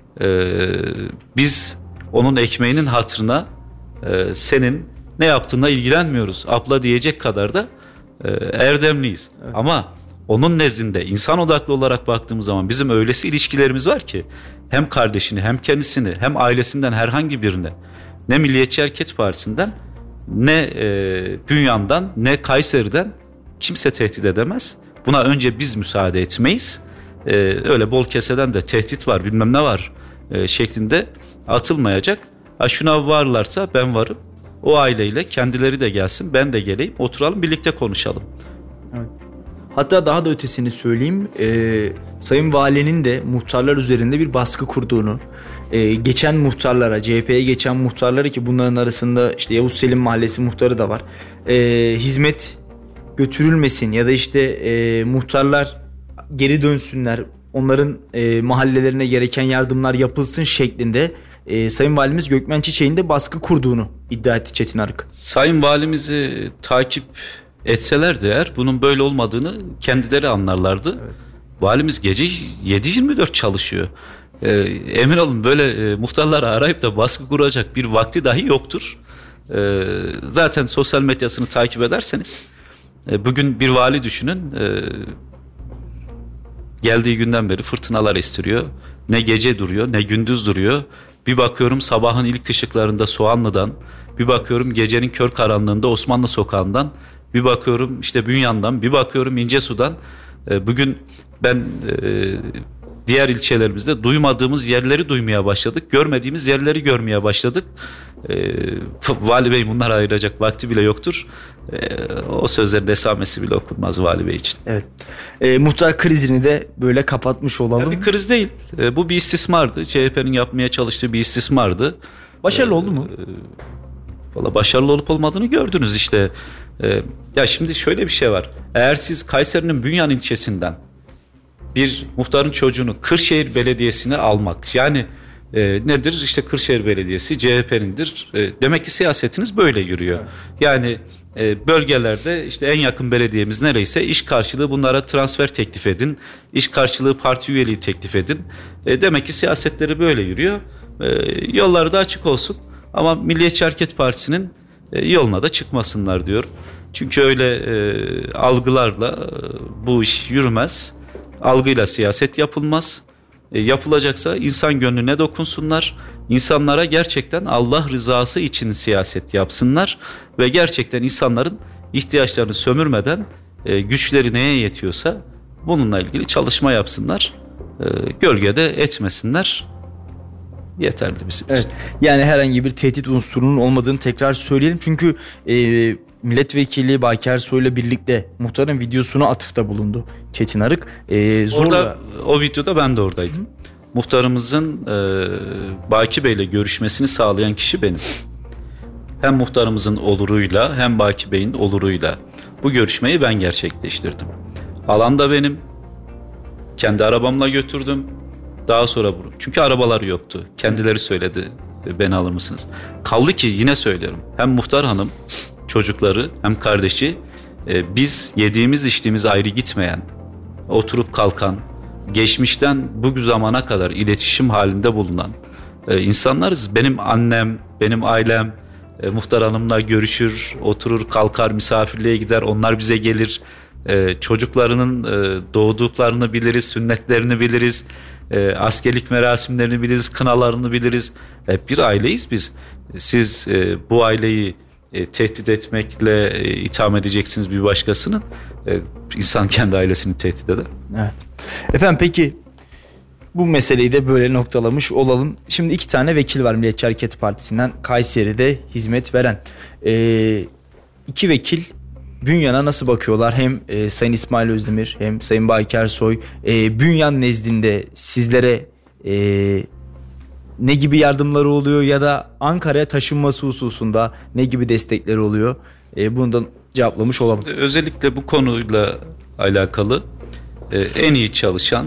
Speaker 3: biz onun ekmeğinin hatırına senin ne yaptığına ilgilenmiyoruz abla diyecek kadar da erdemliyiz. Evet. Ama onun nezdinde insan odaklı olarak baktığımız zaman bizim öylesi ilişkilerimiz var ki hem kardeşini hem kendisini hem ailesinden herhangi birine ne Milliyetçi Hareket Partisi'nden ne Bünyan'dan ne Kayseri'den kimse tehdit edemez. Buna önce biz müsaade etmeyiz. Öyle bol keseden de tehdit var bilmem ne var şeklinde atılmayacak. Şuna varlarsa ben varım. O aileyle kendileri de gelsin, ben de geleyim, oturalım birlikte konuşalım.
Speaker 2: Evet. Hatta daha da ötesini söyleyeyim, Sayın Valinin de muhtarlar üzerinde bir baskı kurduğunu, geçen muhtarlara, CHP'ye geçen muhtarlara ki bunların arasında işte Yavuz Selim Mahallesi muhtarı da var, hizmet götürülmesin ya da işte muhtarlar geri dönsünler, onların mahallelerine gereken yardımlar yapılsın şeklinde Sayın Valimiz Gökmen Çiçek'in de baskı kurduğunu iddia etti Çetin Arık.
Speaker 3: Sayın Valimizi takip etselerdi eğer bunun böyle olmadığını kendileri anlarlardı. Evet. Valimiz gece 7/24 çalışıyor. Emin olun böyle muhtarları arayıp da baskı kuracak bir vakti dahi yoktur. Zaten sosyal medyasını takip ederseniz bugün bir vali düşünün, geldiği günden beri fırtınalar estiriyor. Ne gece duruyor ne gündüz duruyor. Bir bakıyorum sabahın ilk ışıklarında Soğanlı'dan, bir bakıyorum gecenin kör karanlığında Osmanlı Sokağı'ndan, bir bakıyorum işte Bünyan'dan, bir bakıyorum İncesu'dan. Bugün ben diğer ilçelerimizde duymadığımız yerleri duymaya başladık, görmediğimiz yerleri görmeye başladık. Vali Bey bunları ayıracak vakti bile yoktur. O sözlerin esamesi bile okunmaz Vali Bey için.
Speaker 2: Evet. Muhtar krizini de böyle kapatmış olalım.
Speaker 3: Bir kriz değil. Bu bir istismardı. CHP'nin yapmaya çalıştığı bir istismardı.
Speaker 2: Başarılı oldu mu?
Speaker 3: Valla başarılı olup olmadığını gördünüz işte. Ya şimdi şöyle bir şey var. Eğer siz Kayseri'nin Bünyan ilçesinden bir muhtarın çocuğunu Kırşehir Belediyesi'ne almak, yani nedir? İşte Kırşehir Belediyesi CHP'nindir. Demek ki siyasetiniz böyle yürüyor. Evet. Yani bölgelerde işte en yakın belediyemiz nereyse iş karşılığı bunlara transfer teklif edin. İş karşılığı parti üyeliği teklif edin. Demek ki siyasetleri böyle yürüyor. Yolları da açık olsun. Ama Milliyetçi Hareket Partisi'nin yoluna da çıkmasınlar diyor. Çünkü öyle algılarla bu iş yürümez. Algıyla siyaset yapılmaz. Yapılacaksa insan gönlüne dokunsunlar. İnsanlara gerçekten Allah rızası için siyaset yapsınlar. Ve gerçekten insanların ihtiyaçlarını sömürmeden güçleri neye yetiyorsa bununla ilgili çalışma yapsınlar. Gölgede etmesinler. Yeterli bizim için.
Speaker 2: Evet. Yani herhangi bir tehdit unsurunun olmadığını tekrar söyleyelim. Çünkü milletvekili Baki Ersoy'la birlikte muhtarın videosuna atıfta bulundu Çetin Arık.
Speaker 3: Orada, o videoda ben de oradaydım. Muhtarımızın Baki Bey'le görüşmesini sağlayan kişi benim. Hem muhtarımızın oluruyla hem Baki Bey'in oluruyla bu görüşmeyi ben gerçekleştirdim. Alan da benim. Kendi arabamla götürdüm. Daha sonra çünkü arabaları yoktu. Kendileri söyledi, beni alır mısınız? Kaldı ki yine söylüyorum. Hem muhtar hanım, çocukları hem kardeşi biz yediğimiz içtiğimiz ayrı gitmeyen, oturup kalkan, geçmişten bu zamana kadar iletişim halinde bulunan insanlarız. Benim annem, benim ailem muhtar hanımla görüşür, oturur, kalkar, misafirliğe gider, onlar bize gelir. Çocuklarının doğduklarını biliriz, sünnetlerini biliriz, askerlik merasimlerini biliriz, kınalarını biliriz. Hep bir aileyiz biz. Siz bu aileyi tehdit etmekle itham edeceksiniz bir başkasının. İnsan kendi ailesini tehdit eder.
Speaker 2: Evet. Efendim peki bu meseleyi de böyle noktalamış olalım. Şimdi 2 tane vekil var Milliyetçi Hareket Partisi'nden Kayseri'de hizmet veren. iki vekil Bünyan'a nasıl bakıyorlar? Hem Sayın İsmail Özdemir hem Sayın Baki Ersoy Bünyan nezdinde sizlere ne gibi yardımları oluyor ya da Ankara'ya taşınması hususunda ne gibi destekleri oluyor? Bundan cevaplamış olalım.
Speaker 3: Özellikle bu konuyla alakalı en iyi çalışan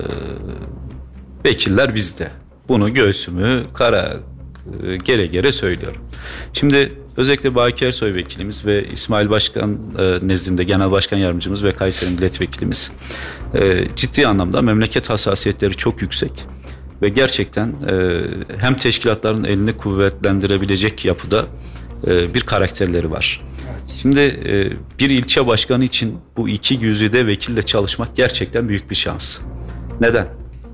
Speaker 3: vekiller bizde. Bunu göğsümü kara gere söylüyorum. Şimdi özellikle Baki Ersoy vekilimiz ve İsmail Başkan nezdinde genel başkan yardımcımız ve Kayseri milletvekilimiz ciddi anlamda memleket hassasiyetleri çok yüksek ve gerçekten hem teşkilatların elini kuvvetlendirebilecek yapıda bir karakterleri var. Evet. Şimdi bir ilçe başkanı için bu iki güzide vekille çalışmak gerçekten büyük bir şans. Neden?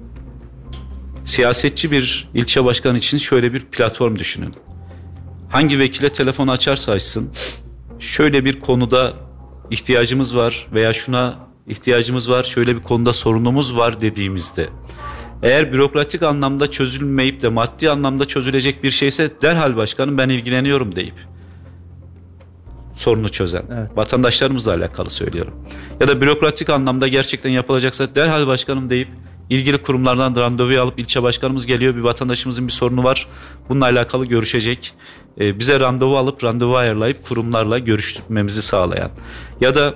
Speaker 3: Siyasetçi bir ilçe başkanı için şöyle bir platform düşünün. Hangi vekile telefon açarsa açsın, şöyle bir konuda ihtiyacımız var veya şuna ihtiyacımız var, şöyle bir konuda sorunumuz var dediğimizde, eğer bürokratik anlamda çözülmeyip de maddi anlamda çözülecek bir şeyse derhal başkanım ben ilgileniyorum deyip sorunu çözen, evet, vatandaşlarımızla alakalı söylüyorum. Ya da bürokratik anlamda gerçekten yapılacaksa derhal başkanım deyip ilgili kurumlardan randevu alıp ilçe başkanımız geliyor, bir vatandaşımızın bir sorunu var, bununla alakalı görüşecek. Bize randevu alıp randevu ayarlayıp kurumlarla görüşmemizi sağlayan. Ya da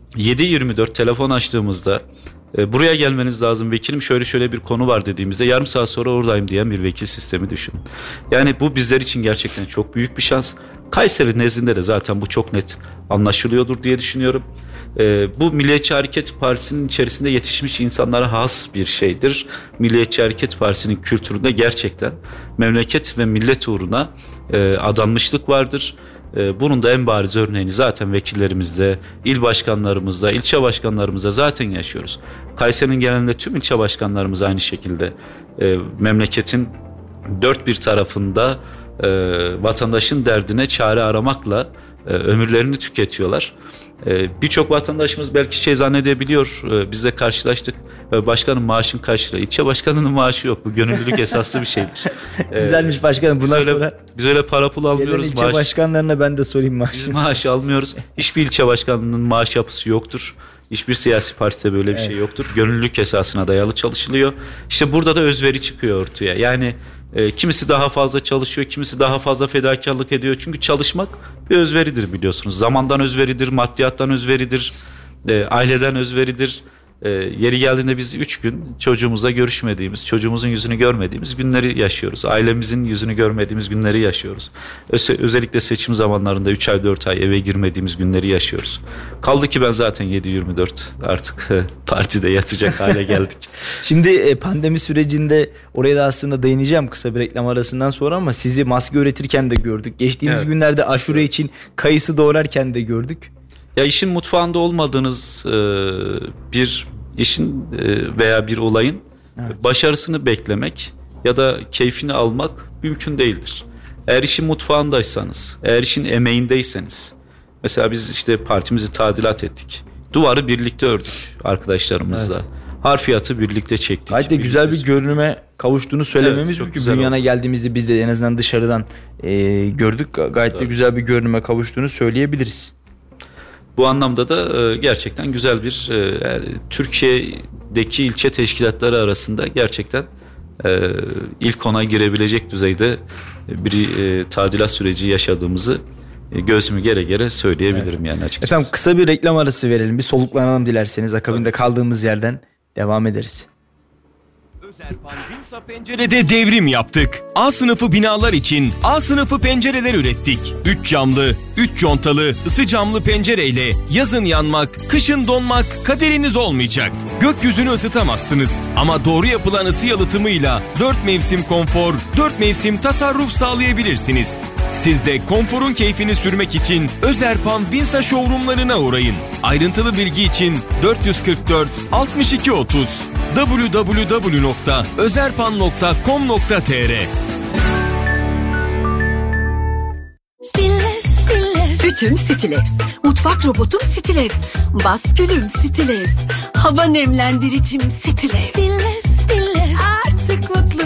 Speaker 3: 7/24 telefon açtığımızda buraya gelmeniz lazım vekilim, şöyle bir konu var dediğimizde yarım saat sonra oradayım diyen bir vekil sistemi düşünün. Yani bu bizler için gerçekten çok büyük bir şans. Kayseri nezdinde de zaten bu çok net anlaşılıyordur diye düşünüyorum. Bu Milliyetçi Hareket Partisi'nin içerisinde yetişmiş insanlara has bir şeydir. Milliyetçi Hareket Partisi'nin kültüründe gerçekten memleket ve millet uğruna adanmışlık vardır. Bunun da en bariz örneğini zaten vekillerimizde, il başkanlarımızda, ilçe başkanlarımızda zaten yaşıyoruz. Kayseri'nin genelinde tüm ilçe başkanlarımız aynı şekilde memleketin dört bir tarafında vatandaşın derdine çare aramakla ömürlerini tüketiyorlar. Birçok vatandaşımız belki zannedebiliyor, bizle karşılaştık. Başkanın maaşın kaç lira? İlçe başkanının maaşı yok. Bu gönüllülük esaslı bir şeydir.
Speaker 2: Güzelmiş başkanım. Bundan sonra
Speaker 3: biz öyle para pul almıyoruz.
Speaker 2: İlçe başkanlarına ben de sorayım maaşını.
Speaker 3: Biz maaş almıyoruz. Hiçbir ilçe başkanının maaş yapısı yoktur. Hiçbir siyasi partide böyle bir şey yoktur. Gönüllülük esasına dayalı çalışılıyor. İşte burada da özveri çıkıyor ortaya. Yani kimisi daha fazla çalışıyor, kimisi daha fazla fedakarlık ediyor. Çünkü çalışmak bir özveridir biliyorsunuz. Zamandan özveridir, maddiyattan özveridir, aileden özveridir. Yeri geldiğinde biz 3 gün çocuğumuzla görüşmediğimiz, çocuğumuzun yüzünü görmediğimiz günleri yaşıyoruz. Ailemizin yüzünü görmediğimiz günleri yaşıyoruz. Özellikle seçim zamanlarında 3 ay 4 ay eve girmediğimiz günleri yaşıyoruz. Kaldı ki ben zaten 7/24 artık partide yatacak hale geldik.
Speaker 2: Şimdi pandemi sürecinde oraya da aslında değineceğim kısa bir reklam arasından sonra ama sizi maske üretirken de gördük. Geçtiğimiz günlerde aşure için kayısı doğrarken de gördük.
Speaker 3: Ya işin mutfağında olmadığınız bir işin veya bir olayın başarısını beklemek ya da keyfini almak mümkün değildir. Eğer işin mutfağındaysanız, eğer işin emeğindeyseniz, mesela biz işte partimizi tadilat ettik. Duvarı birlikte ördük arkadaşlarımızla. Evet. Harfiyatı birlikte çektik.
Speaker 2: Gayet de güzel bir görünüme kavuştuğunu söylememiz mümkün. Bünyan'a geldiğimizde biz de en azından dışarıdan gördük. Gayet de güzel bir görünüme kavuştuğunu söyleyebiliriz.
Speaker 3: Bu anlamda da gerçekten güzel bir Türkiye'deki ilçe teşkilatları arasında gerçekten ilk ona girebilecek düzeyde bir tadilat süreci yaşadığımızı göğsümü gere söyleyebilirim yani açıkçası.
Speaker 2: Efendim kısa bir reklam arası verelim. Bir soluklanalım dilerseniz. Akabinde kaldığımız yerden devam ederiz.
Speaker 4: Özerpan Vinsa Pencere'de devrim yaptık. A sınıfı binalar için A sınıfı pencereler ürettik. 3 camlı, 3 contalı, ısı camlı pencereyle yazın yanmak, kışın donmak kaderiniz olmayacak. Gökyüzünü ısıtamazsınız ama doğru yapılan ısı yalıtımıyla 4 mevsim konfor, 4 mevsim tasarruf sağlayabilirsiniz. Siz de konforun keyfini sürmek için Özerpan Vinsa showroomlarına uğrayın. Ayrıntılı bilgi için 444 62 30 www.özerpan.com.tr.
Speaker 5: Stillers. Ütüm Stillers. Mutfak robotum Stillers. Baskülüm Stillers. Hava nemlendiricim Stillers. Stillers. Artık mutlu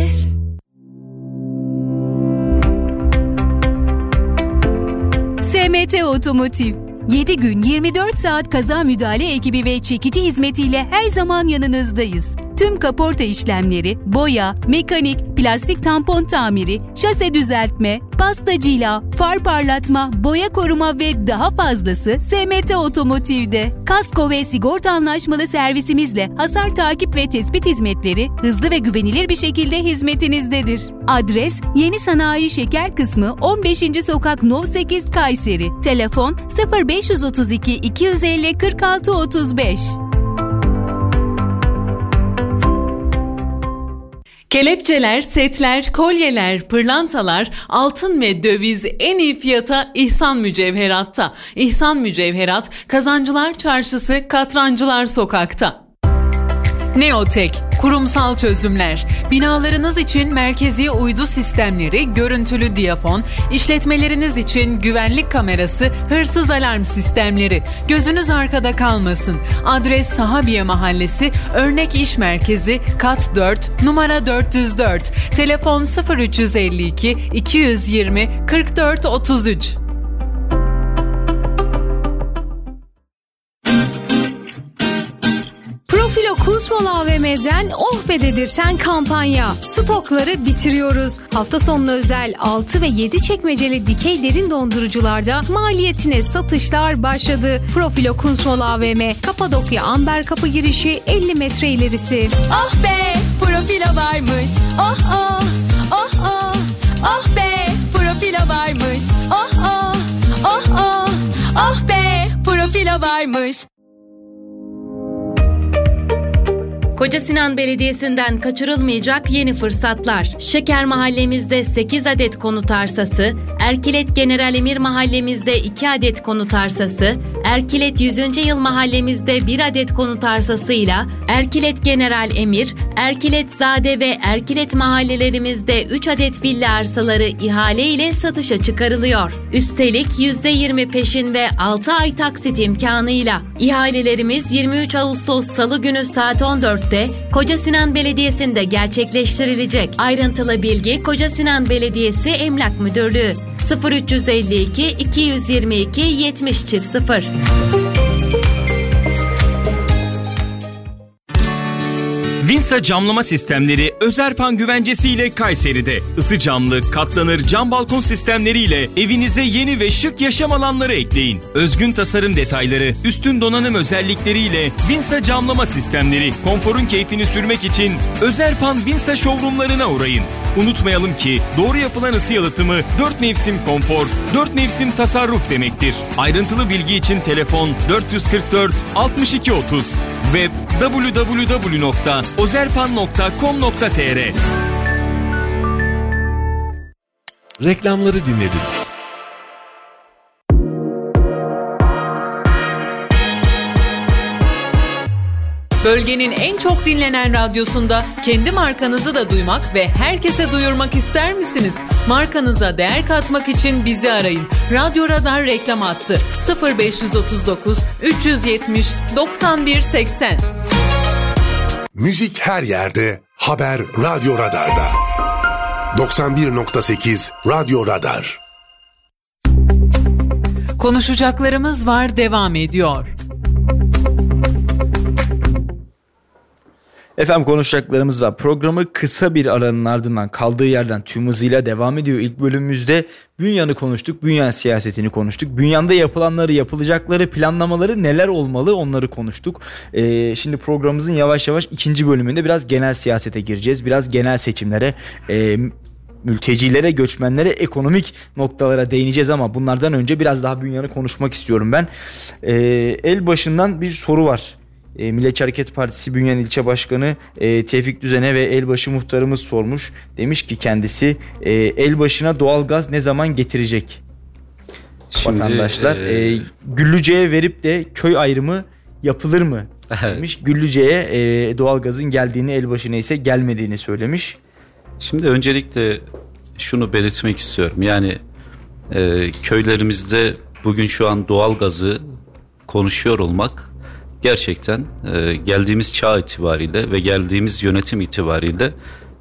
Speaker 5: herkes.
Speaker 6: SMT Otomotiv. 7 gün 24 saat kaza müdahale ekibi ve çekici hizmetiyle her zaman yanınızdayız. Tüm kaporta işlemleri, boya, mekanik, plastik tampon tamiri, şase düzeltme, pasta cila, far parlatma, boya koruma ve daha fazlası SMT Otomotiv'de. Kasko ve sigorta anlaşmalı servisimizle hasar takip ve tespit hizmetleri hızlı ve güvenilir bir şekilde hizmetinizdedir. Adres Yeni Sanayi Şeker Kısmı 15. Sokak No 8 Kayseri. Telefon 0532 250 46 35.
Speaker 1: Kelepçeler, setler, kolyeler, pırlantalar, altın ve döviz en iyi fiyata İhsan Mücevherat'ta. İhsan Mücevherat, Kazancılar Çarşısı, Katrancılar Sokak'ta. Neotek, kurumsal çözümler. Binalarınız için merkezi uydu sistemleri, görüntülü diyafon, işletmeleriniz için güvenlik kamerası, hırsız alarm sistemleri. Gözünüz arkada kalmasın. Adres Sahabiye Mahallesi, Örnek İş Merkezi, Kat 4, numara 404. Telefon 0352 220 44 33.
Speaker 7: Profilo Kunzmol AVM'den oh be dedirten kampanya. Stokları bitiriyoruz. Hafta sonuna özel 6 ve 7 çekmeceli dikey derin dondurucularda maliyetine satışlar başladı. Profilo Kunzmol AVM, Kapadokya Amber Kapı girişi 50 metre ilerisi.
Speaker 5: Oh be, Profilo varmış. Oh oh, oh oh, oh be, Profilo varmış. Oh oh, oh oh, oh be, Profilo varmış.
Speaker 8: Kocasinan Belediyesi'nden kaçırılmayacak yeni fırsatlar. Şeker Mahallemizde 8 adet konut arsası, Erkilet General Emir Mahallemizde 2 adet konut arsası, Erkilet 100. Yıl Mahallemizde 1 adet konut arsasıyla Erkilet General Emir, Erkilet Zade ve Erkilet mahallelerimizde 3 adet villa arsaları ihale ile satışa çıkarılıyor. Üstelik %20 peşin ve 6 ay taksit imkanıyla. İhalelerimiz 23 Ağustos Salı günü saat 14'te Kocasinan Belediyesi'nde gerçekleştirilecek. Ayrıntılı bilgi Kocasinan Belediyesi Emlak Müdürlüğü 0352 222 70 0.
Speaker 4: Vinsa camlama sistemleri Özerpan güvencesiyle Kayseri'de. Isı camlı, katlanır cam balkon sistemleriyle evinize yeni ve şık yaşam alanları ekleyin. Özgün tasarım detayları, üstün donanım özellikleriyle Vinsa camlama sistemleri konforun keyfini sürmek için Özerpan Vinsa showroomlarına uğrayın. Unutmayalım ki doğru yapılan ısı yalıtımı 4 mevsim konfor, 4 mevsim tasarruf demektir. Ayrıntılı bilgi için telefon 444 62 30. Web www.ozerpan.com.tr.
Speaker 9: Reklamları dinlediniz.
Speaker 1: Bölgenin en çok dinlenen radyosunda kendi markanızı da duymak ve herkese duyurmak ister misiniz? Markanıza değer katmak için bizi arayın. Radyo Radar reklam hattı 0539 370 91 80.
Speaker 10: Müzik her yerde, haber Radyo Radar'da. 91.8 Radyo Radar.
Speaker 1: Konuşacaklarımız var devam ediyor.
Speaker 2: Efendim konuşacaklarımız var. Programı kısa bir aranın ardından kaldığı yerden tüm hızıyla devam ediyor. İlk bölümümüzde Bünyan'ı konuştuk, Bünyan siyasetini konuştuk. Bünyan'da yapılanları, yapılacakları, planlamaları neler olmalı onları konuştuk. Şimdi programımızın yavaş yavaş ikinci bölümünde biraz genel siyasete gireceğiz. Biraz genel seçimlere, mültecilere, göçmenlere, ekonomik noktalara değineceğiz ama bunlardan önce biraz daha Bünyan'ı konuşmak istiyorum ben. El başından bir soru var. Milliyetçi Hareket Partisi Bünyan İlçe Başkanı Tevfik Düzen'e ve Elbaşı muhtarımız sormuş. Demiş ki kendisi Elbaşı'na doğalgaz ne zaman getirecek? Şimdi, vatandaşlar Güllüce'ye verip de köy ayrımı yapılır mı? Demiş. Güllüce'ye doğalgazın geldiğini, Elbaşı'na ise gelmediğini söylemiş.
Speaker 3: Şimdi öncelikle şunu belirtmek istiyorum. Yani köylerimizde bugün şu an doğalgazı konuşuyor olmak gerçekten geldiğimiz çağ itibariyle ve geldiğimiz yönetim itibariyle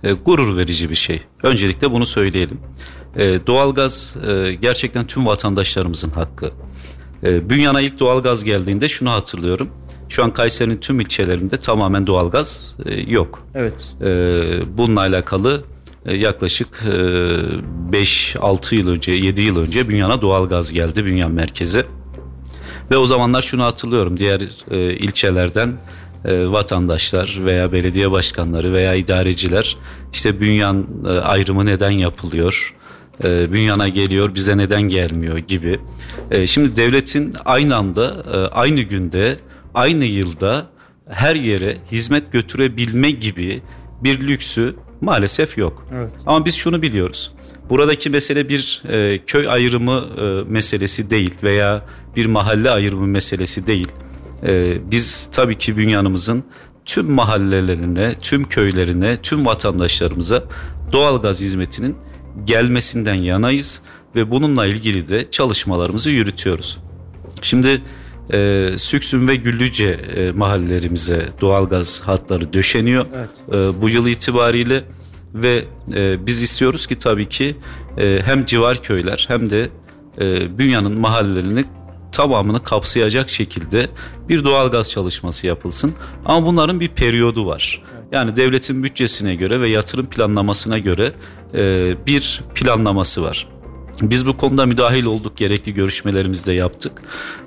Speaker 3: gurur verici bir şey. Öncelikle bunu söyleyelim. Doğalgaz gerçekten tüm vatandaşlarımızın hakkı. Bünyan'a ilk doğalgaz geldiğinde şunu hatırlıyorum. Şu an Kayseri'nin tüm ilçelerinde tamamen doğalgaz yok.
Speaker 2: Evet.
Speaker 3: Bununla alakalı yaklaşık 5-6 yıl önce, 7 yıl önce Bünyan'a doğalgaz geldi, Bünyan merkeze. Ve o zamanlar şunu hatırlıyorum, diğer ilçelerden vatandaşlar veya belediye başkanları veya idareciler işte Bünyan ayrımı neden yapılıyor, Bünyan'a geliyor bize neden gelmiyor gibi. Şimdi devletin aynı anda, aynı günde, aynı yılda her yere hizmet götürebilme gibi bir lüksü maalesef yok. Evet. Ama biz şunu biliyoruz. Buradaki mesele bir köy ayrımı meselesi değil veya bir mahalle ayrımı meselesi değil. Biz tabii ki Bünyan'ımızın tüm mahallelerine, tüm köylerine, tüm vatandaşlarımıza doğalgaz hizmetinin gelmesinden yanayız ve bununla ilgili de çalışmalarımızı yürütüyoruz. Şimdi Süksün ve Güllüce mahallelerimize doğalgaz hatları döşeniyor. Evet. Bu yıl itibariyle ve biz istiyoruz ki tabii ki hem civar köyler hem de Bünyan'ın mahallelerini tamamını kapsayacak şekilde bir doğalgaz çalışması yapılsın. Ama bunların bir periyodu var. Yani devletin bütçesine göre ve yatırım planlamasına göre bir planlaması var. Biz bu konuda müdahil olduk, gerekli görüşmelerimizi de yaptık.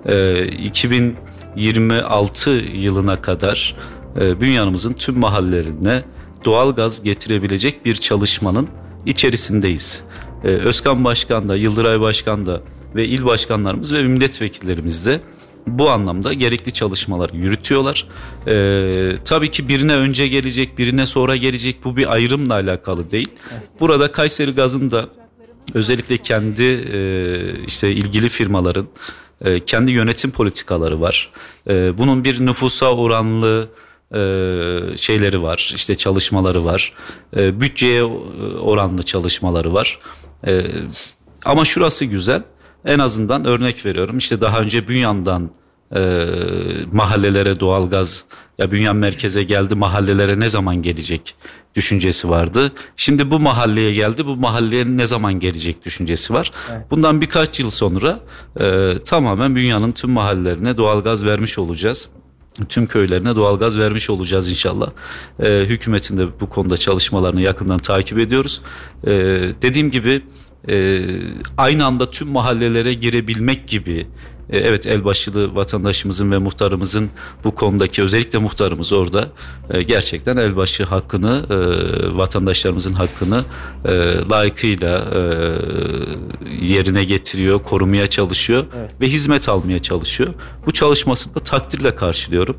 Speaker 3: 2026 yılına kadar Bünyan'ımızın tüm mahallelerine doğalgaz getirebilecek bir çalışmanın içerisindeyiz. Özkan Başkan da, Yıldıray Başkan da ve il başkanlarımız ve milletvekillerimiz de bu anlamda gerekli çalışmaları yürütüyorlar. Tabii ki birine önce gelecek, birine sonra gelecek, bu bir ayrımla alakalı değil. Burada Kayseri Gaz'ın da özellikle kendi işte ilgili firmaların kendi yönetim politikaları var. Bunun bir nüfusa oranlı şeyleri var, işte çalışmaları var, bütçeye oranlı çalışmaları var. Ama şurası güzel, en azından örnek veriyorum, işte daha önce Bünyan'dan mahallelere doğalgaz, ya Bünyan merkeze geldi, mahallelere ne zaman gelecek düşüncesi vardı. Şimdi bu mahalleye geldi, bu mahalleye ne zaman gelecek düşüncesi var. Evet. Bundan birkaç yıl sonra tamamen Bünyan'ın tüm mahallelerine doğalgaz vermiş olacağız. Tüm köylerine doğalgaz vermiş olacağız inşallah. Hükümetin de bu konuda çalışmalarını yakından takip ediyoruz. Dediğim gibi aynı anda tüm mahallelere girebilmek gibi, evet, elbaşılı vatandaşımızın ve muhtarımızın bu konudaki, özellikle muhtarımız orada gerçekten elbaşı hakkını, vatandaşlarımızın hakkını layıkıyla yerine getiriyor, korumaya çalışıyor, evet, ve hizmet almaya çalışıyor. Bu çalışmasını da takdirle karşılıyorum.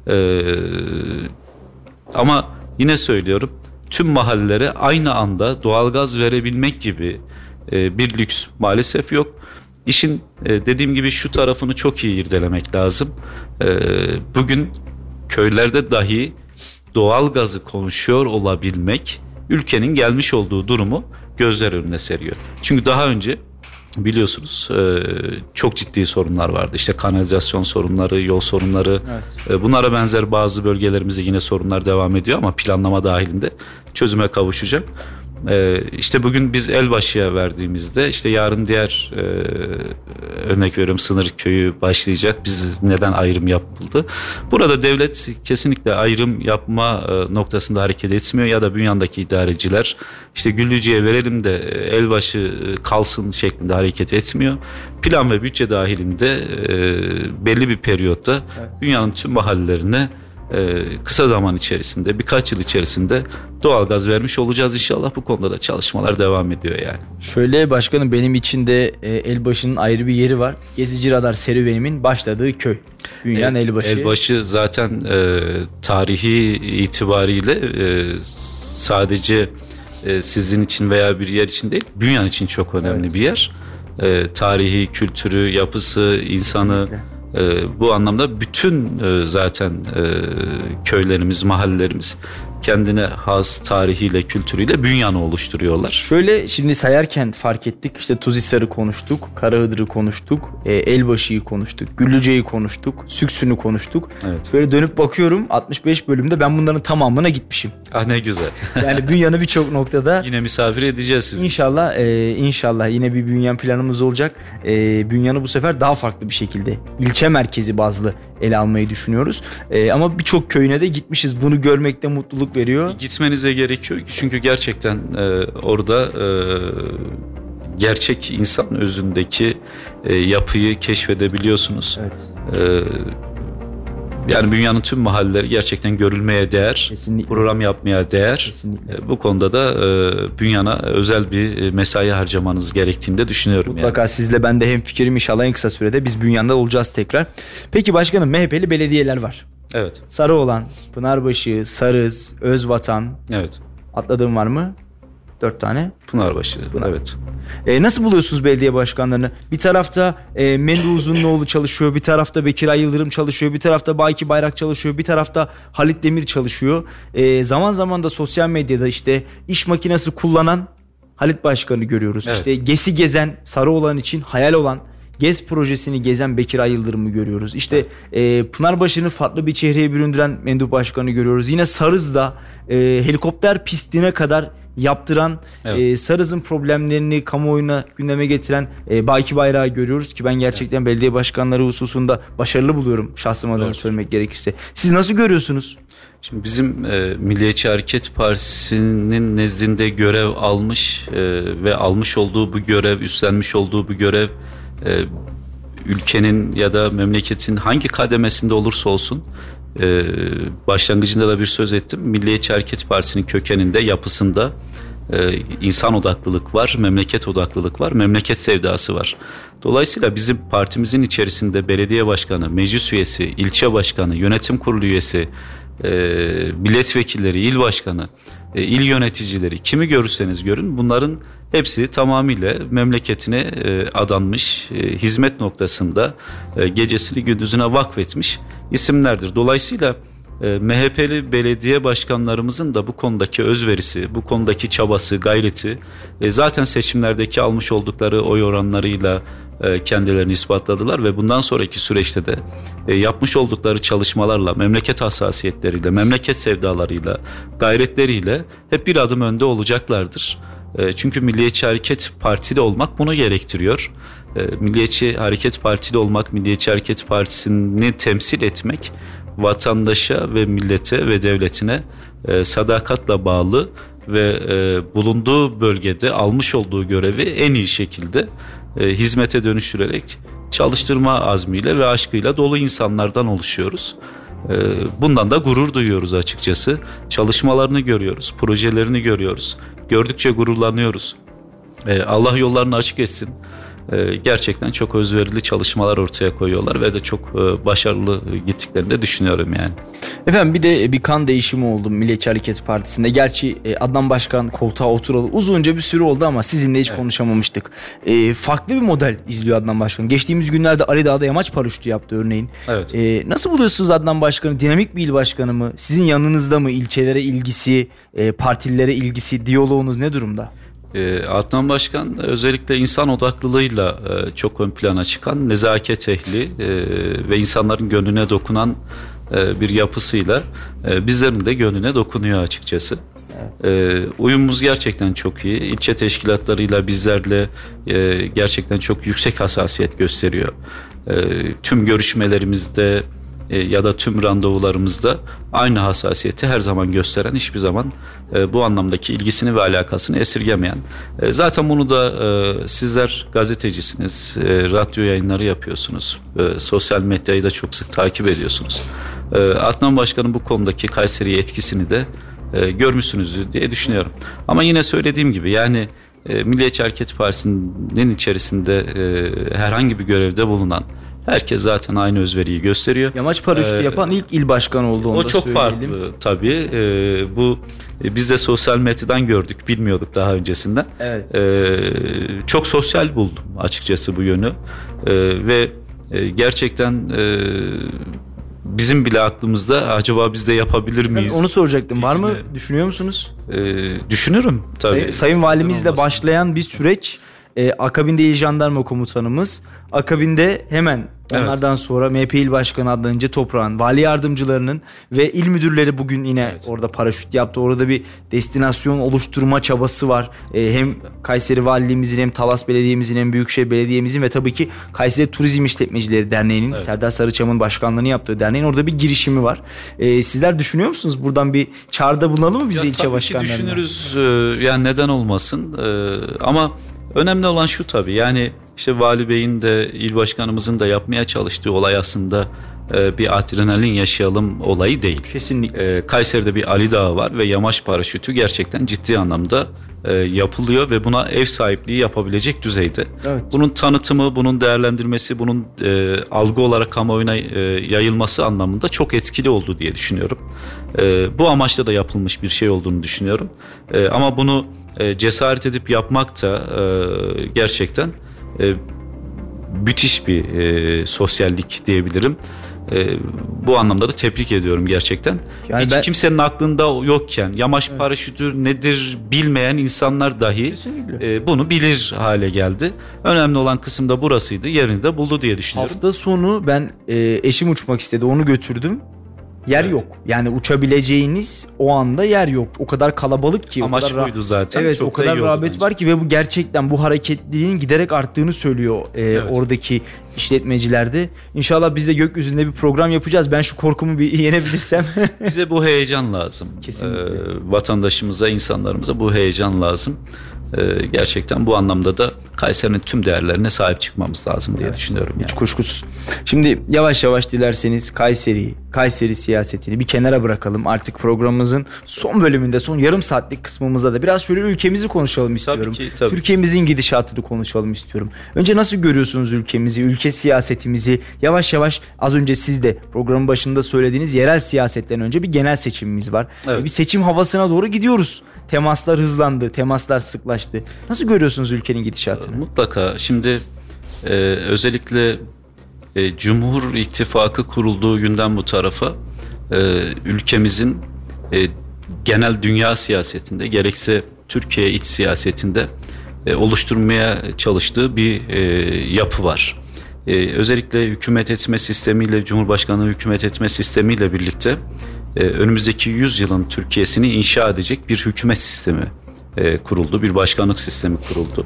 Speaker 3: Ama yine söylüyorum, tüm mahallelere aynı anda doğalgaz verebilmek gibi bir lüks maalesef yok. İşin dediğim gibi şu tarafını çok iyi irdelemek lazım. Bugün köylerde dahi doğalgazı konuşuyor olabilmek ülkenin gelmiş olduğu durumu gözler önüne seriyor. Çünkü daha önce biliyorsunuz çok ciddi sorunlar vardı. İşte kanalizasyon sorunları, yol sorunları, evet, bunlara benzer bazı bölgelerimizde yine sorunlar devam ediyor ama planlama dahilinde çözüme kavuşacak. İşte bugün biz Elbaşı'ya verdiğimizde, işte yarın diğer örnek veriyorum Sınır Köyü başlayacak. Biz neden ayrım yapıldı? Burada devlet kesinlikle ayrım yapma noktasında hareket etmiyor ya da Bünyan'daki idareciler işte Güllüce'ye verelim de Elbaşı kalsın şeklinde hareket etmiyor. Plan ve bütçe dahilinde belli bir periyotta Bünyan'ın tüm mahallelerine kısa zaman içerisinde, birkaç yıl içerisinde doğalgaz vermiş olacağız inşallah. Bu konuda da çalışmalar devam ediyor yani. Şöyle başkanım, benim için de Elbaşı'nın ayrı bir yeri var. Gezici Radar serüvenimin başladığı köy. Bünyan Elbaşı. Elbaşı zaten tarihi itibariyle sadece sizin için veya bir yer için değil, Bünyan için çok önemli, evet, bir yer. Tarihi, kültürü, yapısı, insanı, bu anlamda bütün zaten köylerimiz, mahallelerimiz kendine has tarihiyle, kültürüyle bünyanı oluşturuyorlar.
Speaker 2: Şöyle şimdi sayarken fark ettik. İşte Tuzhisar'ı konuştuk, Karahıdır'ı konuştuk, Elbaşı'yı konuştuk, Güllüce'yi konuştuk, Süksün'ü konuştuk. Evet. Böyle dönüp bakıyorum 65 bölümde ben bunların tamamına gitmişim.
Speaker 3: Ah ne güzel.
Speaker 2: Yani Bünyan'ı birçok noktada.
Speaker 3: Yine misafir edeceğiz sizi.
Speaker 2: İnşallah yine bir Bünyan planımız olacak. Bünyan'ı bu sefer daha farklı bir şekilde ilçe merkezi bazlı ele almayı düşünüyoruz. Ama birçok köyüne de gitmişiz. Bunu görmekte mutluluk veriyor.
Speaker 3: Gitmenize gerekiyor çünkü gerçekten orada gerçek insan özündeki yapıyı keşfedebiliyorsunuz. Evet. Yani Bünyan'ın tüm mahalleleri gerçekten görülmeye değer. Kesinlikle. Program yapmaya değer. Kesinlikle. Bu konuda da Bünyan'a özel bir mesai harcamanız gerektiğini de düşünüyorum.
Speaker 2: Mutlaka sizle ben de hemfikirim, inşallah en kısa sürede biz Bünyan'da olacağız tekrar. Peki başkanım, MHP'li belediyeler var.
Speaker 3: Evet.
Speaker 2: Sarıoğlan, Pınarbaşı, Sarız, Özvatan.
Speaker 3: Evet.
Speaker 2: Atladığım var mı? 4 tane.
Speaker 3: Pınarbaşı. Evet.
Speaker 2: Nasıl buluyorsunuz belediye başkanlarını? Bir tarafta Mendu Uzunluoğlu çalışıyor, bir tarafta Bekir Yıldırım çalışıyor, bir tarafta Baki Bayrak çalışıyor, bir tarafta Halit Demir çalışıyor. Zaman zaman da sosyal medyada işte iş makinesi kullanan Halit Başkan'ı görüyoruz. Evet. İşte GES'i gezen, Sarıoğlan için hayal olan GES projesini gezen Bekir Yıldırım'ı görüyoruz. İşte Pınarbaşı'nı farklı bir çehreye büründüren Mendu Başkan'ı görüyoruz. Yine Sarız'da helikopter pistine kadar yaptıran, evet. Sarız'ın problemlerini kamuoyuna gündeme getiren Baki Bayrak'ı görüyoruz ki ben gerçekten evet. belediye başkanları hususunda başarılı buluyorum şahsım adına evet. söylemek gerekirse. Siz nasıl görüyorsunuz?
Speaker 3: Şimdi bizim Milliyetçi Hareket Partisi'nin nezdinde görev almış ve almış olduğu bu görev, üstlenmiş olduğu bu görev ülkenin ya da memleketin hangi kademesinde olursa olsun başlangıcında da bir söz ettim. Milliyetçi Hareket Partisi'nin kökeninde, yapısında insan odaklılık var, memleket odaklılık var, memleket sevdası var. Dolayısıyla bizim partimizin içerisinde belediye başkanı, meclis üyesi, ilçe başkanı, yönetim kurulu üyesi, milletvekilleri, il başkanı, il yöneticileri, kimi görürseniz görün, bunların hepsi tamamıyla memleketine adanmış, hizmet noktasında gecesini gündüzüne vakfetmiş isimlerdir. Dolayısıyla MHP'li belediye başkanlarımızın da bu konudaki özverisi, bu konudaki çabası, gayreti zaten seçimlerdeki almış oldukları oy oranlarıyla kendilerini ispatladılar ve bundan sonraki süreçte de yapmış oldukları çalışmalarla, memleket hassasiyetleriyle, memleket sevdalarıyla, gayretleriyle hep bir adım önde olacaklardır. Çünkü Milliyetçi Hareket Partili olmak bunu gerektiriyor. Milliyetçi Hareket Partili olmak, Milliyetçi Hareket Partisi'ni temsil etmek, vatandaşa ve millete ve devletine sadakatle bağlı ve bulunduğu bölgede almış olduğu görevi en iyi şekilde hizmete dönüştürerek çalıştırma azmiyle ve aşkıyla dolu insanlardan oluşuyoruz. Bundan da gurur duyuyoruz açıkçası. Çalışmalarını görüyoruz, projelerini görüyoruz. Gördükçe gururlanıyoruz. Allah yollarını açık etsin. Gerçekten çok özverili çalışmalar ortaya koyuyorlar ve de çok başarılı gittiklerini de düşünüyorum yani.
Speaker 2: Efendim bir de bir kan değişimi oldu Milliyetçi Hareket Partisi'nde. Gerçi Adnan Başkan koltuğa oturalı uzunca bir süre oldu ama sizinle hiç evet. konuşamamıştık. Farklı bir model izliyor Adnan Başkan. Geçtiğimiz günlerde Ali Dağ'da yamaç paraşütü yaptı örneğin. Evet. Nasıl buluyorsunuz Adnan Başkan'ı? Dinamik bir il başkanı mı? Sizin yanınızda mı? İlçelere ilgisi, partililere ilgisi, diyaloğunuz ne durumda?
Speaker 3: Adnan Başkan özellikle insan odaklılığıyla çok ön plana çıkan, nezaket ehli ve insanların gönlüne dokunan bir yapısıyla bizlerin de gönlüne dokunuyor açıkçası. Evet. Uyumumuz gerçekten çok iyi. İlçe teşkilatlarıyla bizlerle gerçekten çok yüksek hassasiyet gösteriyor. Tüm görüşmelerimizde ya da tüm randevularımızda aynı hassasiyeti her zaman gösteren, hiçbir zaman bu anlamdaki ilgisini ve alakasını esirgemeyen. Zaten bunu da sizler gazetecisiniz, radyo yayınları yapıyorsunuz, sosyal medyayı da çok sık takip ediyorsunuz. Adnan Başkan'ın bu konudaki Kayseri'ye etkisini de görmüşsünüzdür diye düşünüyorum. Ama yine söylediğim gibi yani Milliyetçi Hareket Partisi'nin içerisinde herhangi bir görevde bulunan herkes zaten aynı özveriyi gösteriyor.
Speaker 2: Yamaç paraşütü yapan ilk il başkanı oldu, onu
Speaker 3: o
Speaker 2: da
Speaker 3: çok
Speaker 2: söyleyelim.
Speaker 3: Farklı tabii. Bu biz de sosyal medyadan gördük, bilmiyorduk daha öncesinden. Evet. Çok sosyal buldum açıkçası bu yönü. Ve gerçekten bizim bile aklımızda acaba biz de yapabilir miyiz?
Speaker 2: Onu soracaktım. Var mı? Düşünüyor musunuz?
Speaker 3: Düşünürüm tabii.
Speaker 2: Sayın Valimizle başlayan bir süreç. Akabinde İl Jandarma Komutanımız, akabinde hemen onlardan sonra MHP İl Başkanı Adnan İnce Toprak'ın, vali yardımcılarının ve il müdürleri bugün yine orada paraşüt yaptı. Orada bir destinasyon oluşturma çabası var. Hem Kayseri Valiliğimizin, hem Talas Belediye'mizin, hem Büyükşehir Belediye'mizin ve tabii ki Kayseri Turizm İşletmecileri Derneği'nin, Serdar Sarıçam'ın başkanlığını yaptığı derneğin orada bir girişimi var. Sizler düşünüyor musunuz? Buradan bir çağrıda bulunalım mı biz de ilçe başkanlarına?
Speaker 3: Tabii ki düşünürüz. Yani neden olmasın? Ama önemli olan şu tabii, yani işte Vali Bey'in de İl Başkanımızın da yapmaya çalıştığı olay aslında bir adrenalin yaşayalım olayı değil.
Speaker 2: Kesinlikle.
Speaker 3: Kayseri'de bir Ali Dağı var ve yamaç paraşütü gerçekten ciddi anlamda yapılıyor ve buna ev sahipliği yapabilecek düzeyde. Evet. Bunun tanıtımı, bunun değerlendirmesi, bunun algı olarak kamuoyuna yayılması anlamında çok etkili oldu diye düşünüyorum. Bu amaçla da yapılmış bir şey olduğunu düşünüyorum. Ama bunu cesaret edip yapmak da gerçekten müthiş bir sosyallik diyebilirim. Bu anlamda da tebrik ediyorum gerçekten. Yani hiç kimsenin aklında yokken yamaç paraşütü nedir bilmeyen insanlar dahi bunu bilir hale geldi. Önemli olan kısım da burasıydı. Yerini de buldu diye düşünüyorum.
Speaker 2: Hafta sonu ben eşim uçmak istedi, onu götürdüm. Yer yok. Yani uçabileceğiniz o anda yer yok. O kadar kalabalık ki.
Speaker 3: Amaç buydu zaten.
Speaker 2: Evet, çok o kadar rağbet var ki ve bu gerçekten bu hareketliliğin giderek arttığını söylüyor oradaki işletmecilerde. İnşallah biz de gökyüzünde bir program yapacağız. Ben şu korkumu bir yenebilirsem.
Speaker 3: Bize bu heyecan lazım.
Speaker 2: Kesinlikle.
Speaker 3: Vatandaşımıza, insanlarımıza bu heyecan lazım. Gerçekten bu anlamda da Kayseri'nin tüm değerlerine sahip çıkmamız lazım diye düşünüyorum.
Speaker 2: Hiç kuşkusuz. Şimdi yavaş yavaş dilerseniz Kayseri siyasetini bir kenara bırakalım. Artık programımızın son bölümünde, son yarım saatlik kısmımızda da biraz şöyle ülkemizi konuşalım istiyorum.
Speaker 3: Tabii.
Speaker 2: Türkiye'mizin gidişatını konuşalım istiyorum. Önce nasıl görüyorsunuz ülkemizi, ülke siyasetimizi? Yavaş yavaş, az önce siz de programın başında söylediğiniz yerel siyasetten önce bir genel seçimimiz var. Bir seçim havasına doğru gidiyoruz. Temaslar hızlandı, temaslar sıklaştı. Nasıl görüyorsunuz ülkenin gidişatını?
Speaker 3: Mutlaka. Şimdi özellikle Cumhur İttifakı kurulduğu günden bu tarafa ülkemizin genel dünya siyasetinde, gerekse Türkiye iç siyasetinde oluşturmaya çalıştığı bir yapı var. Özellikle hükümet etme sistemiyle, Cumhurbaşkanlığı hükümet etme sistemiyle birlikte önümüzdeki 100 yılın Türkiye'sini inşa edecek bir hükümet sistemi kuruldu, bir başkanlık sistemi kuruldu.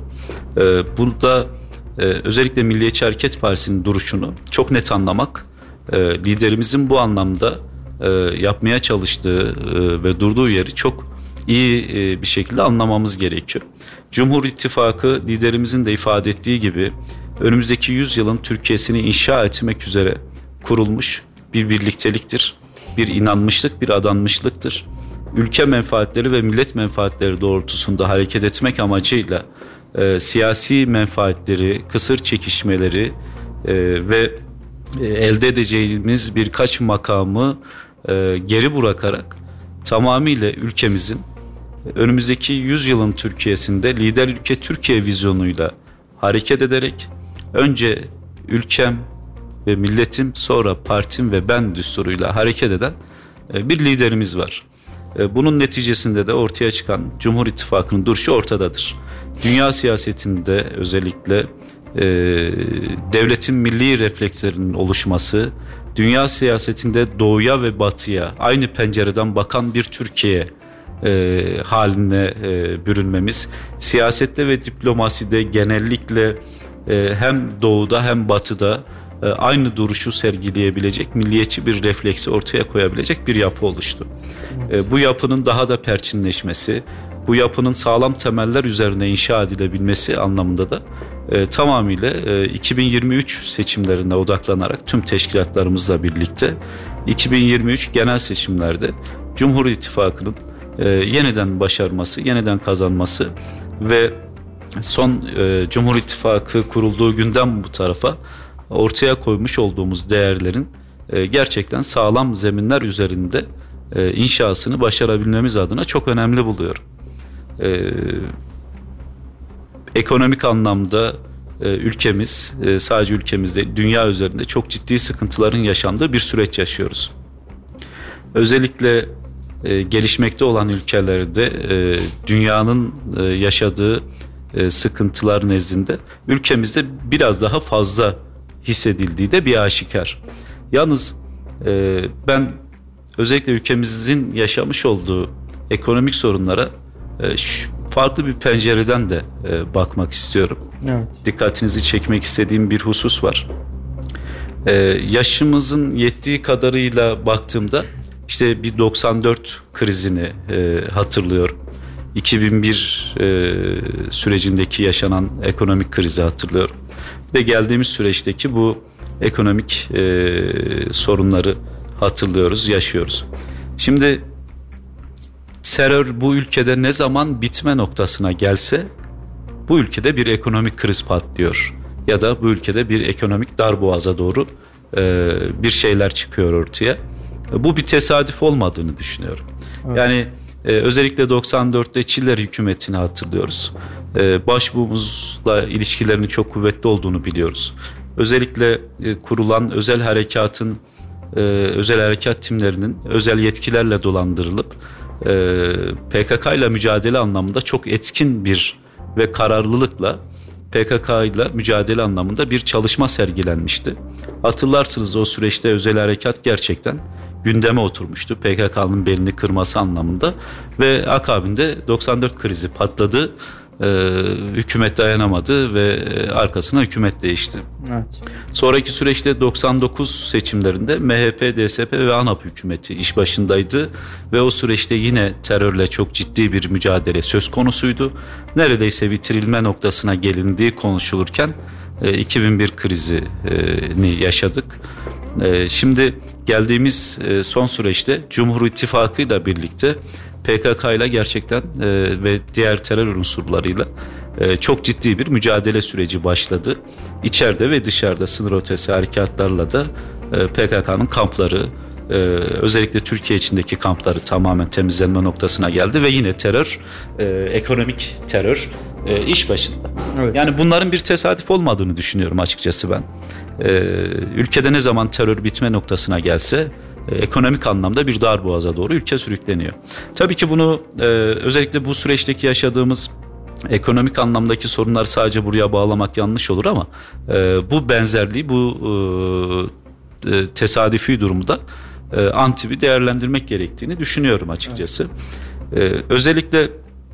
Speaker 3: Burada özellikle Milliyetçi Hareket Partisi'nin duruşunu çok net anlamak, liderimizin bu anlamda yapmaya çalıştığı ve durduğu yeri çok iyi bir şekilde anlamamız gerekiyor. Cumhur İttifakı liderimizin de ifade ettiği gibi önümüzdeki 100 yılın Türkiye'sini inşa etmek üzere kurulmuş bir birlikteliktir. Bir inanmışlık, bir adanmışlıktır. Ülke menfaatleri ve millet menfaatleri doğrultusunda hareket etmek amacıyla siyasi menfaatleri, kısır çekişmeleri ve elde edeceğimiz birkaç makamı geri bırakarak tamamıyla ülkemizin önümüzdeki 100 yılın Türkiye'sinde lider ülke Türkiye vizyonuyla hareket ederek önce ülkem ve milletim, sonra partim ve ben düsturuyla hareket eden bir liderimiz var. Bunun neticesinde de ortaya çıkan Cumhur İttifakı'nın duruşu ortadadır. Dünya siyasetinde özellikle devletin milli reflekslerinin oluşması, dünya siyasetinde doğuya ve batıya aynı pencereden bakan bir Türkiye haline bürünmemiz, siyasette ve diplomaside genellikle hem doğuda hem batıda aynı duruşu sergileyebilecek, milliyetçi bir refleksi ortaya koyabilecek bir yapı oluştu. Bu yapının daha da perçinleşmesi, bu yapının sağlam temeller üzerine inşa edilebilmesi anlamında da tamamıyla 2023 seçimlerine odaklanarak tüm teşkilatlarımızla birlikte 2023 genel seçimlerde Cumhur İttifakı'nın yeniden başarması, yeniden kazanması ve son Cumhur İttifakı kurulduğu günden bu tarafa ortaya koymuş olduğumuz değerlerin gerçekten sağlam zeminler üzerinde inşasını başarabilmemiz adına çok önemli buluyorum. Ekonomik anlamda ülkemiz, sadece ülkemizde, dünya üzerinde çok ciddi sıkıntıların yaşandığı bir süreç yaşıyoruz. Özellikle gelişmekte olan ülkelerde dünyanın yaşadığı sıkıntılar nezdinde ülkemizde biraz daha fazla hissedildiği de bir aşikar. Yalnız ben özellikle ülkemizin yaşamış olduğu ekonomik sorunlara farklı bir pencereden de bakmak istiyorum. Evet. Dikkatinizi çekmek istediğim bir husus var. Yaşımızın yettiği kadarıyla baktığımda işte bir 94 krizini hatırlıyorum. 2001 sürecindeki yaşanan ekonomik krizi hatırlıyorum. Ve geldiğimiz süreçteki bu ekonomik sorunları hatırlıyoruz, yaşıyoruz. Şimdi terör bu ülkede ne zaman bitme noktasına gelse bu ülkede bir ekonomik kriz patlıyor. Ya da bu ülkede bir ekonomik darboğaza doğru bir şeyler çıkıyor ortaya. Bu bir tesadüf olmadığını düşünüyorum. Evet. Yani özellikle 94'te Çiller hükümetini hatırlıyoruz. Başbuğumuzla ilişkilerinin çok kuvvetli olduğunu biliyoruz. Özellikle kurulan özel harekatın, özel harekat timlerinin özel yetkilerle dolandırılıp PKK ile mücadele anlamında çok etkin bir ve kararlılıkla PKK ile mücadele anlamında bir çalışma sergilenmişti. Hatırlarsınız o süreçte özel harekat gerçekten gündeme oturmuştu. PKK'nın belini kırması anlamında ve akabinde 94 krizi patladı. Hükümet dayanamadı ve arkasına hükümet değişti. Evet. Sonraki süreçte 99 seçimlerinde MHP, DSP ve ANAP hükümeti iş başındaydı ve o süreçte yine terörle çok ciddi bir mücadele söz konusuydu. Neredeyse bitirilme noktasına gelindiği konuşulurken 2001 krizini yaşadık. Şimdi geldiğimiz son süreçte Cumhur İttifakı ile birlikte PKK ile gerçekten ve diğer terör unsurlarıyla çok ciddi bir mücadele süreci başladı. İçeride ve dışarıda sınır ötesi harekatlarla da PKK'nın kampları, özellikle Türkiye içindeki kampları tamamen temizlenme noktasına geldi ve yine terör, ekonomik terör iş başında. Evet. Yani bunların bir tesadüf olmadığını düşünüyorum açıkçası ben. Ülkede ne zaman terör bitme noktasına gelse ekonomik anlamda bir darboğaza doğru ülke sürükleniyor. Tabii ki bunu özellikle bu süreçteki yaşadığımız ekonomik anlamdaki sorunları sadece buraya bağlamak yanlış olur ama bu benzerliği, bu tesadüfi durumu da anti değerlendirmek gerektiğini düşünüyorum açıkçası. Özellikle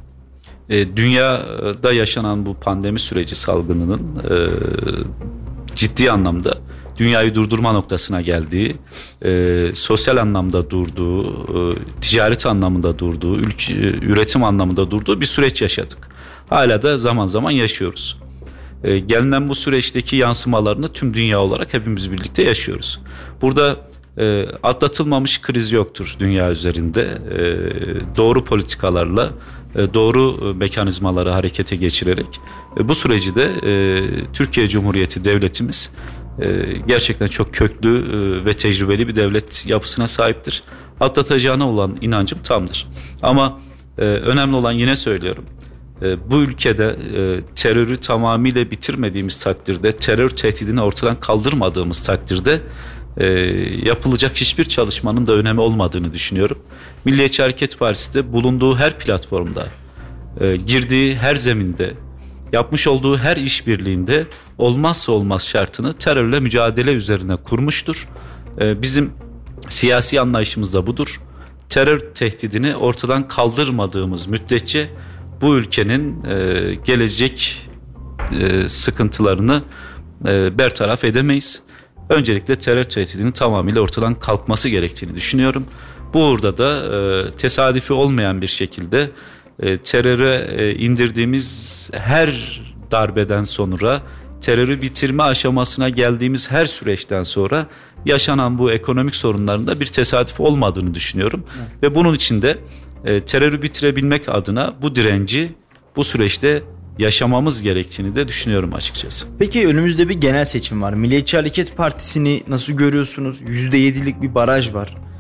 Speaker 3: dünyada yaşanan bu pandemi süreci salgınının ciddi anlamda dünyayı durdurma noktasına geldiği, sosyal anlamda durduğu, ticaret anlamında durduğu, üretim anlamında durduğu bir süreç yaşadık. Hala da zaman zaman yaşıyoruz. Gelinen bu süreçteki yansımalarını tüm dünya olarak hepimiz birlikte yaşıyoruz. Burada atlatılmamış kriz yoktur dünya üzerinde. Doğru politikalarla, doğru mekanizmaları harekete geçirerek bu süreci de Türkiye Cumhuriyeti devletimiz gerçekten çok köklü ve tecrübeli bir devlet yapısına sahiptir. Atlatacağına olan inancım tamdır. Ama önemli olan, yine söylüyorum, bu ülkede terörü tamamıyla bitirmediğimiz takdirde, terör tehdidini ortadan kaldırmadığımız takdirde yapılacak hiçbir çalışmanın da önemi olmadığını düşünüyorum. Milliyetçi Hareket Partisi de bulunduğu her platformda, girdiği her zeminde, yapmış olduğu her işbirliğinde olmazsa olmaz şartını terörle mücadele üzerine kurmuştur. Bizim siyasi anlayışımız da budur. Terör tehdidini ortadan kaldırmadığımız müddetçe bu ülkenin gelecek sıkıntılarını bertaraf edemeyiz. Öncelikle terör tehdidinin tamamıyla ortadan kalkması gerektiğini düşünüyorum. Burada da tesadüfi olmayan bir şekilde teröre indirdiğimiz her darbeden sonra, terörü bitirme aşamasına geldiğimiz her süreçten sonra yaşanan bu ekonomik sorunların da bir tesadüf olmadığını düşünüyorum. Evet. Ve bunun için de terörü bitirebilmek adına bu direnci bu süreçte yaşamamız gerektiğini de düşünüyorum açıkçası.
Speaker 2: Peki önümüzde bir genel seçim var. Milliyetçi Hareket Partisi'ni nasıl görüyorsunuz? %7'lik bir baraj var.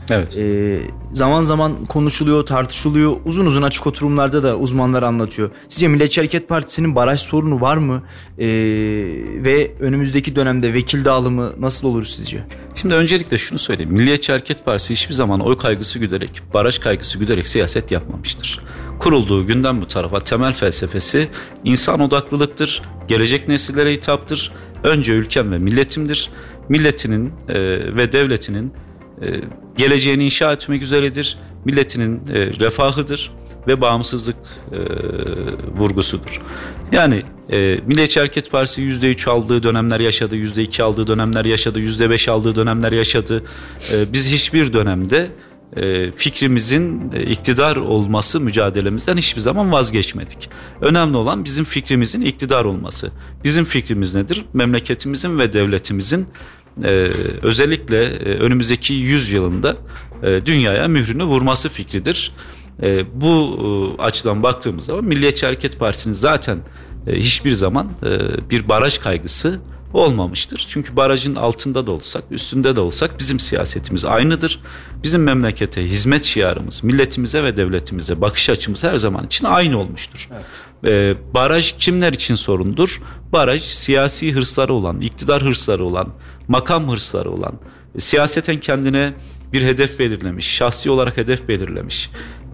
Speaker 3: Evet.
Speaker 2: Zaman zaman konuşuluyor, tartışılıyor. Uzun uzun açık oturumlarda da uzmanlar anlatıyor. Sizce Milliyetçi Hareket Partisi'nin baraj sorunu var mı? Ve önümüzdeki dönemde vekil dağılımı nasıl olur sizce?
Speaker 3: Şimdi öncelikle şunu söyleyeyim. Milliyetçi Hareket Partisi hiçbir zaman oy kaygısı güderek, baraj kaygısı güderek siyaset yapmamıştır. Kurulduğu günden bu tarafa temel felsefesi insan odaklılıktır, gelecek nesillere hitaptır. Önce ülkem ve milletimdir. Milletinin ve devletinin geleceğini inşa etmek üzeredir. Milletinin refahıdır ve bağımsızlık vurgusudur. Yani Milliyetçi Hareket Partisi %3 aldığı dönemler yaşadı, %2 aldığı dönemler yaşadı, %5 aldığı dönemler yaşadı. Biz hiçbir dönemde fikrimizin iktidar olması mücadelemizden hiçbir zaman vazgeçmedik. Önemli olan bizim fikrimizin iktidar olması. Bizim fikrimiz nedir? Memleketimizin ve devletimizin özellikle önümüzdeki 100 yılında dünyaya mührünü vurması fikridir. Bu açıdan baktığımız zaman Milliyetçi Hareket Partisi'nin zaten hiçbir zaman bir baraj kaygısı olmamıştır. Çünkü barajın altında da olsak, üstünde de olsak bizim siyasetimiz aynıdır. Bizim memlekete hizmet şiarımız, milletimize ve devletimize bakış açımız her zaman için aynı olmuştur. Evet. Baraj kimler için sorundur? Baraj siyasi hırsları olan, iktidar hırsları olan, makam hırsları olan, siyaseten kendine bir hedef belirlemiş, şahsi olarak hedef belirlemiş.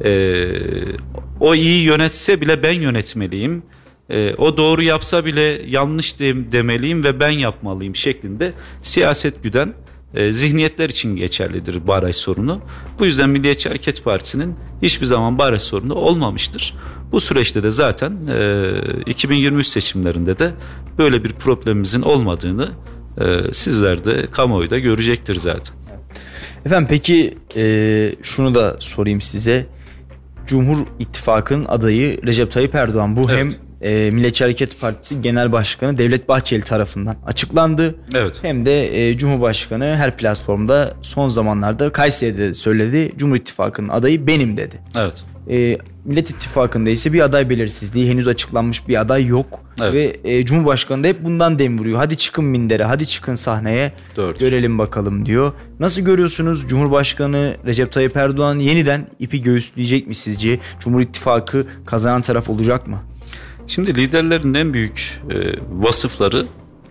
Speaker 3: O iyi yönetse bile ben yönetmeliyim. O doğru yapsa bile yanlış demeliyim ve ben yapmalıyım şeklinde siyaset güden zihniyetler için geçerlidir baraj sorunu. Bu yüzden Milliyetçi Hareket Partisi'nin hiçbir zaman baraj sorunu olmamıştır. Bu süreçte de zaten 2023 seçimlerinde de böyle bir problemimizin olmadığını sizler de kamuoyu da görecektir zaten.
Speaker 2: Efendim peki şunu da sorayım size. Cumhur İttifakı'nın adayı Recep Tayyip Erdoğan. Bu evet. Hem Milliyetçi Hareket Partisi Genel Başkanı Devlet Bahçeli tarafından açıklandı. Evet. Hem de Cumhurbaşkanı her platformda son zamanlarda Kayseri'de söyledi. Cumhur İttifakı'nın adayı benim dedi. Evet. Millet İttifakı'nda ise bir aday belirsizliği, henüz açıklanmış bir aday yok. Evet. Ve Cumhurbaşkanı da hep bundan dem vuruyor. Hadi çıkın mindere, hadi çıkın sahneye, görelim bakalım diyor. Nasıl görüyorsunuz? Cumhurbaşkanı Recep Tayyip Erdoğan yeniden ipi göğüsleyecek mi sizce? Cumhur İttifakı kazanan taraf olacak mı?
Speaker 3: Şimdi liderlerin en büyük vasıfları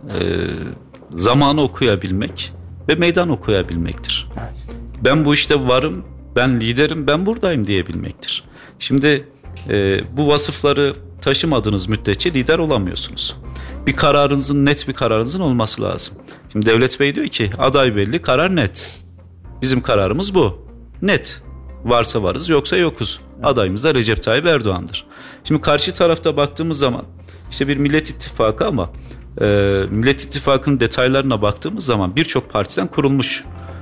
Speaker 3: zamanı okuyabilmek ve meydan okuyabilmektir. Evet. Ben bu işte varım, ben liderim, ben buradayım diyebilmektir. Şimdi bu vasıfları taşımadığınız müddetçe lider olamıyorsunuz. Bir kararınızın, net bir kararınızın olması lazım. Şimdi Devlet Bey diyor ki aday belli, karar net. Bizim kararımız bu. Net. Varsa varız, yoksa yokuz. Adayımız da Recep Tayyip Erdoğan'dır. Şimdi karşı tarafta baktığımız zaman işte bir Millet İttifakı ama Millet İttifakı'nın detaylarına baktığımız zaman birçok partiden kurulmuş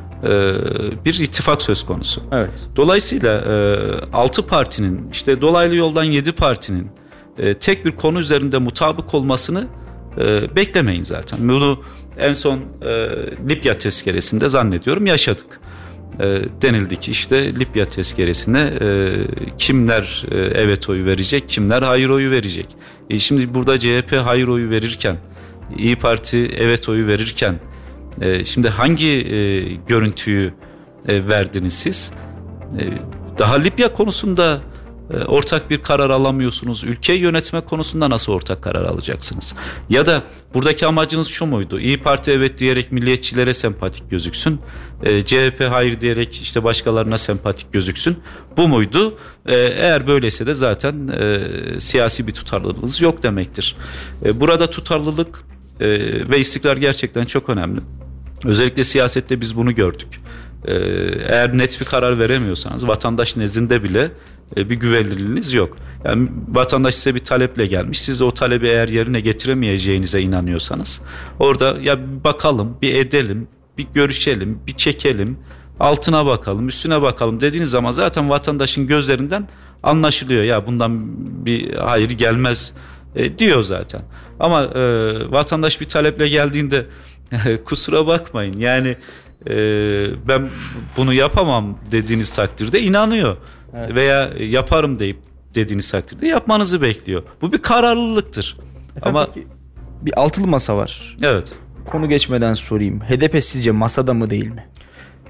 Speaker 3: bir ittifak söz konusu. Evet. Dolayısıyla 6 partinin, işte dolaylı yoldan 7 partinin tek bir konu üzerinde mutabık olmasını beklemeyin zaten. Bunu en son Libya tezkeresinde zannediyorum yaşadık. Denildi ki işte Libya tezkeresine kimler evet oyu verecek, kimler hayır oyu verecek. Şimdi burada CHP hayır oyu verirken, İYİ Parti evet oyu verirken şimdi hangi görüntüyü verdiniz siz? Daha Libya konusunda ortak bir karar alamıyorsunuz. Ülkeyi yönetme konusunda nasıl ortak karar alacaksınız? Ya da buradaki amacınız şu muydu? İYİ Parti evet diyerek milliyetçilere sempatik gözüksün. CHP hayır diyerek işte başkalarına sempatik gözüksün. Bu muydu? Eğer böyleyse de zaten siyasi bir tutarlılığınız yok demektir. Burada tutarlılık ve istikrar gerçekten çok önemli. Özellikle siyasette biz bunu gördük. Eğer net bir karar veremiyorsanız vatandaş nezdinde bile bir güvenilirliğiniz yok. Yani vatandaş size bir taleple gelmiş. Siz de o talebi eğer yerine getiremeyeceğinize inanıyorsanız orada ya bir bakalım, bir edelim, bir görüşelim, bir çekelim, altına bakalım, üstüne bakalım dediğiniz zaman zaten vatandaşın gözlerinden anlaşılıyor. Ya bundan bir hayır gelmez diyor zaten. Ama vatandaş bir taleple geldiğinde kusura bakmayın yani ben bunu yapamam dediğiniz takdirde inanıyor. Evet. Veya yaparım deyip dediğiniz takdirde yapmanızı bekliyor. Bu bir kararlılıktır.
Speaker 2: Efendim, ama bir altılı masa var.
Speaker 3: Evet.
Speaker 2: Konu geçmeden sorayım. HDP sizce masada mı değil mi?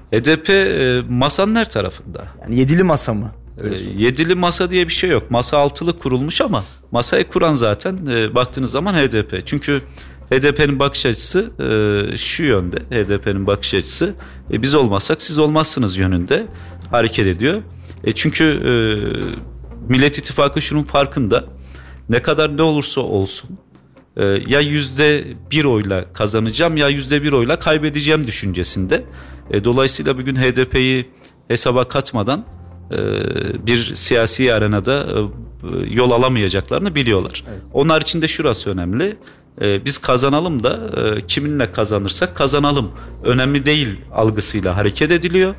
Speaker 3: HDP masanın her tarafında.
Speaker 2: Yani yedili masa mı?
Speaker 3: Yedili masa diye bir şey yok. Masa altılı kurulmuş ama masayı kuran zaten baktığınız zaman HDP. Çünkü HDP'nin bakış açısı şu yönde. HDP'nin bakış açısı biz olmazsak siz olmazsınız yönünde hareket ediyor. Çünkü Millet İttifakı şunun farkında. Ne kadar ne olursa olsun ya %1 oyla kazanacağım ya %1 oyla kaybedeceğim düşüncesinde. Dolayısıyla bugün HDP'yi hesaba katmadan bir siyasi arenada yol alamayacaklarını biliyorlar. Evet. Onlar için de şurası önemli. Biz kazanalım da kiminle kazanırsak kazanalım. Önemli değil algısıyla hareket ediliyor.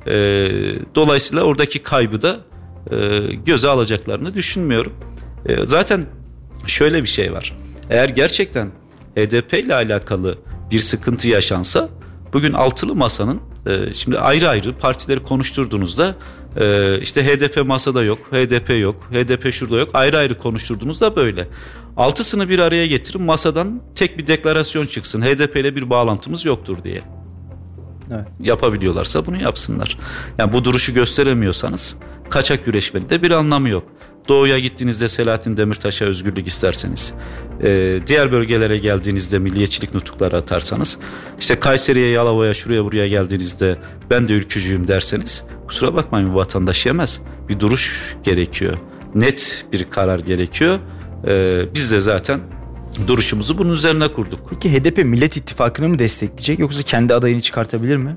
Speaker 3: Dolayısıyla oradaki kaybı da göze alacaklarını düşünmüyorum. Zaten şöyle bir şey var. Eğer gerçekten HDP ile alakalı bir sıkıntı yaşansa bugün altılı masanın şimdi ayrı ayrı partileri konuşturduğunuzda işte HDP masada yok, HDP yok, HDP şurada yok, ayrı ayrı konuşturduğunuzda böyle. Altısını bir araya getirin, masadan tek bir deklarasyon çıksın. HDP ile bir bağlantımız yoktur diye. Evet. Yapabiliyorlarsa bunu yapsınlar. Yani bu duruşu gösteremiyorsanız kaçak güreşmenin de bir anlamı yok. Doğuya gittiğinizde Selahattin Demirtaş'a özgürlük isterseniz, diğer bölgelere geldiğinizde milliyetçilik nutukları atarsanız, işte Kayseri'ye, Yalova'ya, şuraya buraya geldiğinizde ben de ülkücüyüm derseniz, kusura bakmayın bu vatandaş yemez. Bir duruş gerekiyor. Net bir karar gerekiyor. Biz de zaten duruşumuzu bunun üzerine kurduk.
Speaker 2: Peki HDP Millet İttifakı'nı mı destekleyecek yoksa kendi adayını çıkartabilir mi?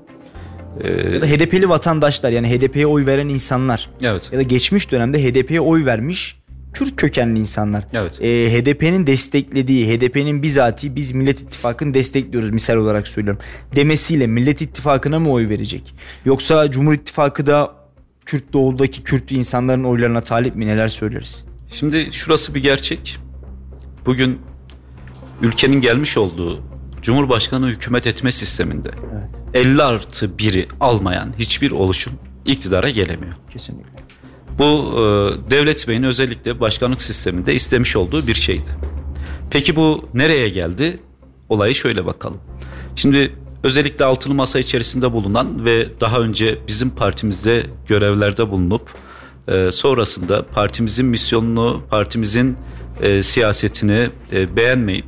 Speaker 2: Ya da HDP'li vatandaşlar, yani HDP'ye oy veren insanlar,
Speaker 3: evet,
Speaker 2: ya da geçmiş dönemde HDP'ye oy vermiş Kürt kökenli insanlar,
Speaker 3: evet,
Speaker 2: HDP'nin desteklediği, HDP'nin bizatihi biz Millet İttifakı'nı destekliyoruz misal olarak söylüyorum demesiyle Millet İttifakı'na mı oy verecek? Yoksa Cumhur İttifakı da Kürt doğudaki Kürt insanların oylarına talip mi? Neler söyleriz?
Speaker 3: Şimdi şurası bir gerçek. Bugün ülkenin gelmiş olduğu Cumhurbaşkanı hükümet etme sisteminde, evet, 50+1'i almayan hiçbir oluşum iktidara gelemiyor.
Speaker 2: Kesinlikle.
Speaker 3: Bu Devlet Bey'in özellikle başkanlık sisteminde istemiş olduğu bir şeydi. Peki bu nereye geldi? Olayı şöyle bakalım. Şimdi özellikle altılı masa içerisinde bulunan ve daha önce bizim partimizde görevlerde bulunup sonrasında partimizin misyonunu, partimizin siyasetini beğenmeyip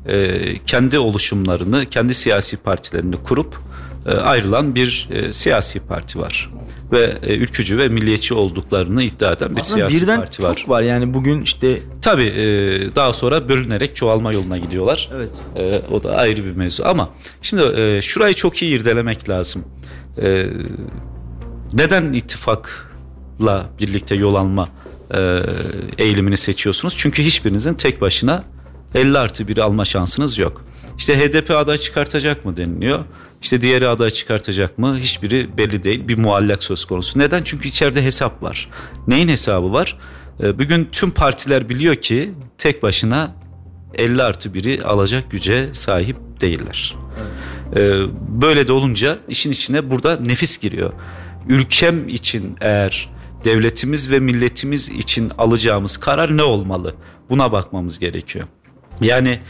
Speaker 3: kendi oluşumlarını, kendi siyasi partilerini kurup ayrılan bir siyasi parti var. Ve ülkücü ve milliyetçi olduklarını iddia eden bir siyasi parti var.
Speaker 2: Çok var yani bugün işte.
Speaker 3: Tabii daha sonra bölünerek çoğalma yoluna gidiyorlar.
Speaker 2: Evet.
Speaker 3: O da ayrı bir mevzu ama şimdi şurayı çok iyi irdelemek lazım. Neden ittifakla birlikte yol alma eğilimini seçiyorsunuz? Çünkü hiçbirinizin tek başına 50+1 alma şansınız yok. İşte HDP aday çıkartacak mı deniliyor. İşte diğeri aday çıkartacak mı? Hiçbiri belli değil. Bir muallak söz konusu. Neden? Çünkü içeride hesap var. Neyin hesabı var? Bugün tüm partiler biliyor ki tek başına 50+1'i alacak güce sahip değiller. Evet. Böyle de olunca işin içine burada nefis giriyor. Ülkem için eğer devletimiz ve milletimiz için alacağımız karar ne olmalı? Buna bakmamız gerekiyor. Yani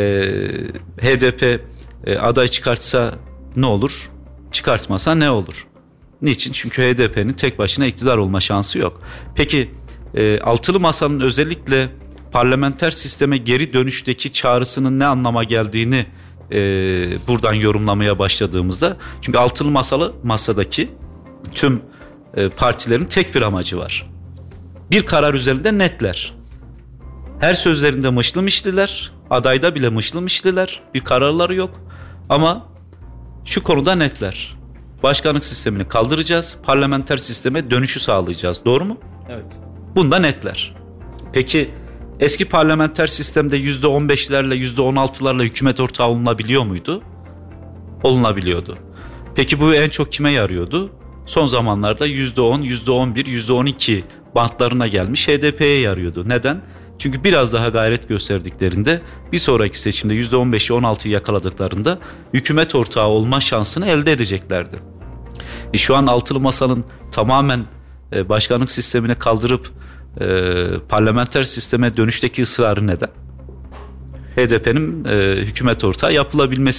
Speaker 3: HDP aday çıkartsa ne olur? Çıkartmasa ne olur? Niçin? Çünkü HDP'nin tek başına iktidar olma şansı yok. Peki altılı masanın özellikle parlamenter sisteme geri dönüşteki çağrısının ne anlama geldiğini buradan yorumlamaya başladığımızda, çünkü altılı masadaki tüm partilerin tek bir amacı var. Bir karar üzerinde netler. Her sözlerinde mışlı mışlılar, adayda bile mışlı mışlılar, bir kararları yok. Ama şu konuda netler. Başkanlık sistemini kaldıracağız, parlamenter sisteme dönüşü sağlayacağız. Doğru mu?
Speaker 2: Evet.
Speaker 3: Bunda netler. Peki eski parlamenter sistemde %15'lerle, %16'larla hükümet ortağı olunabiliyor muydu? Olunabiliyordu. Peki bu en çok kime yarıyordu? Son zamanlarda %10, %11, %12 bantlarına gelmiş HDP'ye yarıyordu. Neden? Çünkü biraz daha gayret gösterdiklerinde bir sonraki seçimde %15'i 16'yı yakaladıklarında hükümet ortağı olma şansını elde edeceklerdi. Şu an altılı masanın tamamen başkanlık sistemini kaldırıp parlamenter sisteme dönüşteki ısrarı neden? HDP'nin hükümet ortağı yapılabilmesi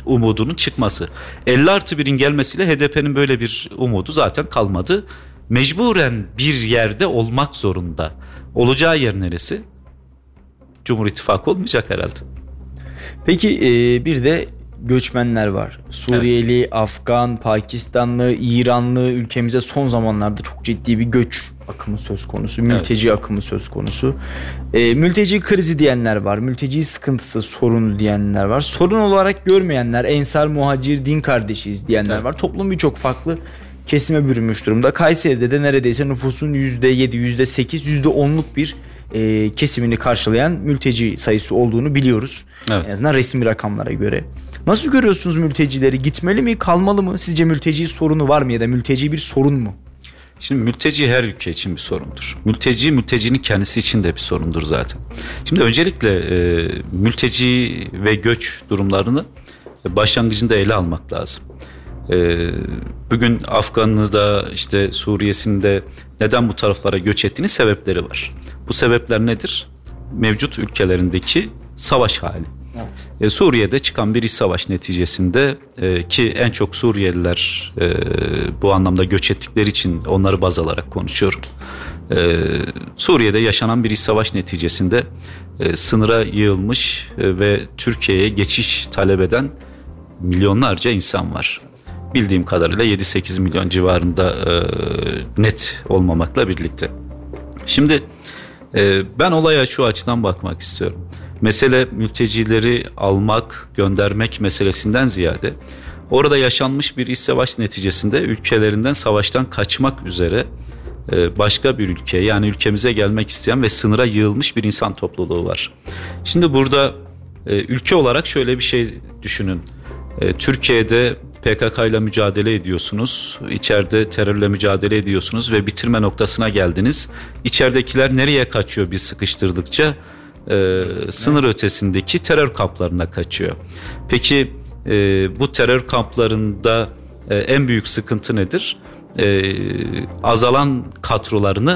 Speaker 3: umudunun çıkması. 50+1'in gelmesiyle HDP'nin böyle bir umudu zaten kalmadı. Mecburen bir yerde olmak zorunda. Olacağı yer neresi? Cumhur İttifakı olmayacak herhalde.
Speaker 2: Peki bir de göçmenler var. Suriyeli, evet. Afgan, Pakistanlı, İranlı, ülkemize son zamanlarda çok ciddi bir göç akımı söz konusu. Mülteci evet. akımı söz konusu. Mülteci krizi diyenler var. Mülteci sıkıntısı sorun diyenler var. Sorun olarak görmeyenler, ensar, muhacir, din kardeşiyiz diyenler evet. var. Toplum birçok farklı kesime bürünmüş durumda. Kayseri'de de neredeyse nüfusun %7, %8, %10'luk bir kesimini karşılayan mülteci sayısı olduğunu biliyoruz. Evet. En azından resmi rakamlara göre. Nasıl görüyorsunuz mültecileri? Gitmeli mi, kalmalı mı? Sizce mülteci sorunu var mı ya da mülteci bir sorun mu?
Speaker 3: Şimdi mülteci her ülke için bir sorundur. Mültecinin kendisi için de bir sorundur zaten. Şimdi öncelikle mülteci ve göç durumlarını başlangıcında ele almak lazım. Bugün Afgan'da işte Suriye'sinde neden bu taraflara göç ettiğinin sebepleri var. Bu sebepler nedir? Mevcut ülkelerindeki savaş hali. Evet. Suriye'de çıkan bir iç savaş neticesinde ki en çok Suriyeliler bu anlamda göç ettikleri için onları baz alarak konuşuyorum. Suriye'de yaşanan bir iç savaş neticesinde sınıra yığılmış ve Türkiye'ye geçiş talep eden milyonlarca insan var. Bildiğim kadarıyla 7-8 milyon civarında net olmamakla birlikte. Şimdi ben olaya şu açıdan bakmak istiyorum. Mesele mültecileri almak, göndermek meselesinden ziyade orada yaşanmış bir iç savaş neticesinde ülkelerinden savaştan kaçmak üzere başka bir ülkeye, yani ülkemize gelmek isteyen ve sınıra yığılmış bir insan topluluğu var. Şimdi burada ülke olarak şöyle bir şey düşünün. Türkiye'de PKK ile mücadele ediyorsunuz, içeride terörle mücadele ediyorsunuz ve bitirme noktasına geldiniz. İçeridekiler nereye kaçıyor biz sıkıştırdıkça? Sınır ötesindeki terör kamplarına kaçıyor. Peki bu terör kamplarında en büyük sıkıntı nedir? Azalan kadrolarını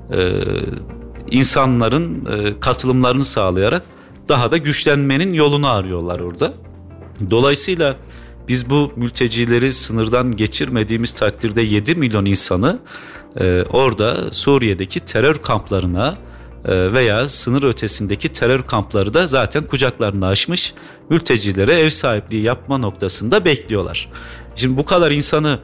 Speaker 3: insanların katılımlarını sağlayarak daha da güçlenmenin yolunu arıyorlar orada. Dolayısıyla biz bu mültecileri sınırdan geçirmediğimiz takdirde 7 milyon insanı orada Suriye'deki terör kamplarına veya sınır ötesindeki terör kampları da zaten kucaklarını açmış, mültecilere ev sahipliği yapma noktasında bekliyorlar. Şimdi bu kadar insanı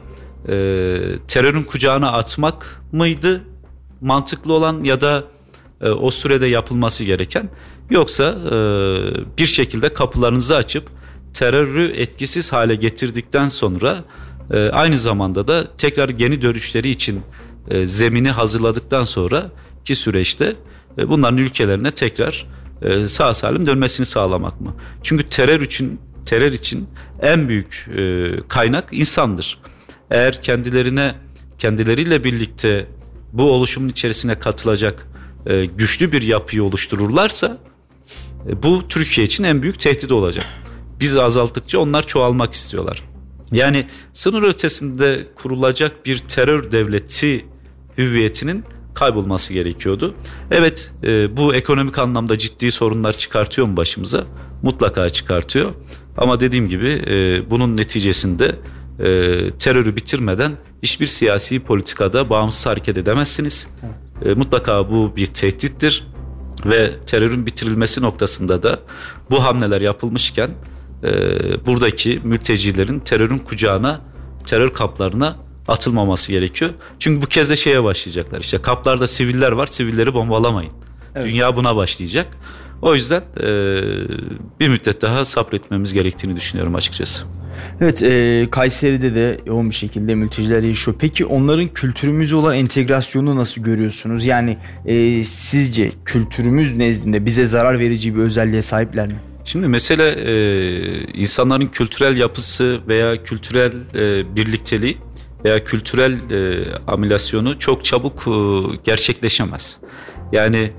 Speaker 3: terörün kucağına atmak mıydı mantıklı olan ya da o sürede yapılması gereken, yoksa bir şekilde kapılarınızı açıp terörü etkisiz hale getirdikten sonra aynı zamanda da tekrar yeni dönüşleri için zemini hazırladıktan sonra ki süreçte bunların ülkelerine tekrar sağ salim dönmesini sağlamak mı? Çünkü terör için en büyük kaynak insandır. Eğer kendileriyle birlikte bu oluşumun içerisine katılacak güçlü bir yapıyı oluştururlarsa bu Türkiye için en büyük tehdit olacak. Biz azalttıkça onlar çoğalmak istiyorlar. Yani sınır ötesinde kurulacak bir terör devleti hüviyetinin kaybolması gerekiyordu. Evet, bu ekonomik anlamda ciddi sorunlar çıkartıyor mu başımıza? Mutlaka çıkartıyor. Ama dediğim gibi bunun neticesinde terörü bitirmeden hiçbir siyasi politikada bağımsız hareket edemezsiniz. Mutlaka bu bir tehdittir ve terörün bitirilmesi noktasında da bu hamleler yapılmışken buradaki mültecilerin terörün kucağına, terör kamplarına atılmaması gerekiyor. Çünkü bu kez de şeye başlayacaklar. İşte kamplarda siviller var, sivilleri bombalamayın. Evet. Dünya buna başlayacak. O yüzden bir müddet daha sabretmemiz gerektiğini düşünüyorum açıkçası.
Speaker 2: Evet, Kayseri'de de yoğun bir şekilde mülteciler yaşıyor. Peki onların kültürümüze olan entegrasyonu nasıl görüyorsunuz? Yani sizce kültürümüz nezdinde bize zarar verici bir özelliğe sahipler mi?
Speaker 3: Şimdi mesele insanların kültürel yapısı veya kültürel birlikteliği veya kültürel amülasyonu çok çabuk gerçekleşemez. Yani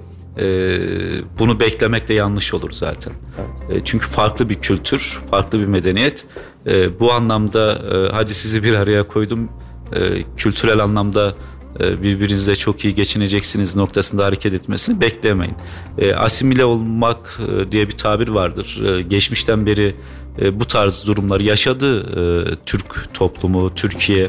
Speaker 3: bunu beklemek de yanlış olur zaten. Evet. Çünkü farklı bir kültür, farklı bir medeniyet. Bu anlamda hadi sizi bir araya koydum, kültürel anlamda birbirinizle çok iyi geçineceksiniz noktasında hareket etmesini beklemeyin. Asimile olmak diye bir tabir vardır. Geçmişten beri bu tarz durumları yaşadı Türk toplumu, Türkiye.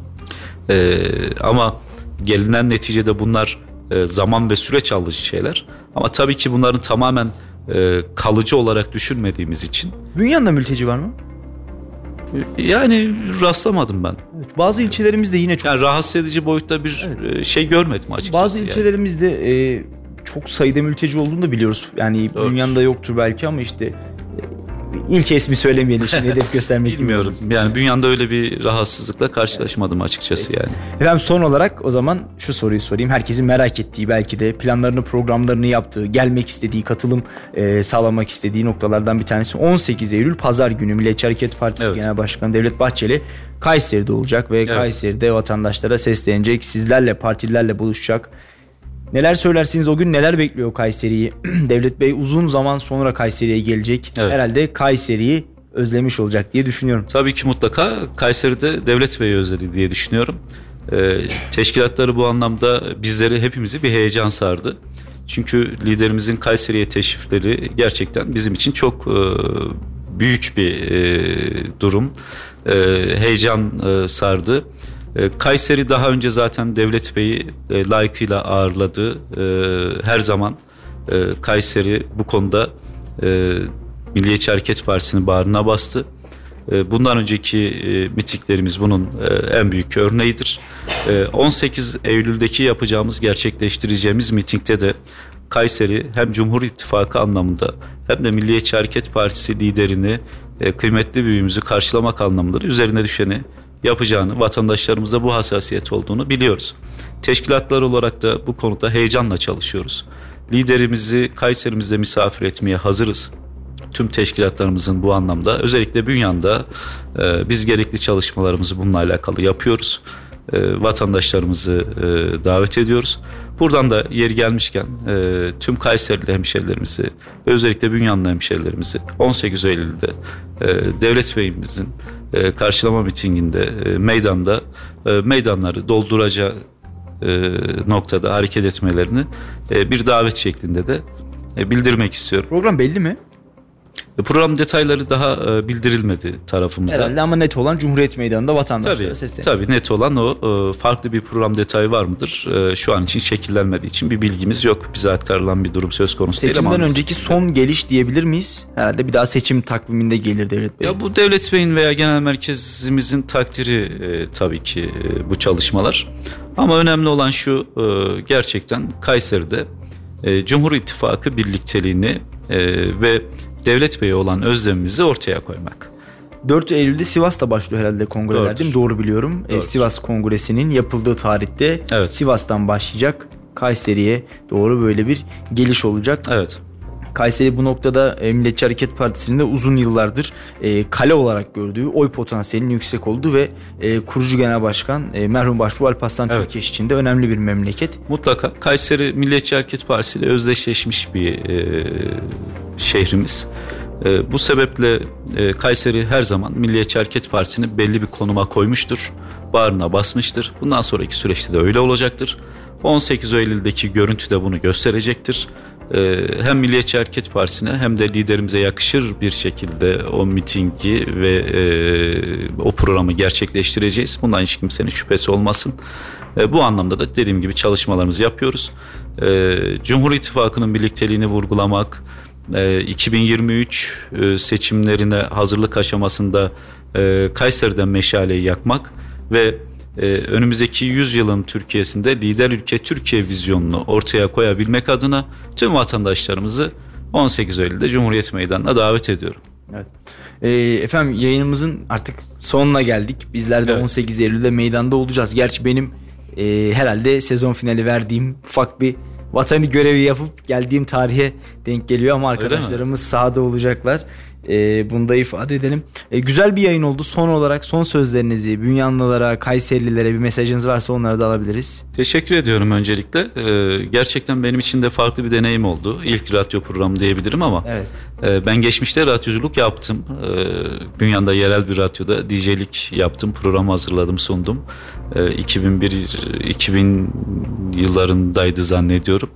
Speaker 3: Ama gelinen neticede bunlar zaman ve süreç alıcı şeyler. Ama tabii ki bunların tamamen kalıcı olarak düşünmediğimiz için.
Speaker 2: Bünyan'da mülteci var mı?
Speaker 3: Yani rastlamadım ben.
Speaker 2: Evet, bazı ilçelerimizde yine çok...
Speaker 3: Yani rahatsız edici boyutta bir şey görmedim açıkçası.
Speaker 2: Bazı ilçelerimizde çok sayıda mülteci olduğunu da biliyoruz. Yani Bünyan'da yoktur belki ama işte... İlçe ismi söylemeyelim şimdi, hedef göstermek
Speaker 3: bilmiyorum. Yani Bünyan'da öyle bir rahatsızlıkla karşılaşmadım açıkçası yani.
Speaker 2: Efendim son olarak o zaman şu soruyu sorayım. Herkesin merak ettiği, belki de planlarını, programlarını yaptığı, gelmek istediği, katılım sağlamak istediği noktalardan bir tanesi 18 Eylül Pazar günü Milliyetçi Hareket Partisi Genel Başkanı Devlet Bahçeli Kayseri'de olacak ve Kayseri'de vatandaşlara seslenecek, sizlerle, partililerle buluşacak. Neler söylersiniz o gün, neler bekliyor Kayseri'yi? Devlet Bey uzun zaman sonra Kayseri'ye gelecek. Herhalde Kayseri'yi özlemiş olacak diye düşünüyorum.
Speaker 3: Tabii ki mutlaka Kayseri'de Devlet Bey'i özledi diye düşünüyorum. Teşkilatları bu anlamda bizleri, hepimizi bir heyecan sardı. Çünkü liderimizin Kayseri'ye teşrifleri gerçekten bizim için çok büyük bir durum. Heyecan sardı. Kayseri daha önce zaten Devlet Bey'i layıkıyla ağırladı. Her zaman Kayseri bu konuda Milliyetçi Hareket Partisi'nin bağrına bastı. Bundan önceki mitinglerimiz bunun en büyük örneğidir. 18 Eylül'deki yapacağımız, gerçekleştireceğimiz mitingde de Kayseri hem Cumhur İttifakı anlamında hem de Milliyetçi Hareket Partisi liderini, kıymetli büyüğümüzü karşılamak anlamında üzerine düşeni yapacağını, vatandaşlarımızda bu hassasiyet olduğunu biliyoruz. Teşkilatlar olarak da bu konuda heyecanla çalışıyoruz. Liderimizi Kayseri'mizde misafir etmeye hazırız. Tüm teşkilatlarımızın bu anlamda, özellikle Bünyan'da biz gerekli çalışmalarımızı bununla alakalı yapıyoruz. Vatandaşlarımızı davet ediyoruz. Buradan da yeri gelmişken tüm Kayserili hemşerilerimizi, özellikle Bünyanlı hemşerilerimizi 18 Eylül'de Devlet Bey'imizin karşılama mitinginde meydanları dolduracak noktada hareket etmelerini bir davet şeklinde de bildirmek istiyorum.
Speaker 2: Program belli mi?
Speaker 3: Program detayları daha bildirilmedi tarafımıza.
Speaker 2: Herhalde ama net olan Cumhuriyet Meydanı'nda vatandaşlara sesleniyor.
Speaker 3: Tabii net olan o. Farklı bir program detayı var mıdır? Şu an için şekillenmediği için bir bilgimiz yok. Bize aktarılan bir durum söz konusu değil.
Speaker 2: Seçimden önceki son geliş diyebilir miyiz? Herhalde bir daha seçim takviminde gelir Devlet Bey.
Speaker 3: Ya bu Devlet Bey'in veya genel merkezimizin takdiri tabii ki bu çalışmalar. Ama önemli olan şu, gerçekten Kayseri'de Cumhur İttifakı birlikteliğini ve Devlet Bey'e olan özlemimizi ortaya koymak.
Speaker 2: 4 Eylül'de Sivas'ta başlıyor herhalde kongreler, değil mi? Doğru biliyorum. Sivas Kongresi'nin yapıldığı tarihte Sivas'tan başlayacak, Kayseri'ye doğru böyle bir geliş olacak.
Speaker 3: Evet.
Speaker 2: Kayseri bu noktada Milliyetçi Hareket Partisi'nin de uzun yıllardır kale olarak gördüğü, oy potansiyelinin yüksek olduğu ve kurucu genel başkan merhum Başbuğ Alparslan Türkeş için de önemli bir memleket.
Speaker 3: Mutlaka Kayseri Milliyetçi Hareket Partisi ile özdeşleşmiş bir şehrimiz. Bu sebeple Kayseri her zaman Milliyetçi Hareket Partisi'ni belli bir konuma koymuştur. Bağrına basmıştır. Bundan sonraki süreçte de öyle olacaktır. 18 Eylül'deki görüntü de bunu gösterecektir. Hem Milliyetçi Hareket Partisi'ne hem de liderimize yakışır bir şekilde o mitingi ve o programı gerçekleştireceğiz. Bundan hiç kimsenin şüphesi olmasın. Bu anlamda da dediğim gibi çalışmalarımızı yapıyoruz. Cumhur İttifakı'nın birlikteliğini vurgulamak, 2023 seçimlerine hazırlık aşamasında Kayseri'den meşaleyi yakmak ve önümüzdeki 100 yılın Türkiye'sinde lider ülke Türkiye vizyonunu ortaya koyabilmek adına tüm vatandaşlarımızı 18 Eylül'de Cumhuriyet Meydanı'na davet ediyorum.
Speaker 2: Evet. Efendim yayınımızın artık sonuna geldik. Bizler de 18 Eylül'de meydanda olacağız. Gerçi benim herhalde sezon finali verdiğim ufak bir vatani görevi yapıp geldiğim tarihe denk geliyor ama arkadaşlarımız sahada olacaklar. Bunu da ifade edelim. Güzel bir yayın oldu. Son olarak son sözlerinizi Bünyanlılara, Kayserililere bir mesajınız varsa onları da alabiliriz.
Speaker 3: Teşekkür ediyorum öncelikle. Gerçekten benim için de farklı bir deneyim oldu. İlk radyo programı diyebilirim ama ben geçmişte radyoculuk yaptım. Bünyan'da yerel bir radyoda DJ'lik yaptım. Program hazırladım, sundum. 2001-2000 yıllarındaydı zannediyorum.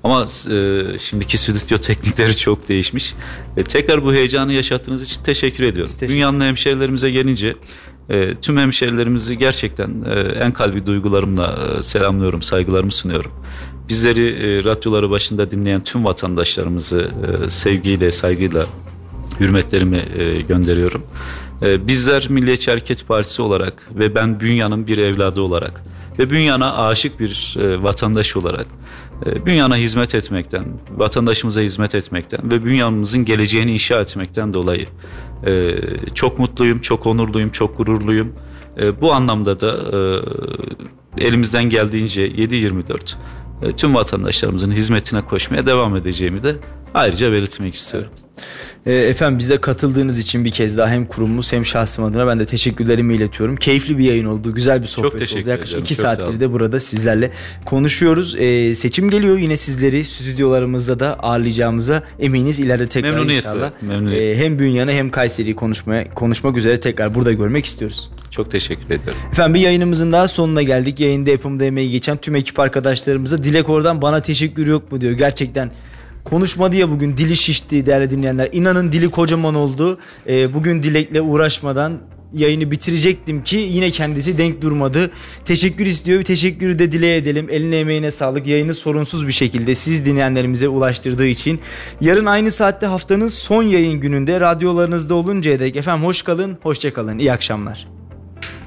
Speaker 3: Ama şimdiki stüdyo teknikleri çok değişmiş. Tekrar bu heyecanı yaşattığınız için teşekkür ediyorum. Dünyanın hemşehrilerimize gelince tüm hemşehrilerimizi gerçekten en kalbi duygularımla selamlıyorum, saygılarımı sunuyorum. Bizleri radyoları başında dinleyen tüm vatandaşlarımızı sevgiyle, saygıyla hürmetlerimi gönderiyorum. Bizler Milliyetçi Hareket Partisi olarak ve ben Bünyan'ın bir evladı olarak ve Bünyan'a aşık bir vatandaş olarak Bünyan'a hizmet etmekten, vatandaşımıza hizmet etmekten ve Bünyan'ımızın geleceğini inşa etmekten dolayı çok mutluyum, çok onurluyum, çok gururluyum. Bu anlamda da elimizden geldiğince 7/24 tüm vatandaşlarımızın hizmetine koşmaya devam edeceğimi de ayrıca belirtmek istiyorum.
Speaker 2: Efendim bize katıldığınız için bir kez daha hem kurumumuz hem şahsım adına ben de teşekkürlerimi iletiyorum. Keyifli bir yayın oldu, güzel bir sohbet oldu. Yaklaşık 2 saattir de burada sizlerle konuşuyoruz. Seçim geliyor, yine sizleri stüdyolarımızda da ağırlayacağımıza eminiz. İleride tekrar inşallah hem Bünyan'ı hem Kayseri'yi konuşmak üzere tekrar burada görmek istiyoruz.
Speaker 3: Çok teşekkür ediyorum.
Speaker 2: Efendim bir yayınımızın daha sonuna geldik. Yayında yapımda emeği geçen tüm ekip arkadaşlarımıza Dilek oradan bana teşekkür yok mu diyor. Gerçekten konuşmadı ya bugün, dili şişti değerli dinleyenler. İnanın dili kocaman oldu. Bugün Dilek'le uğraşmadan yayını bitirecektim ki yine kendisi denk durmadı. Teşekkür istiyor. Bir teşekkürü de dile edelim. Eline emeğine sağlık. Yayını sorunsuz bir şekilde siz dinleyenlerimize ulaştırdığı için. Yarın aynı saatte haftanın son yayın gününde radyolarınızda oluncaya dek efendim hoş kalın, hoşça kalın. İyi akşamlar.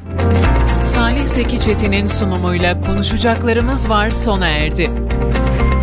Speaker 1: Salih Zeki Çetin'in sunumuyla konuşacaklarımız var sona erdi.